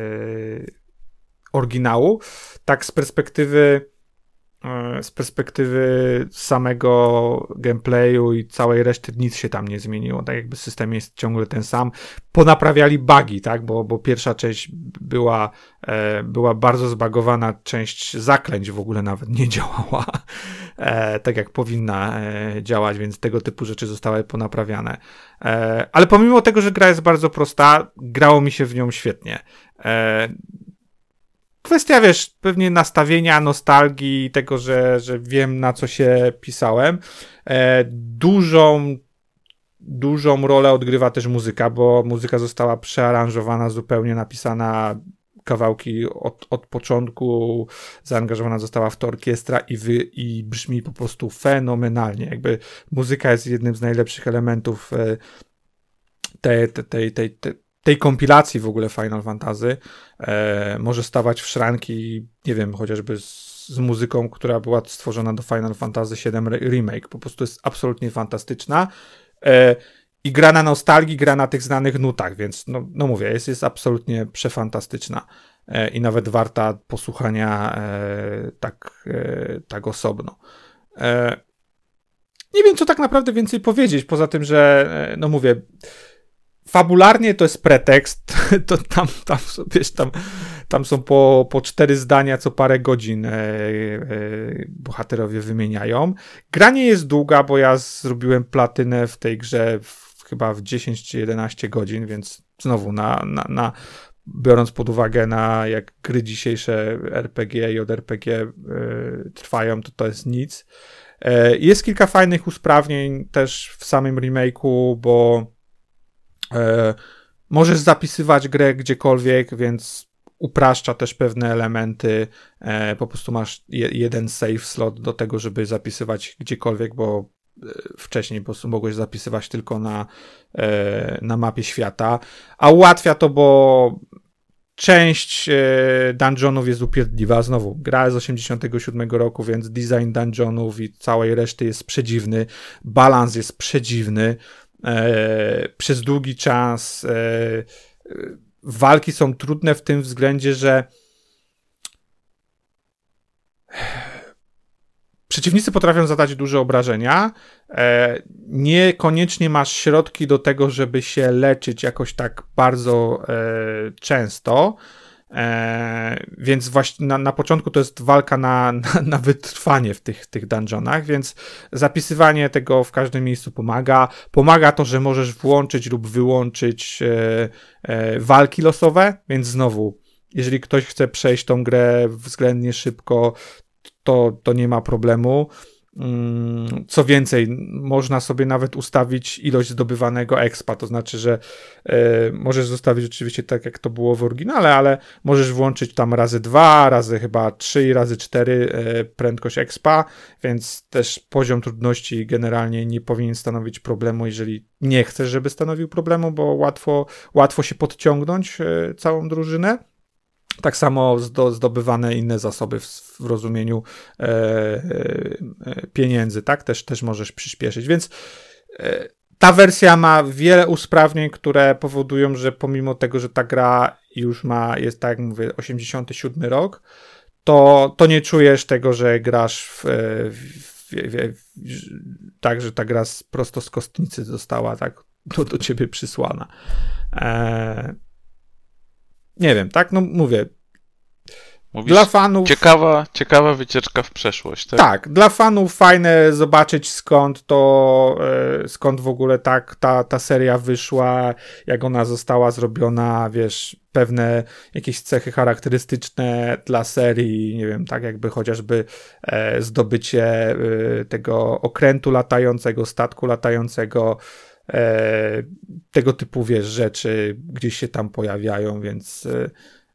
oryginału, tak z perspektywy z perspektywy samego gameplayu i całej reszty nic się tam nie zmieniło, tak jakby system jest ciągle ten sam. Ponaprawiali bugi, tak, bo, bo pierwsza część była, e, była bardzo zbagowana, część zaklęć w ogóle nawet nie działała e, tak jak powinna e, działać, więc tego typu rzeczy zostały ponaprawiane. E, ale pomimo tego, że gra jest bardzo prosta, grało mi się w nią świetnie. E, Kwestia, wiesz, pewnie nastawienia, nostalgii, tego, że, że wiem, na co się pisałem. E, dużą, dużą rolę odgrywa też muzyka, bo muzyka została przearanżowana, zupełnie napisana, kawałki od, od początku, zaangażowana została w to orkiestra i, wy, i brzmi po prostu fenomenalnie. Jakby muzyka jest jednym z najlepszych elementów e, tej, tej, tej, tej, tej tej kompilacji w ogóle Final Fantasy e, może stawać w szranki, nie wiem, chociażby z, z muzyką, która była stworzona do Final Fantasy siedem Remake. Po prostu jest absolutnie fantastyczna e, i gra na nostalgii, gra na tych znanych nutach, więc no, no mówię, jest, jest absolutnie przefantastyczna e, i nawet warta posłuchania e, tak, e, tak osobno. E, nie wiem, co tak naprawdę więcej powiedzieć, poza tym, że e, no mówię, fabularnie to jest pretekst, to tam, tam, wiesz, tam, tam są po, po cztery zdania co parę godzin e, e, bohaterowie wymieniają. Gra nie jest długa, bo ja zrobiłem platynę w tej grze w, chyba w dziesięć czy jedenaście godzin, więc znowu na, na, na biorąc pod uwagę na jak gry dzisiejsze R P G i J R P G e, trwają, to to jest nic. E, jest kilka fajnych usprawnień też w samym remake'u, bo E, możesz zapisywać grę gdziekolwiek, więc upraszcza też pewne elementy. E, po prostu masz je, jeden save slot do tego, żeby zapisywać gdziekolwiek, bo e, wcześniej po prostu mogłeś zapisywać tylko na, e, na mapie świata. A ułatwia to, bo część e, dungeonów jest upierdliwa. Znowu, gra z osiemdziesiątego siódmego roku, więc design dungeonów i całej reszty jest przedziwny. Balans jest przedziwny. E, przez długi czas e, walki są trudne w tym względzie, że przeciwnicy potrafią zadać duże obrażenia, e, niekoniecznie masz środki do tego, żeby się leczyć jakoś tak bardzo e, często, e, więc właśnie na, na początku to jest walka na, na, na wytrwanie w tych, tych dungeonach, więc zapisywanie tego w każdym miejscu pomaga. Pomaga to, że możesz włączyć lub wyłączyć e, e, walki losowe, więc znowu, jeżeli ktoś chce przejść tą grę względnie szybko, to, to nie ma problemu. Co więcej, można sobie nawet ustawić ilość zdobywanego expa, to znaczy, że y, możesz zostawić oczywiście tak, jak to było w oryginale, ale możesz włączyć tam razy dwa, razy chyba trzy i razy cztery y, prędkość expa, więc też poziom trudności generalnie nie powinien stanowić problemu, jeżeli nie chcesz, żeby stanowił problemu, bo łatwo, łatwo się podciągnąć y, całą drużynę. Tak samo zdo, zdobywane inne zasoby w, w rozumieniu e, e, pieniędzy, tak? Też, też możesz przyspieszyć, więc e, ta wersja ma wiele usprawnień, które powodują, że pomimo tego, że ta gra już ma, jest tak jak mówię, osiemdziesiąty siódmy rok, to, to nie czujesz tego, że grasz w, w, w, w, tak, że ta gra z, prosto z kostnicy została tak do, do ciebie przysłana. E, Nie wiem, tak? No mówię. Mówisz, dla fanów. Ciekawa, ciekawa wycieczka w przeszłość, tak? Tak, dla fanów fajne zobaczyć skąd to, e, skąd w ogóle tak ta, ta seria wyszła, jak ona została zrobiona, wiesz, pewne jakieś cechy charakterystyczne dla serii, nie wiem, tak jakby chociażby e, zdobycie e, tego okrętu latającego, statku latającego, E, tego typu, wiesz, rzeczy gdzieś się tam pojawiają, więc e,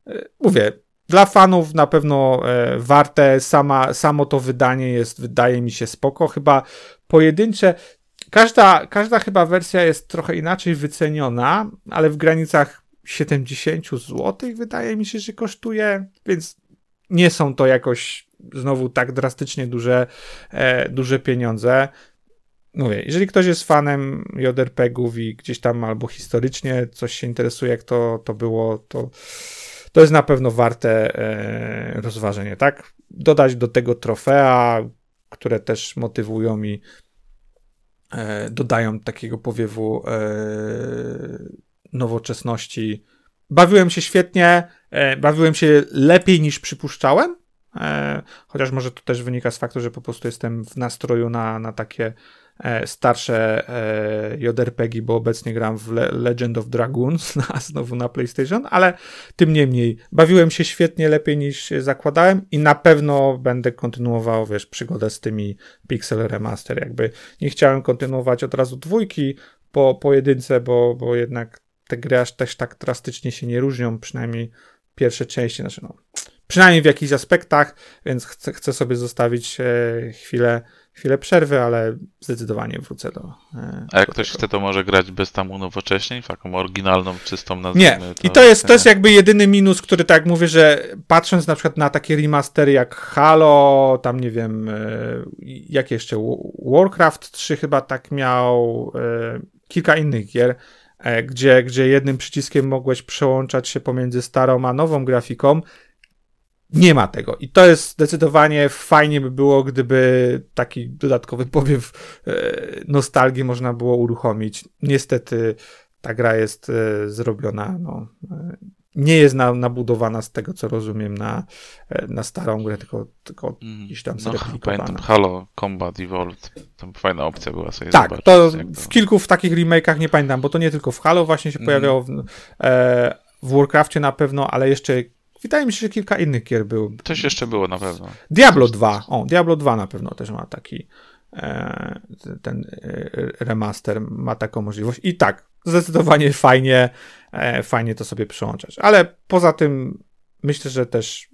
mówię, dla fanów na pewno e, warte, sama, samo to wydanie jest, wydaje mi się, spoko, chyba pojedyncze, każda, każda chyba wersja jest trochę inaczej wyceniona, ale w granicach siedemdziesiąt złotych wydaje mi się, że kosztuje, więc nie są to jakoś znowu tak drastycznie duże, e, duże pieniądze. Mówię, jeżeli ktoś jest fanem J R P gów i gdzieś tam albo historycznie coś się interesuje, jak to, to było, to, to jest na pewno warte e, rozważenie, tak? Dodać do tego trofea, które też motywują i e, dodają takiego powiewu e, nowoczesności. Bawiłem się świetnie, e, bawiłem się lepiej niż przypuszczałem, e, chociaż może to też wynika z faktu, że po prostu jestem w nastroju na, na takie e, starsze e, J R P G, bo obecnie gram w Le- Legend of Dragoons, na, znowu na PlayStation, ale tym niemniej bawiłem się świetnie, lepiej niż zakładałem i na pewno będę kontynuował, wiesz, przygodę z tymi Pixel Remaster, jakby nie chciałem kontynuować od razu dwójki po pojedynce, bo, bo jednak te gry aż też tak drastycznie się nie różnią, przynajmniej pierwsze części, znaczy no, przynajmniej w jakichś aspektach, więc chcę, chcę sobie zostawić e, chwilę, chwilę przerwy, ale zdecydowanie wrócę do e, A jak do ktoś tego. chce, to może grać bez tam unowocześnień, taką oryginalną, czystą nazwę. Nie, i to jest, to jest jakby jedyny minus, który tak jak mówię, że patrząc na przykład na takie remastery jak Halo, tam nie wiem, e, jak jeszcze, Warcraft trzy chyba tak miał, e, kilka innych gier, e, gdzie, gdzie jednym przyciskiem mogłeś przełączać się pomiędzy starą a nową grafiką. Nie ma tego. I to jest zdecydowanie fajnie by było, gdyby taki dodatkowy powiew e, nostalgii można było uruchomić. Niestety ta gra jest e, zrobiona, no, e, nie jest na, nabudowana z tego, co rozumiem, na, e, na starą grę, tylko, tylko Mm, gdzieś tam no, zreplikowana. pamiętam Halo Combat Evolved. Tam fajna opcja była sobie Tak, zobaczyć. to jak w kilku w takich remake'ach nie pamiętam, bo to nie tylko w Halo właśnie się Mhm. pojawiało, w, e, w Warcrafcie na pewno, ale jeszcze wydaje mi się, że kilka innych gier było. Coś jeszcze było na pewno. Diablo dwa, o, Diablo dwa na pewno też ma taki e, ten e, remaster, ma taką możliwość i tak, zdecydowanie fajnie, e, fajnie to sobie przyłączać, ale poza tym myślę, że też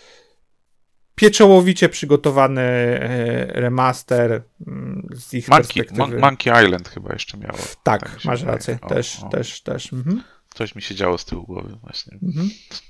pieczołowicie przygotowany e, remaster mm, z ich Monkey, perspektywy. Mon- Monkey Island chyba jeszcze miało. Tak, mi się masz wydaje. rację, O, też, o. też, też. Mhm. Coś mi się działo z tyłu głowy właśnie. Mhm.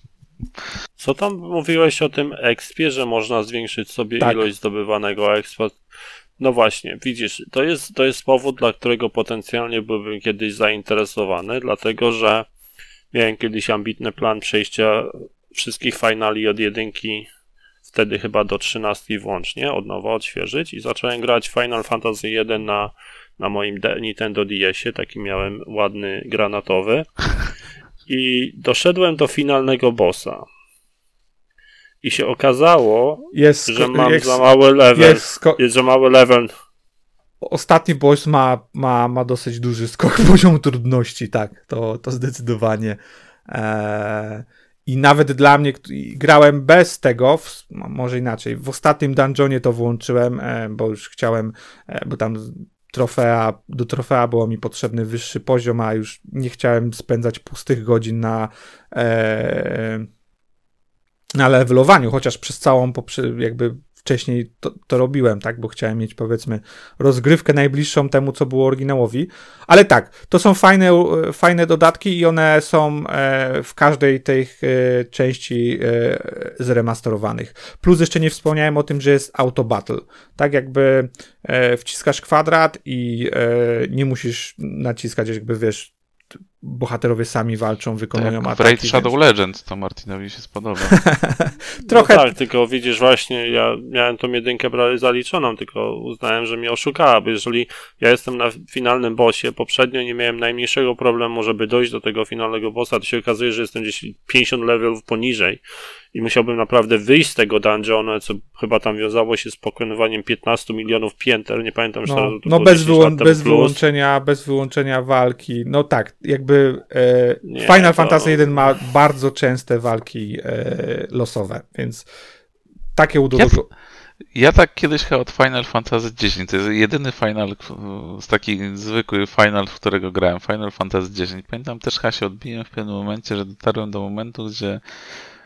Co tam mówiłeś o tym expie, że można zwiększyć sobie Tak. ilość zdobywanego expa? No właśnie, widzisz, to jest, to jest powód, dla którego potencjalnie byłbym kiedyś zainteresowany, dlatego że miałem kiedyś ambitny plan przejścia wszystkich finali od jedynki, wtedy chyba do trzynastki włącznie, od nowa odświeżyć i zacząłem grać Final Fantasy jeden na, na moim D- Nintendo D S ie, taki miałem ładny granatowy i doszedłem do finalnego bossa. I się okazało, Jest, że mam jest, za mały level. jest Jest, sko- za mały level. Ostatni boss ma, ma, ma dosyć duży skok poziomu trudności, tak, to, to zdecydowanie. Eee, I nawet dla mnie, kt- i grałem bez tego, w, no, może inaczej, w ostatnim dungeonie to włączyłem, e, bo już chciałem, e, bo tam trofea, do trofea było mi potrzebny wyższy poziom, a już nie chciałem spędzać pustych godzin na e, na levelowaniu, chociaż przez całą poprze- jakby wcześniej to, to robiłem, tak, bo chciałem mieć powiedzmy rozgrywkę najbliższą temu, co było oryginałowi, ale tak, to są fajne, e, fajne dodatki i one są e, w każdej tej e, części e, zremasterowanych. Plus jeszcze nie wspomniałem o tym, że jest auto battle, tak jakby e, wciskasz kwadrat i e, nie musisz naciskać, jakby wiesz, bohaterowie sami walczą, wykonują Jak w ataki. Raid więc- Shadow Legends, to Martinowi się spodoba. Trochę No tak, tylko widzisz właśnie, ja miałem tą jedynkę prawie zaliczoną, tylko uznałem, że mnie oszukała, bo jeżeli ja jestem na finalnym bossie, poprzednio nie miałem najmniejszego problemu, żeby dojść do tego finalnego bossa, to się okazuje, że jestem gdzieś pięćdziesiąt levelów poniżej i musiałbym naprawdę wyjść z tego dungeona, co chyba tam wiązało się z pokonywaniem piętnastu milionów pięter, nie pamiętam, już No, teraz to no było bez, dziesięć wyłą- lat temu bez, plus. wyłączenia, bez wyłączenia walki. No tak, jakby e, Nie, Final to- Fantasy jeden ma bardzo częste walki e, losowe, więc takie udogodnienie. Ja tak kiedyś chyba od Final Fantasy dziesięć, to jest jedyny final w- z taki zwykły final, w którego grałem, Final Fantasy dziesięć. Pamiętam też chyba się odbiłem w pewnym momencie, że dotarłem do momentu, gdzie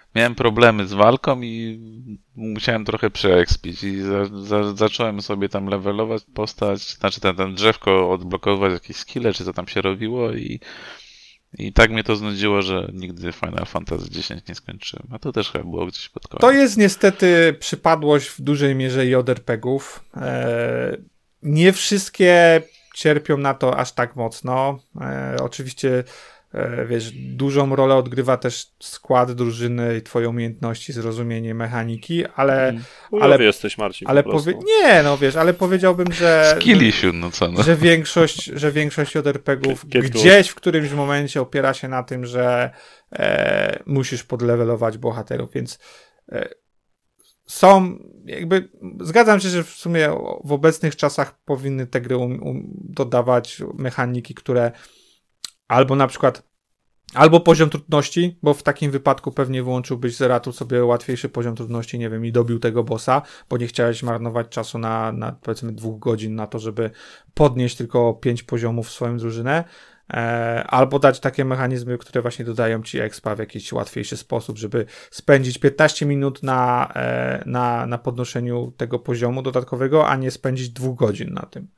miałem problemy z walką i musiałem trochę przeekspić i za, za, zacząłem sobie tam levelować postać, znaczy ten, ten drzewko odblokowywać jakieś skille, czy co tam się robiło i, i tak mnie to znudziło, że nigdy Final Fantasy dziesięć nie skończyłem. A to też chyba było gdzieś pod koniec. To jest niestety przypadłość w dużej mierze J R P G-ów. Eee, nie wszystkie cierpią na to aż tak mocno. Eee, oczywiście e, wiesz, dużą rolę odgrywa też skład drużyny i twoje umiejętności, zrozumienie mechaniki, ale... Mm. Ale ale jesteś, Marcin, ale po prostu. powie... Nie, no wiesz, ale powiedziałbym, że... Skillisiu, no co no. Że większość, że większość J R P G-ów Get good. gdzieś w którymś momencie opiera się na tym, że e, musisz podlewelować bohaterów, więc e, są jakby, zgadzam się, że w sumie w obecnych czasach powinny te gry um, um, dodawać mechaniki, które albo na przykład albo poziom trudności, bo w takim wypadku pewnie wyłączyłbyś Zeratu sobie łatwiejszy poziom trudności, nie wiem, i dobił tego bossa, bo nie chciałeś marnować czasu na, na powiedzmy dwóch godzin na to, żeby podnieść tylko pięć poziomów w swoją drużynę, e, albo dać takie mechanizmy, które właśnie dodają ci expa w jakiś łatwiejszy sposób, żeby spędzić piętnaście minut na, e, na, na podnoszeniu tego poziomu dodatkowego, a nie spędzić dwóch godzin na tym.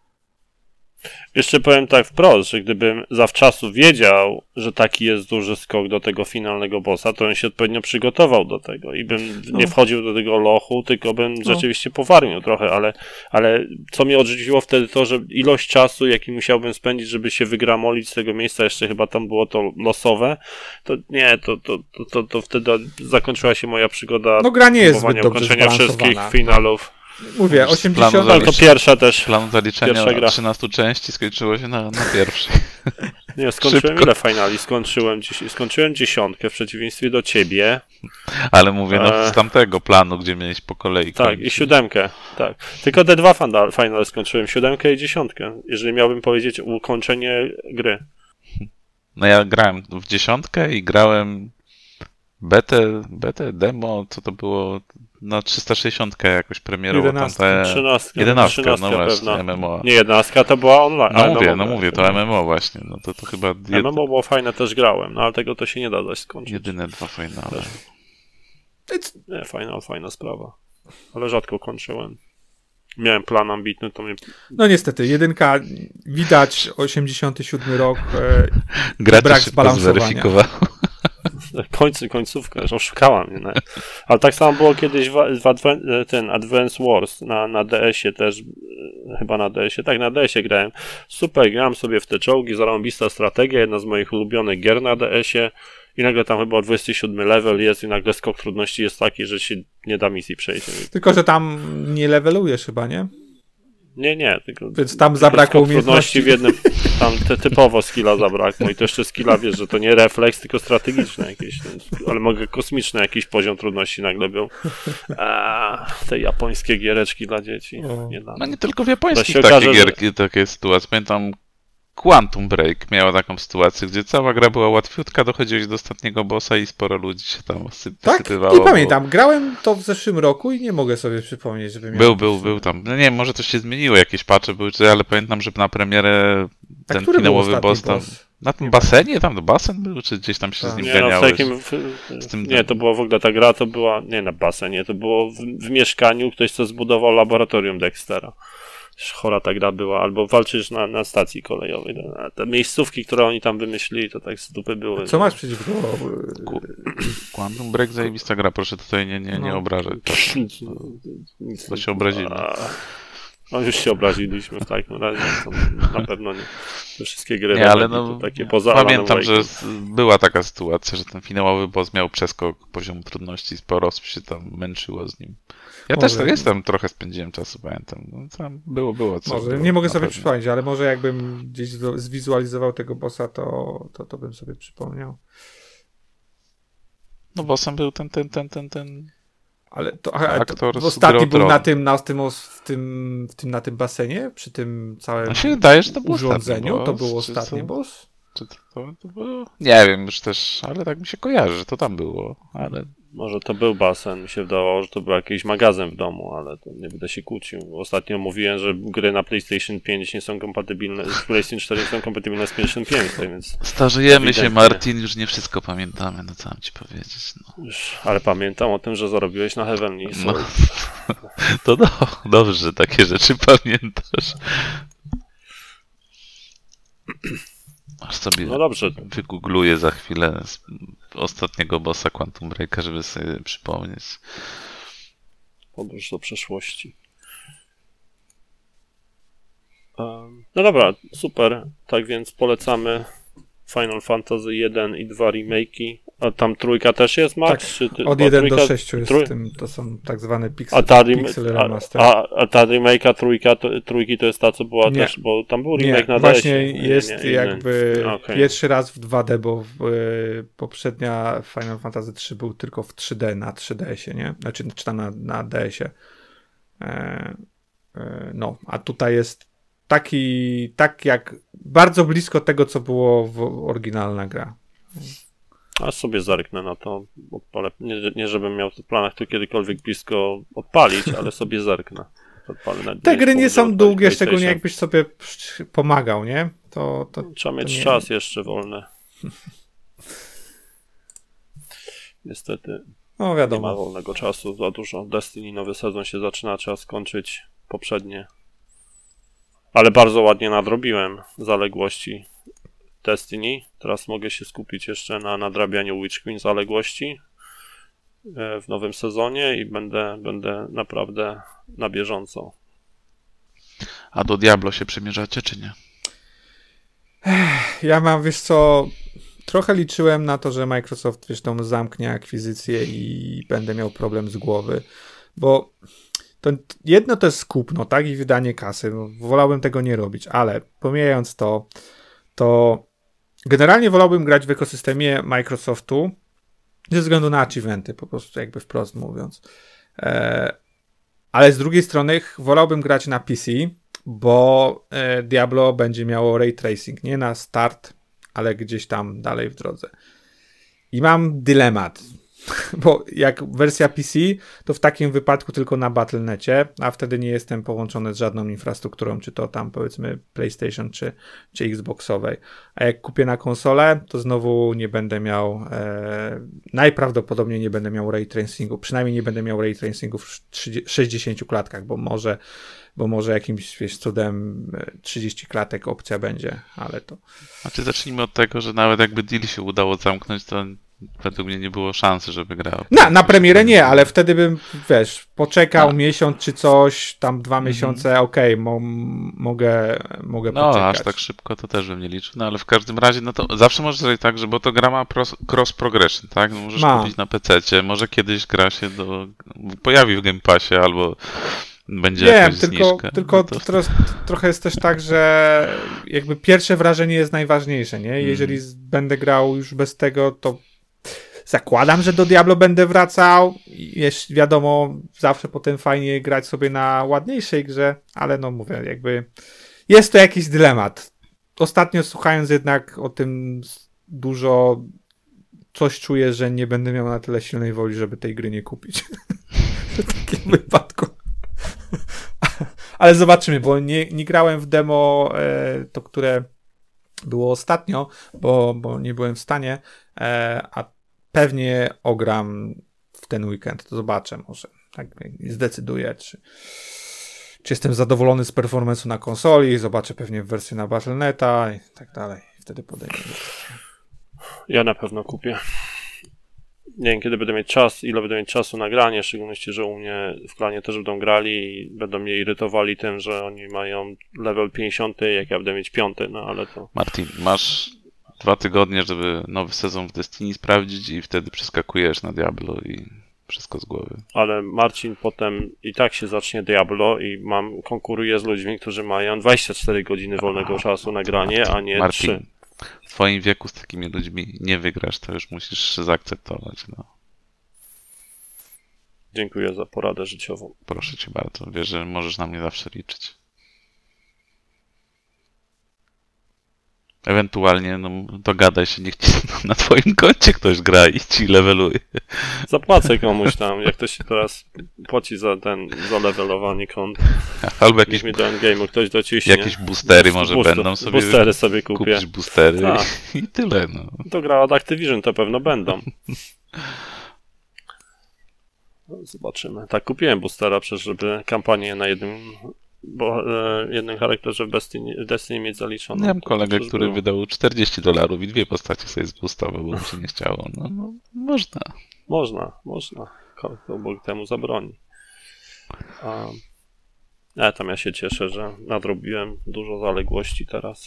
Jeszcze powiem tak wprost, że gdybym zawczasu wiedział, że taki jest duży skok do tego finalnego bossa, to bym się odpowiednio przygotował do tego i bym No. nie wchodził do tego lochu, tylko bym No. rzeczywiście powarmił trochę, ale, ale co mnie odrzuciło wtedy to, że ilość czasu, jaki musiałbym spędzić, żeby się wygramolić z tego miejsca, jeszcze chyba tam było to losowe, to nie, to, to, to, to, to wtedy zakończyła się moja przygoda No gra nie jest próbowania zbyt dobrze ukończenia wszystkich zbalansowana. finalów. Mówię, Z planu osiemdziesiąt... Ale to Zaliczy- pierwsza też. Plan zaliczenia Pierwsza gra. trzynastu części skończyło się na, na pierwszej. Nie, skończyłem Szybko. ile finali? Skończyłem, dziś, skończyłem dziesiątkę w przeciwieństwie do ciebie. Ale mówię, no Eee. z tamtego planu, gdzie miałeś po kolei Tak, kończyć. i siódemkę. Tak. Tylko te dwa fanda- finale skończyłem, siódemkę i dziesiątkę. Jeżeli miałbym powiedzieć ukończenie gry. No ja grałem w dziesiątkę i grałem betę, betę, demo, co to było, na trzysta sześćdziesiąt jakoś premierowo. Jedenastkę, Tamte... Trzynastka. jedenastka, trzynastka no właśnie, pewna. M M O. Nie, jedenastka to była online. No ale mówię, no dobra. mówię, to M M O właśnie, no to, to chyba jed... M M O było fajne, też grałem, no ale tego to się nie da zaś skończyć. jedyne dwa finale. Nie, fajna, fajna sprawa. Ale rzadko kończyłem. Miałem plan ambitny, to mnie No niestety, jedynka, widać osiemdziesiąty siódmy rok, e, Gracze brak szybko zbalansowania. zweryfikowało. końcy, końcówka, że oszukała mnie. Nawet. Ale tak samo było kiedyś w, w Adven- ten Advance Wars na, na D S ie też, e, chyba na D S ie, tak, na D S ie grałem. Super, grałem sobie w te czołgi, zarąbista strategia, jedna z moich ulubionych gier na D S ie i nagle tam chyba dwudziesty siódmy level jest i nagle skok trudności jest taki, że się nie da misji przejść. Tylko że tam nie levelujesz chyba, nie? Nie, nie, tylko... Więc tam tylko zabrakło skok trudności umiejętności. w jednym, tam te, typowo skilla zabrakło i to jeszcze skilla, wiesz, że to nie refleks, tylko strategiczne jakieś, ale mogę kosmiczny jakiś poziom trudności nagle był. A, te japońskie giereczki dla dzieci. O. Nie da. No nie tylko w japońskich To się takie okaże, że- gierki, takie sytuacje. Pamiętam Quantum Break miała taką sytuację, gdzie cała gra była łatwiutka, dochodziłeś do ostatniego bossa i sporo ludzi się tam sy- Tak? sytywało. Nie bo- pamiętam. Grałem to w zeszłym roku i nie mogę sobie przypomnieć, żeby miał... Był, był, był tam. No nie wiem, może to się zmieniło, jakieś patche były, czy- ale pamiętam, że na premierę A ten który był finałowy ostatni boss tam... boss? Na tym basenie? Tam to basen był, czy gdzieś tam się Tak. z nim Nie, no w ganiałeś? takim, w, Z tym- nie, to była w ogóle ta gra, to była, nie na basenie, to było w, w mieszkaniu, ktoś co zbudował laboratorium Dextera. Chora ta gra była, albo walczysz na, na stacji kolejowej. Te- Te miejscówki, które oni tam wymyślili, to tak z dupy były. Co masz przeciwko... Ku- Quantum Break zajebista gra, proszę tutaj nie, nie, nie No. obrażać. Nic To się obrazili. A, no już się obraziliśmy w takim razie, to na pewno nie. Te wszystkie gry Nie, ale Remedy no, to takie poza Alanem pamiętam, że Wake'em. s- była taka sytuacja, że ten finałowy boss miał przeskok poziomu trudności, sporo osób się tam męczyło z nim. Ja Może- też tak jestem, trochę spędziłem czasu, pamiętam. No, tam było, było co. Może, było, nie mogę na sobie pewno. przypomnieć, ale może jakbym gdzieś zwi- zwizualizował tego bossa, to, to, to bym sobie przypomniał. No bossem był ten, ten, ten, ten, ten... Ale to, a, Aktor to z w ostatni Gry o był Tron. na tym, na tym, os- w tym, w tym, na tym basenie, przy tym całym No się wydaje, że to był urządzeniu. ostatni To boss, był czy ostatni co? boss? Czy to, to, to było? Nie wiem już też, ale tak mi się kojarzy, że to tam było, ale Może to był basen, mi się wydawało, że to był jakiś magazyn w domu, ale to nie będę się kłócił. Ostatnio mówiłem, że gry na PlayStation pięć nie są kompatybilne, z PlayStation cztery nie są kompatybilne z PlayStation pięć, tak więc... Starzejemy się, ewidentnie. Martin, już nie wszystko pamiętamy, no co mam ci powiedzieć. No. Już, ale pamiętam o tym, że zarobiłeś na Heavenly No, Sword. to do, dobrze, że takie rzeczy pamiętasz. Aż sobie No dobrze, wygoogluję za chwilę z ostatniego bossa Quantum Breaka, żeby sobie przypomnieć. podróż do przeszłości. Um, no dobra, super. Tak więc polecamy Final Fantasy jeden i dwa remake'i. A tam trójka też jest, Max? Tak, Czy ty, od bo jeden trójka, do sześciu jest trój... tym, to są tak zwane pixel, A ta, rem... pixel a, remaster. a, a ta remake'a trójka, to, trójki to jest ta, co była Nie. też, bo tam był remake Nie, na właśnie D S ie. jest nie, nie, jakby okay. pierwszy raz w dwa D, bo w, y, poprzednia Final Fantasy trzy był tylko w trzy D na trzy D S ie, nie? Znaczy czy tam na, na D S ie. E, e, no, a tutaj jest taki, tak jak bardzo blisko tego, co było w oryginalna gra. A sobie zerknę na to, odpalę. Nie, nie żebym miał w planach to kiedykolwiek blisko odpalić, ale sobie zerknę. Odpalę na, Te gry nie są odpalić długie, PlayStation. szczególnie jakbyś sobie psz- pomagał, nie? To, to, Trzeba mieć nie- czas jeszcze wolny. Niestety no nie ma wiadomo. wolnego czasu za dużo. Destiny nowy sezon się zaczyna, trzeba skończyć poprzednie. Ale bardzo ładnie nadrobiłem zaległości Destiny. Teraz mogę się skupić jeszcze na nadrabianiu Witch Queen zaległości e, w nowym sezonie i będę, będę naprawdę na bieżąco. A do Diablo się przymierzacie, czy nie? Ja mam, wiesz co, trochę liczyłem na to, że Microsoft, wiesz, tam zamknie akwizycję i będę miał problem z głowy, bo to jedno to jest kupno, tak, i wydanie kasy, no, wolałbym tego nie robić, ale pomijając to, to generalnie wolałbym grać w ekosystemie Microsoftu ze względu na achievementy, po prostu jakby wprost mówiąc. E, ale z drugiej strony wolałbym grać na P C, bo e, Diablo będzie miało ray tracing, nie na start, ale gdzieś tam dalej w drodze. I mam dylemat, bo jak wersja P C, to w takim wypadku tylko na battle dot necie, a wtedy nie jestem połączony z żadną infrastrukturą, czy to tam powiedzmy PlayStation, czy, czy Xboxowej. A jak kupię na konsolę, to znowu nie będę miał, e, najprawdopodobniej nie będę miał ray tracingu, przynajmniej nie będę miał ray tracingu w sześćdziesięciu klatkach, bo może bo może jakimś, wiesz, cudem trzydzieści klatek opcja będzie, ale to... Znaczy zacznijmy od tego, że nawet jakby deal się udało zamknąć, to według mnie nie było szansy, żeby grał. Na, na premierę nie, ale wtedy bym, wiesz, poczekał A. miesiąc czy coś, tam dwa Mhm. miesiące, okej, mo, mogę, mogę No, poczekać. aż tak szybko to też bym nie liczył, no ale w każdym razie, no to zawsze możesz zrobić tak, że bo to gra ma pros, cross progression, tak? No, możesz Ma. kupić na pececie, może kiedyś gra się do... pojawi w Game Passie albo będzie Wiem, jakaś tylko, zniżka. tylko no to... teraz trochę jest też tak, że jakby pierwsze wrażenie jest najważniejsze, nie? Jeżeli z- będę grał już bez tego, to zakładam, że do Diablo będę wracał. I Jest wiadomo, zawsze potem fajnie grać sobie na ładniejszej grze, ale no mówię, jakby jest to jakiś dylemat. Ostatnio słuchając jednak o tym s- dużo, coś czuję, że nie będę miał na tyle silnej woli, żeby tej gry nie kupić. W takim wypadku. Ale zobaczymy, bo nie, nie grałem w demo e, to, które było ostatnio, bo, bo nie byłem w stanie, e, a pewnie ogram w ten weekend, to zobaczę może. Tak zdecyduję, czy, czy jestem zadowolony z performance'u na konsoli, zobaczę pewnie wersję na battle dot neta i tak dalej. Wtedy podejmę. Ja na pewno kupię. Nie wiem, kiedy będę mieć czas, ile będę mieć czasu na granie, w szczególności, że u mnie w klanie też będą grali i będą mnie irytowali tym, że oni mają level pięćdziesiąty, jak ja będę mieć piąty, no ale to... Martin, masz dwa tygodnie, żeby nowy sezon w Destiny sprawdzić i wtedy przeskakujesz na Diablo i wszystko z głowy. Ale Marcin, potem i tak się zacznie Diablo i mam, konkuruję z ludźmi, którzy mają dwadzieścia cztery godziny wolnego czasu na granie, a nie Martin, trzy. w twoim wieku z takimi ludźmi nie wygrasz, to już musisz zaakceptować. No. Dziękuję za poradę życiową. Proszę cię bardzo, wiesz, że możesz na mnie zawsze liczyć. Ewentualnie, no, dogadaj się, niech ci na twoim koncie ktoś gra i ci leveluje. Zapłacę komuś tam, jak to się teraz płaci za ten, za levelowanie kont. Albo Jakieś jakieś, mi do endgame'u ktoś dociśnie. jakieś boostery może Booster- będą sobie. Boostery sobie kupię. Kupisz boostery Tak. i tyle, no. To gra od Activision, to pewno będą. Zobaczymy. Tak, kupiłem boostera, przecież żeby kampanię na jednym, bo, e, jednym charakterze w Destiny, Destiny mieć zaliczoną. Miałem To kolegę, przecież który było. wydał czterdzieści dolarów i dwie postacie sobie zboostował, bo mu się nie chciało. No, no można. Można, można. Kto Bóg temu zabroni. A, a tam ja się cieszę, że nadrobiłem dużo zaległości teraz.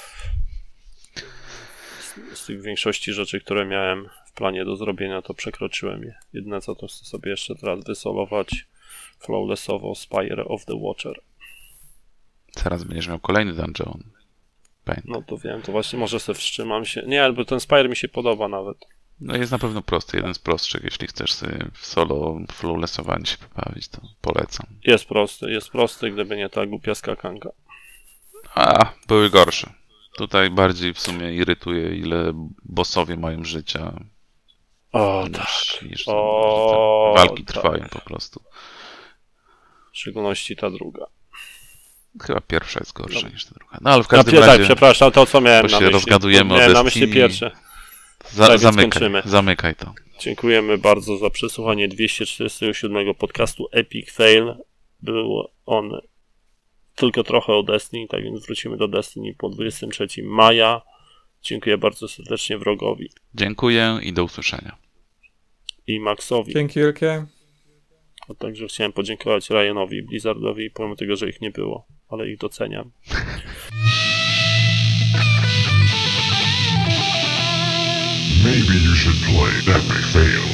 Z, z tych większości rzeczy, które miałem w planie do zrobienia, to przekroczyłem je. Jedyne co to chcę sobie jeszcze teraz wysolować flawlessowo Spire of the Watcher. Teraz będziesz miał kolejny dungeon. Pamiętam. No to wiem, to właśnie może sobie wstrzymam się. Nie, bo ten Spire mi się podoba nawet. No jest na pewno prosty, jeden z prostszych. Jeśli chcesz sobie w solo flawlessowanie się pobawić, to polecam. Jest prosty, jest prosty, gdyby nie ta głupia skakanka. A, były gorsze. Tutaj bardziej w sumie irytuje, ile bossowie mają życia. O, niż, tak. niż O, te walki tak. trwają po prostu. W szczególności ta druga. Chyba pierwsza jest gorsza No. niż ta druga. No ale w No, każdym tak, razie przepraszam, to co miałem bo na się myśli. rozgadujemy o miałem na Destiny. myśli pierwsze. za, więc zamykaj, skończymy. zamykaj to. Dziękujemy bardzo za przesłuchanie dwieście czterdziestego siódmego podcastu Epic Fail. Był on tylko trochę o Destiny, tak więc wrócimy do Destiny po dwudziestego trzeciego maja. Dziękuję bardzo serdecznie Wrogowi Dziękuję i do usłyszenia. i Maxowi. Dzięki wielkie. A także chciałem podziękować Ryanowi i Blizzardowi, pomimo tego, że ich nie było, ale ich doceniam. Maybe you should play Epic Fail.